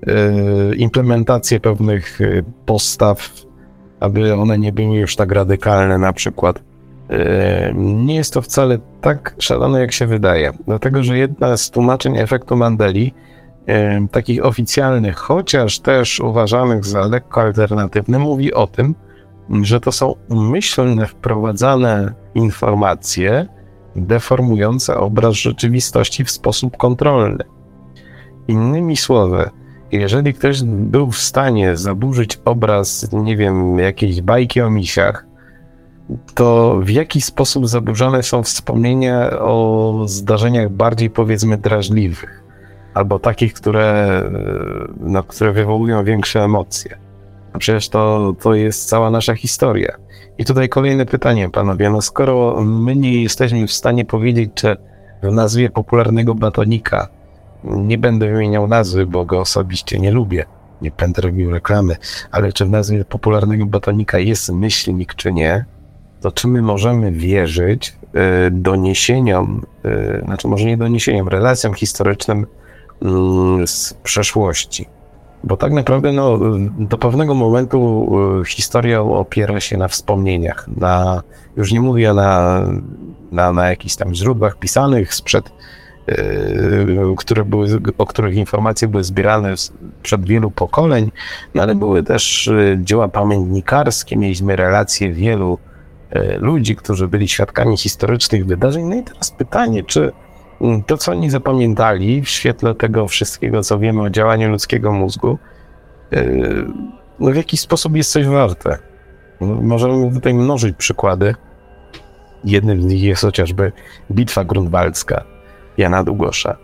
implementację pewnych postaw, aby one nie były już tak radykalne na przykład. Nie jest to wcale tak szalone, jak się wydaje. Dlatego, że jedna z tłumaczeń efektu Mandeli, takich oficjalnych, chociaż też uważanych za lekko alternatywne, mówi o tym, że to są umyślne, wprowadzane informacje deformujące obraz rzeczywistości w sposób kontrolny. Innymi słowy, jeżeli ktoś był w stanie zaburzyć obraz, nie wiem, jakiejś bajki o misiach, to w jaki sposób zaburzone są wspomnienia o zdarzeniach bardziej, powiedzmy, drażliwych, albo takich, które, no, które wywołują większe emocje. A przecież to, to jest cała nasza historia. I tutaj kolejne pytanie, panowie. No skoro my nie jesteśmy w stanie powiedzieć, czy w nazwie popularnego batonika, nie będę wymieniał nazwy, bo go osobiście nie lubię, nie będę robił reklamy, ale czy w nazwie popularnego batonika jest myślnik, czy nie, to czy my możemy wierzyć y, doniesieniom, y, znaczy może nie doniesieniom, relacjom historycznym y, z przeszłości. Bo tak naprawdę no, do pewnego momentu y, historia opiera się na wspomnieniach, na, już nie mówię na, na, na jakichś tam źródłach pisanych sprzed które były, o których informacje były zbierane przed wielu pokoleń, no ale były też dzieła pamiętnikarskie, mieliśmy relacje wielu ludzi, którzy byli świadkami historycznych wydarzeń. No i teraz pytanie, czy to, co oni zapamiętali w świetle tego wszystkiego, co wiemy o działaniu ludzkiego mózgu, no w jakiś sposób jest coś warte. No, możemy tutaj mnożyć przykłady. Jednym z nich jest chociażby Bitwa Grunwaldzka Jana Długosza.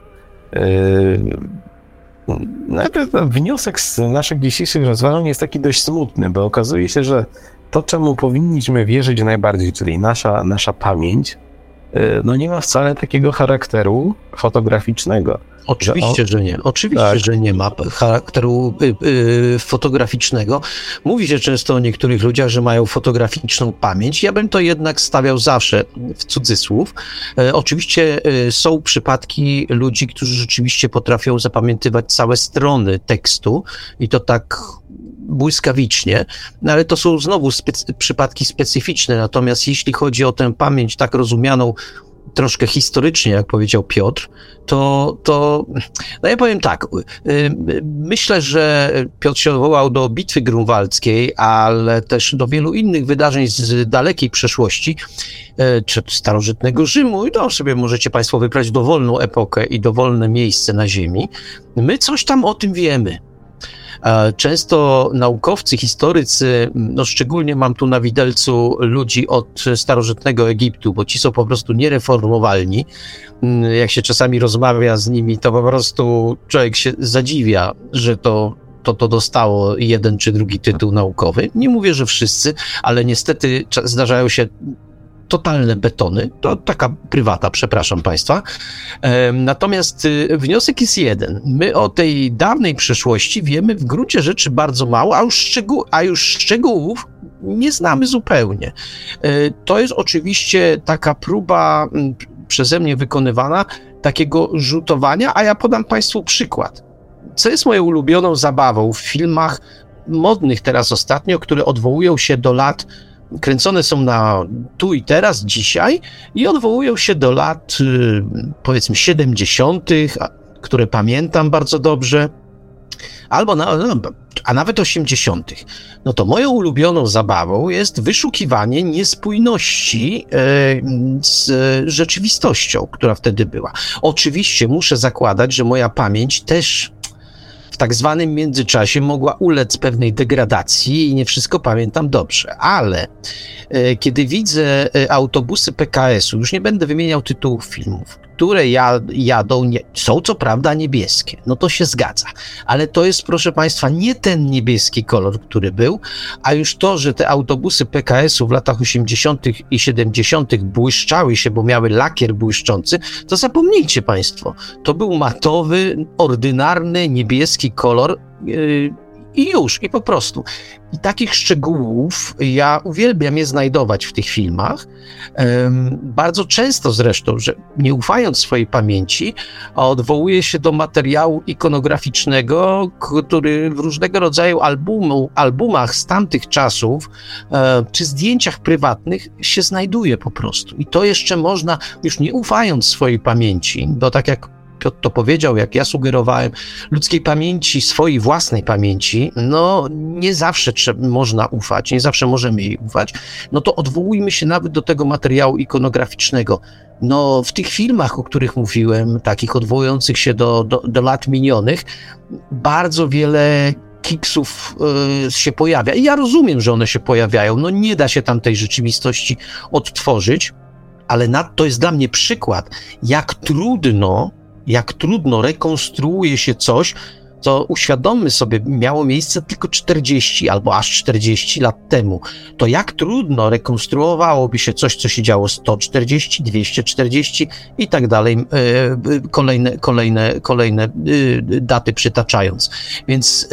Najpierw wniosek z naszych dzisiejszych rozważań jest taki dość smutny, bo okazuje się, że to, czemu powinniśmy wierzyć najbardziej, czyli nasza, nasza pamięć, no nie ma wcale takiego charakteru fotograficznego. Oczywiście, że, on... że nie. Oczywiście, tak. że nie ma charakteru y, y, fotograficznego. Mówi się często o niektórych ludziach, że mają fotograficzną pamięć. Ja bym to jednak stawiał zawsze w cudzysłów. E, oczywiście y, są przypadki ludzi, którzy rzeczywiście potrafią zapamiętywać całe strony tekstu i to tak błyskawicznie, no ale to są znowu specy- przypadki specyficzne. Natomiast jeśli chodzi o tę pamięć tak rozumianą troszkę historycznie, jak powiedział Piotr, to, to no ja powiem tak, myślę, że Piotr się odwołał do Bitwy Grunwaldzkiej, ale też do wielu innych wydarzeń z dalekiej przeszłości, czy starożytnego Rzymu, i to sobie możecie Państwo wybrać dowolną epokę i dowolne miejsce na Ziemi. My coś tam o tym wiemy. Często naukowcy, historycy, no szczególnie mam tu na widelcu ludzi od starożytnego Egiptu, bo ci są po prostu niereformowalni. Jak się czasami rozmawia z nimi, to po prostu człowiek się zadziwia, że to to, to dostało jeden czy drugi tytuł naukowy. Nie mówię, że wszyscy, ale niestety zdarzają się totalne betony, to taka prywata, przepraszam Państwa. Natomiast wniosek jest jeden. My o tej dawnej przeszłości wiemy w gruncie rzeczy bardzo mało, a już, szczegół, a już szczegółów nie znamy zupełnie. To jest oczywiście taka próba przeze mnie wykonywana takiego rzutowania, a ja podam Państwu przykład. Co jest moją ulubioną zabawą w filmach modnych teraz ostatnio, które odwołują się do lat, kręcone są na tu i teraz, dzisiaj i odwołują się do lat, powiedzmy, siedemdziesiątych, które pamiętam bardzo dobrze, albo na, a nawet osiemdziesiątych. No to moją ulubioną zabawą jest wyszukiwanie niespójności z rzeczywistością, która wtedy była. Oczywiście muszę zakładać, że moja pamięć też w tak zwanym międzyczasie mogła ulec pewnej degradacji i nie wszystko pamiętam dobrze, ale e, kiedy widzę e, autobusy P K S u, już nie będę wymieniał tytułów filmów, które jad, jadą, nie, są co prawda niebieskie, no to się zgadza, ale to jest, proszę Państwa, nie ten niebieski kolor, który był, a już to, że te autobusy P K S u w latach osiemdziesiątych i siedemdziesiątych błyszczały się, bo miały lakier błyszczący, to zapomnijcie Państwo, to był matowy, ordynarny, niebieski kolor, yy, i już, i po prostu. I takich szczegółów ja uwielbiam je znajdować w tych filmach. Um, bardzo często zresztą, że nie ufając swojej pamięci, odwołuję się do materiału ikonograficznego, który w różnego rodzaju albumu, albumach z tamtych czasów, e, czy zdjęciach prywatnych się znajduje po prostu. I to jeszcze można, już nie ufając swojej pamięci, bo tak jak Piotr to powiedział, jak ja sugerowałem, ludzkiej pamięci, swojej własnej pamięci, no nie zawsze trzeba, można ufać, nie zawsze możemy jej ufać, no to odwołujmy się nawet do tego materiału ikonograficznego. No w tych filmach, o których mówiłem, takich odwołujących się do, do, do lat minionych, bardzo wiele kiksów y, się pojawia. I ja rozumiem, że one się pojawiają, no nie da się tamtej rzeczywistości odtworzyć, ale nad, to jest dla mnie przykład, jak trudno jak trudno rekonstruuje się coś, co uświadommy sobie miało miejsce tylko czterdzieści albo aż czterdzieści lat temu. To jak trudno rekonstruowałoby się coś, co się działo sto czterdzieści, dwieście czterdzieści i tak dalej, kolejne, kolejne, kolejne daty przytaczając. Więc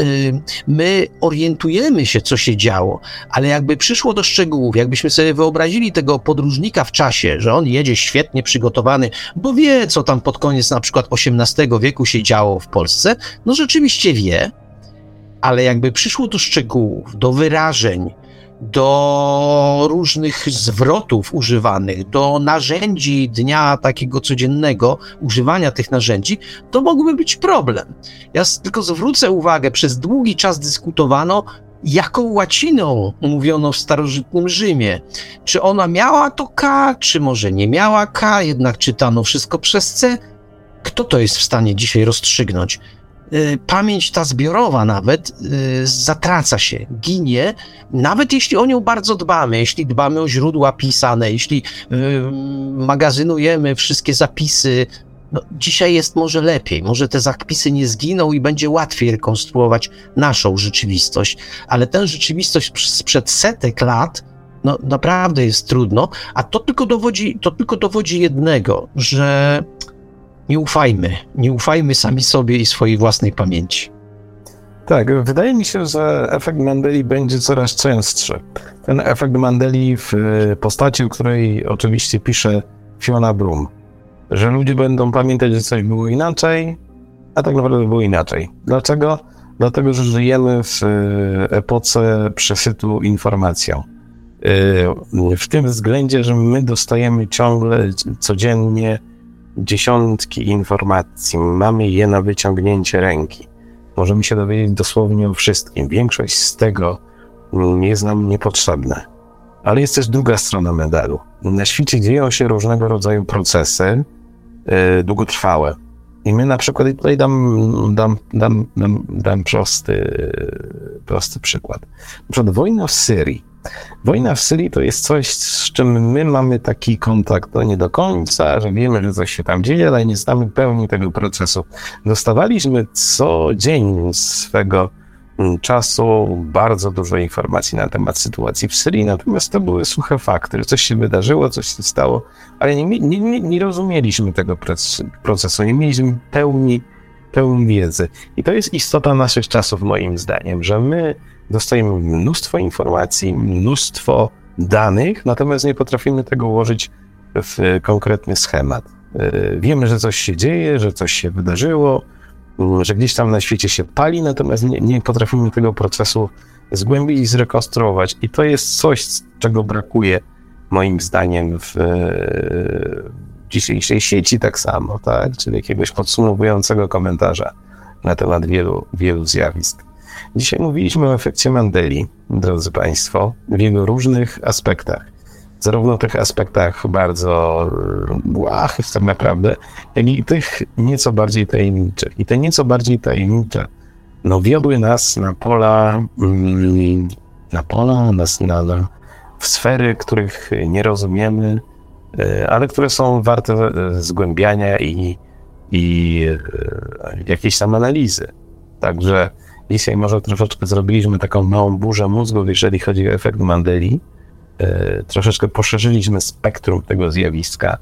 my orientujemy się, co się działo, ale jakby przyszło do szczegółów, jakbyśmy sobie wyobrazili tego podróżnika w czasie, że on jedzie świetnie przygotowany, bo wie, co tam pod koniec na przykład osiemnastego wieku się działo w Polsce, no rzeczywiście Oczywiście wie, ale jakby przyszło do szczegółów, do wyrażeń, do różnych zwrotów używanych, do narzędzi dnia takiego codziennego, używania tych narzędzi, to mógłby być problem. Ja tylko zwrócę uwagę, przez długi czas dyskutowano, jaką łaciną mówiono w starożytnym Rzymie. Czy ona miała to K, czy może nie miała K, jednak czytano wszystko przez C. Kto to jest w stanie dzisiaj rozstrzygnąć? Pamięć ta zbiorowa nawet zatraca się, ginie, nawet jeśli o nią bardzo dbamy, jeśli dbamy o źródła pisane, jeśli magazynujemy wszystkie zapisy. No, dzisiaj jest może lepiej, może te zapisy nie zginą i będzie łatwiej rekonstruować naszą rzeczywistość, ale tę rzeczywistość sprzed setek lat, no naprawdę jest trudno, a to tylko dowodzi, to tylko dowodzi jednego, że nie ufajmy, nie ufajmy sami sobie i swojej własnej pamięci. Tak, wydaje mi się, że efekt Mandeli będzie coraz częstszy. Ten efekt Mandeli w postaci, o której oczywiście pisze Fiona Broome, że ludzie będą pamiętać, że coś było inaczej, a tak naprawdę było inaczej. Dlaczego? Dlatego, że żyjemy w epoce przesytu informacją. W tym względzie, że my dostajemy ciągle, codziennie dziesiątki informacji, mamy je na wyciągnięcie ręki. Możemy się dowiedzieć dosłownie o wszystkim. Większość z tego jest nam niepotrzebne. Ale jest też druga strona medalu. Na świecie dzieją się różnego rodzaju procesy yy, długotrwałe. I my na przykład, i tutaj dam, dam, dam, dam, dam prosty, prosty przykład. Na przykład wojna w Syrii. Wojna w Syrii to jest coś, z czym my mamy taki kontakt, no nie do końca, że wiemy, że coś się tam dzieje, ale nie znamy pełni tego procesu. Dostawaliśmy co dzień swego czasu bardzo dużo informacji na temat sytuacji w Syrii, natomiast to były suche fakty, że coś się wydarzyło, coś się stało, ale nie, nie, nie, nie rozumieliśmy tego procesu, nie mieliśmy pełni, pełni wiedzy. I to jest istota naszych czasów, moim zdaniem, że my dostajemy mnóstwo informacji, mnóstwo danych, natomiast nie potrafimy tego ułożyć w konkretny schemat. Wiemy, że coś się dzieje, że coś się wydarzyło, że gdzieś tam na świecie się pali, natomiast nie, nie potrafimy tego procesu zgłębić i zrekonstruować. I to jest coś, czego brakuje moim zdaniem w, w dzisiejszej sieci tak samo, tak? Czyli jakiegoś podsumowującego komentarza na temat wielu, wielu zjawisk. Dzisiaj mówiliśmy o efekcie Mandeli, drodzy Państwo, w jego różnych aspektach. Zarówno tych aspektach bardzo błahych tak naprawdę, jak i tych nieco bardziej tajemniczych. I te nieco bardziej tajemnicze no wiodły nas na pola, na pola, nas na, na, w sfery, których nie rozumiemy, ale które są warte zgłębiania i, i jakiejś tam analizy. Także dzisiaj może troszeczkę zrobiliśmy taką małą burzę mózgu, jeżeli chodzi o efekt Mandeli. Troszeczkę poszerzyliśmy spektrum tego zjawiska,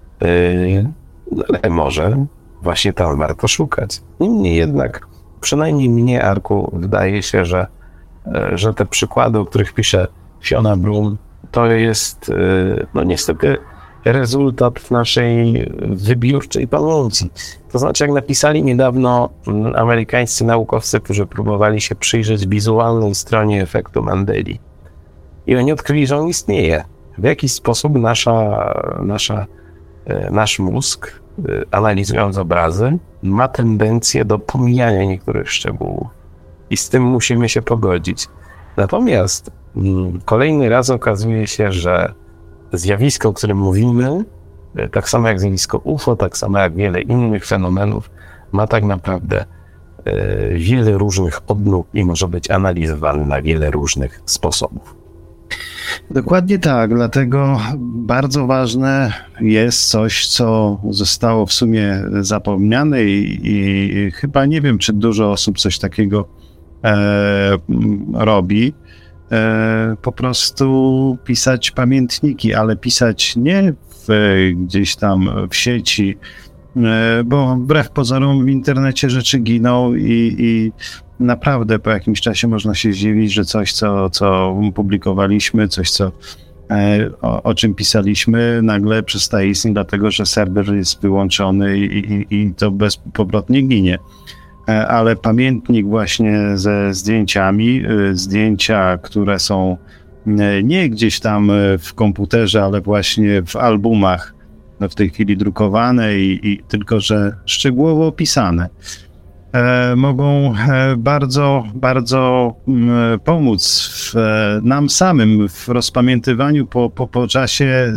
ale może właśnie tam warto szukać. Niemniej jednak, przynajmniej mnie, Arku, wydaje się, że, że te przykłady, o których pisze Fiona Broome, to jest no niestety rezultat naszej wybiórczej pamięci. To znaczy, jak napisali niedawno amerykańscy naukowcy, którzy próbowali się przyjrzeć wizualnej stronie efektu Mandeli. I oni odkryli, że on istnieje. W jakiś sposób nasza, nasza, nasz mózg, analizując obrazy, ma tendencję do pomijania niektórych szczegółów. I z tym musimy się pogodzić. Natomiast kolejny raz okazuje się, że zjawisko, o którym mówimy, tak samo jak zjawisko U F O, tak samo jak wiele innych fenomenów, ma tak naprawdę wiele różnych odnóg i może być analizowany na wiele różnych sposobów. Dokładnie tak, dlatego bardzo ważne jest coś, co zostało w sumie zapomniane i, i chyba nie wiem, czy dużo osób coś takiego e, robi. E, po prostu pisać pamiętniki, ale pisać nie w, gdzieś tam w sieci, e, bo wbrew pozorom w internecie rzeczy giną i, i naprawdę po jakimś czasie można się zdziwić, że coś, co, co publikowaliśmy, coś, co, e, o, o czym pisaliśmy, nagle przestaje istnieć, dlatego że serwer jest wyłączony i, i, i to bezpowrotnie ginie. E, ale pamiętnik właśnie ze zdjęciami, e, zdjęcia, które są nie gdzieś tam w komputerze, ale właśnie w albumach, no w tej chwili drukowane i, i tylko, że szczegółowo opisane. E, mogą e, bardzo, bardzo m, pomóc w, e, nam samym w rozpamiętywaniu po, po, po czasie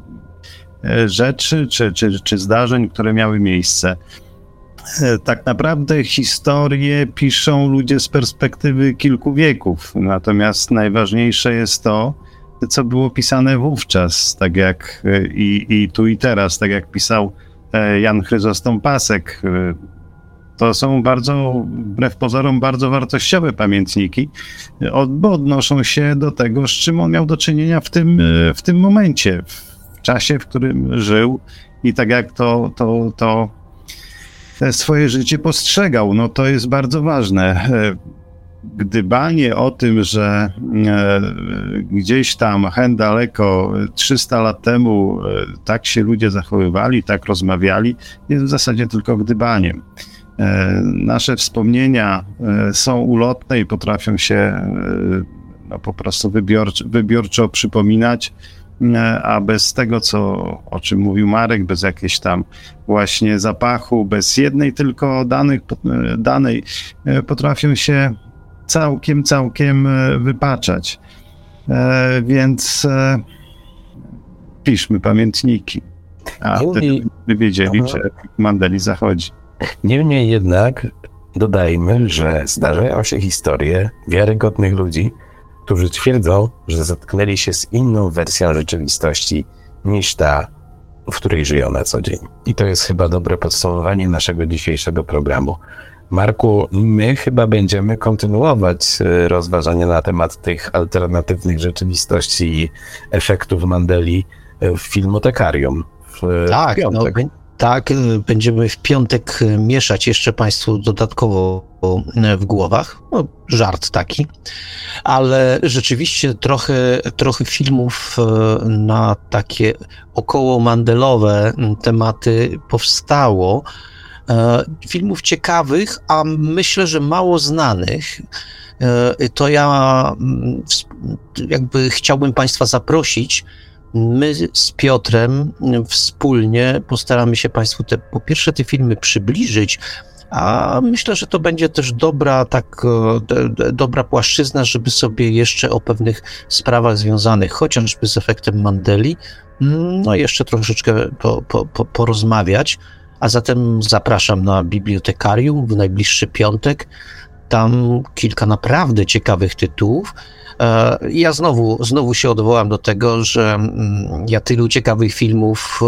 e, rzeczy czy, czy, czy zdarzeń, które miały miejsce. E, tak naprawdę historię piszą ludzie z perspektywy kilku wieków, natomiast najważniejsze jest to, co było pisane wówczas, tak jak e, i, i tu i teraz, tak jak pisał e, Jan Chryzostom Pasek. E, To są bardzo, wbrew pozorom, bardzo wartościowe pamiętniki, bo odnoszą się do tego, z czym on miał do czynienia w tym, w tym momencie, w czasie, w którym żył i tak jak to, to, to swoje życie postrzegał. No to jest bardzo ważne. Gdybanie o tym, że gdzieś tam, hen daleko, trzysta lat temu tak się ludzie zachowywali, tak rozmawiali, jest w zasadzie tylko gdybaniem. Nasze wspomnienia są ulotne i potrafią się no, po prostu wybiorczo, wybiorczo przypominać, a bez tego, co, o czym mówił Marek, bez jakiejś tam właśnie zapachu, bez jednej tylko danych, danej, potrafią się całkiem, całkiem wypaczać. Więc piszmy pamiętniki, a wtedy by wiedzieli, że Mandeli zachodzi. Niemniej jednak dodajmy, że zdarzają się historie wiarygodnych ludzi, którzy twierdzą, że zetknęli się z inną wersją rzeczywistości niż ta, w której żyją na co dzień. I to jest chyba dobre podsumowanie naszego dzisiejszego programu. Marku, my chyba będziemy kontynuować rozważania na temat tych alternatywnych rzeczywistości i efektów Mandeli w Filmotekarium. W tak, piątek. no, tak, będziemy w piątek mieszać jeszcze Państwu dodatkowo w głowach. No, żart taki, ale rzeczywiście trochę, trochę filmów na takie około mandelowe tematy powstało. Filmów ciekawych, a myślę, że mało znanych. To ja jakby chciałbym Państwa zaprosić. My z Piotrem wspólnie postaramy się Państwu te, po pierwsze te filmy przybliżyć, a myślę, że to będzie też dobra, tak, do, dobra płaszczyzna, żeby sobie jeszcze o pewnych sprawach związanych chociażby z efektem Mandeli, no jeszcze troszeczkę po, po, po, porozmawiać. A zatem zapraszam na Bibliotekarium w najbliższy piątek. Tam kilka naprawdę ciekawych tytułów. Ja znowu, znowu się odwołam do tego, że ja tylu ciekawych filmów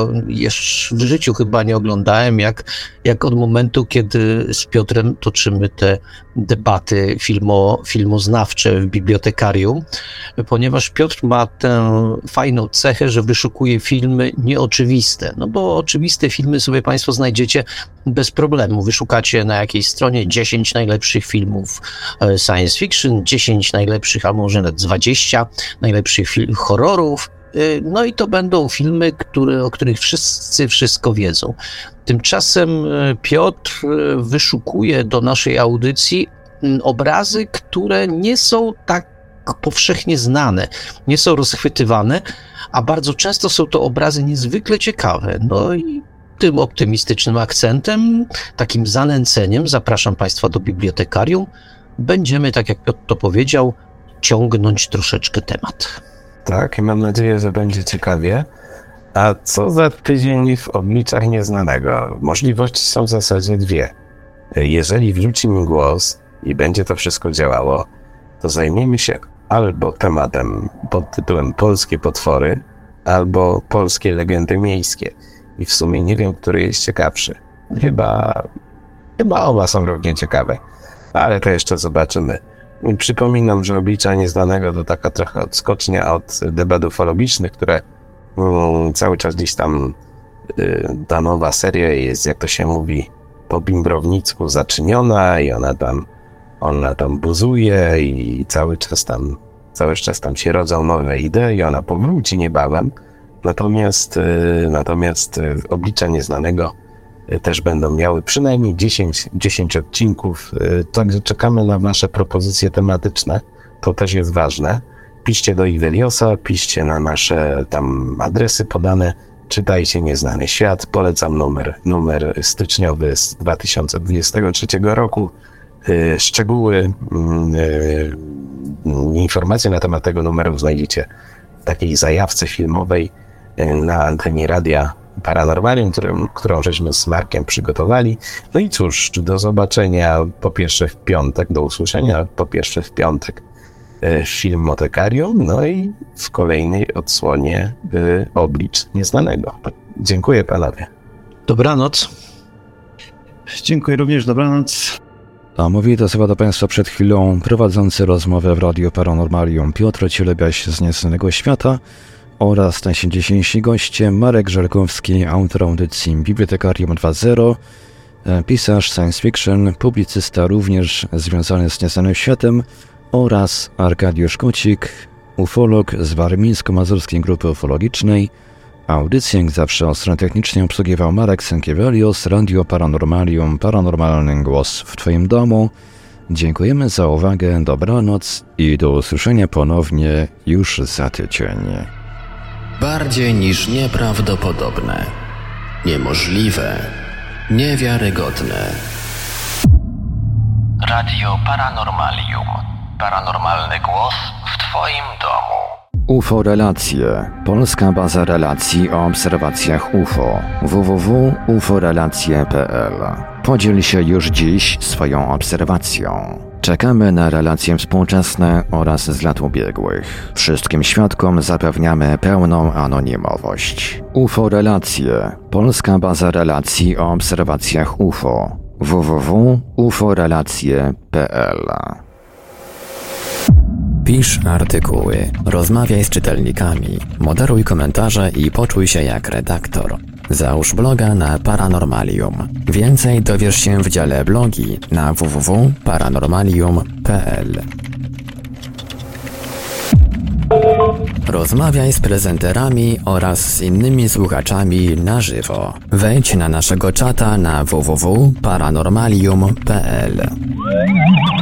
jeszcze w życiu chyba nie oglądałem, jak, jak od momentu, kiedy z Piotrem toczymy te debaty filmo, filmoznawcze w Bibliotekarium, ponieważ Piotr ma tę fajną cechę, że wyszukuje filmy nieoczywiste, no bo oczywiste filmy sobie Państwo znajdziecie bez problemu. Wyszukacie na jakiejś stronie dziesięć najlepszych filmów science fiction, dziesięć najlepszych, a może nawet dwadzieścia najlepszych film horrorów, no i to będą filmy, które, o których wszyscy wszystko wiedzą. Tymczasem Piotr wyszukuje do naszej audycji obrazy, które nie są tak powszechnie znane, nie są rozchwytywane, a bardzo często są to obrazy niezwykle ciekawe. No i tym optymistycznym akcentem, takim zanęceniem zapraszam Państwa do Bibliotekarium. Będziemy, tak jak Piotr to powiedział, ciągnąć troszeczkę temat. Tak, i mam nadzieję, że będzie ciekawie. A co za tydzień w Obliczach Nieznanego? Możliwości są w zasadzie dwie. Jeżeli wrzuci mi głos i będzie to wszystko działało, to zajmiemy się albo tematem pod tytułem Polskie potwory, albo Polskie legendy miejskie. I w sumie nie wiem, który jest ciekawszy. Chyba, chyba oba są równie ciekawe, ale to jeszcze zobaczymy. I przypominam, że Oblicza Nieznanego to taka trochę odskocznia od debat ufologicznych, które um, cały czas gdzieś tam y, ta nowa seria jest, jak to się mówi, po bimbrownicku zaczyniona i ona tam ona tam buzuje i cały czas tam cały czas tam się rodzą nowe idee i ona powróci niebawem. Natomiast, y, natomiast y, Oblicza Nieznanego y, też będą miały przynajmniej dziesięć, dziesięć odcinków, y, także czekamy na wasze propozycje tematyczne, to też jest ważne. Piszcie do Iweliosa, piszcie na nasze tam adresy podane, czytajcie Nieznany Świat, polecam numer, numer styczniowy z dwa tysiące dwudziestego trzeciego roku. Szczegóły, informacje na temat tego numeru znajdziecie w takiej zajawce filmowej na antenie Radia Paranormalium, którą, którą żeśmy z Markiem przygotowali. No i cóż, do zobaczenia po pierwsze w piątek, do usłyszenia po pierwsze w piątek w Filmotekarium, no i w kolejnej odsłonie Oblicz Nieznanego. Dziękuję panowie. Dobranoc. Dziękuję również, dobranoc. A mówi to chyba do Państwa przed chwilą prowadzący rozmowę w Radiu Paranormalium Piotr Cielebiaś z Nieznanego Świata oraz nasi dzisiejsi goście Marek Żelkowski, autor audycji Bibliotekarium dwa zero, pisarz science fiction, publicysta również związany z Nieznanym Światem oraz Arkadiusz Kocik, ufolog z warmińsko-mazurskiej grupy ufologicznej. Audycję jak zawsze o stronie technicznej obsługiwał Marek Sękiewelios, Radio Paranormalium, paranormalny głos w Twoim domu. Dziękujemy za uwagę, dobranoc i do usłyszenia ponownie już za tydzień. Bardziej niż nieprawdopodobne, niemożliwe, niewiarygodne. Radio Paranormalium. Paranormalny głos w Twoim domu. U F O Relacje. Polska baza relacji o obserwacjach U F O. w w w kropka u f o relacje kropka p l. Podziel się już dziś swoją obserwacją. Czekamy na relacje współczesne oraz z lat ubiegłych. Wszystkim świadkom zapewniamy pełną anonimowość. U F O Relacje. Polska baza relacji o obserwacjach U F O. w w w kropka u f o relacje kropka p l. Pisz artykuły, rozmawiaj z czytelnikami, moderuj komentarze i poczuj się jak redaktor. Załóż bloga na Paranormalium. Więcej dowiesz się w dziale blogi na w w w kropka paranormalium kropka p l. Rozmawiaj z prezenterami oraz z innymi słuchaczami na żywo. Wejdź na naszego czata na w w w kropka paranormalium kropka p l.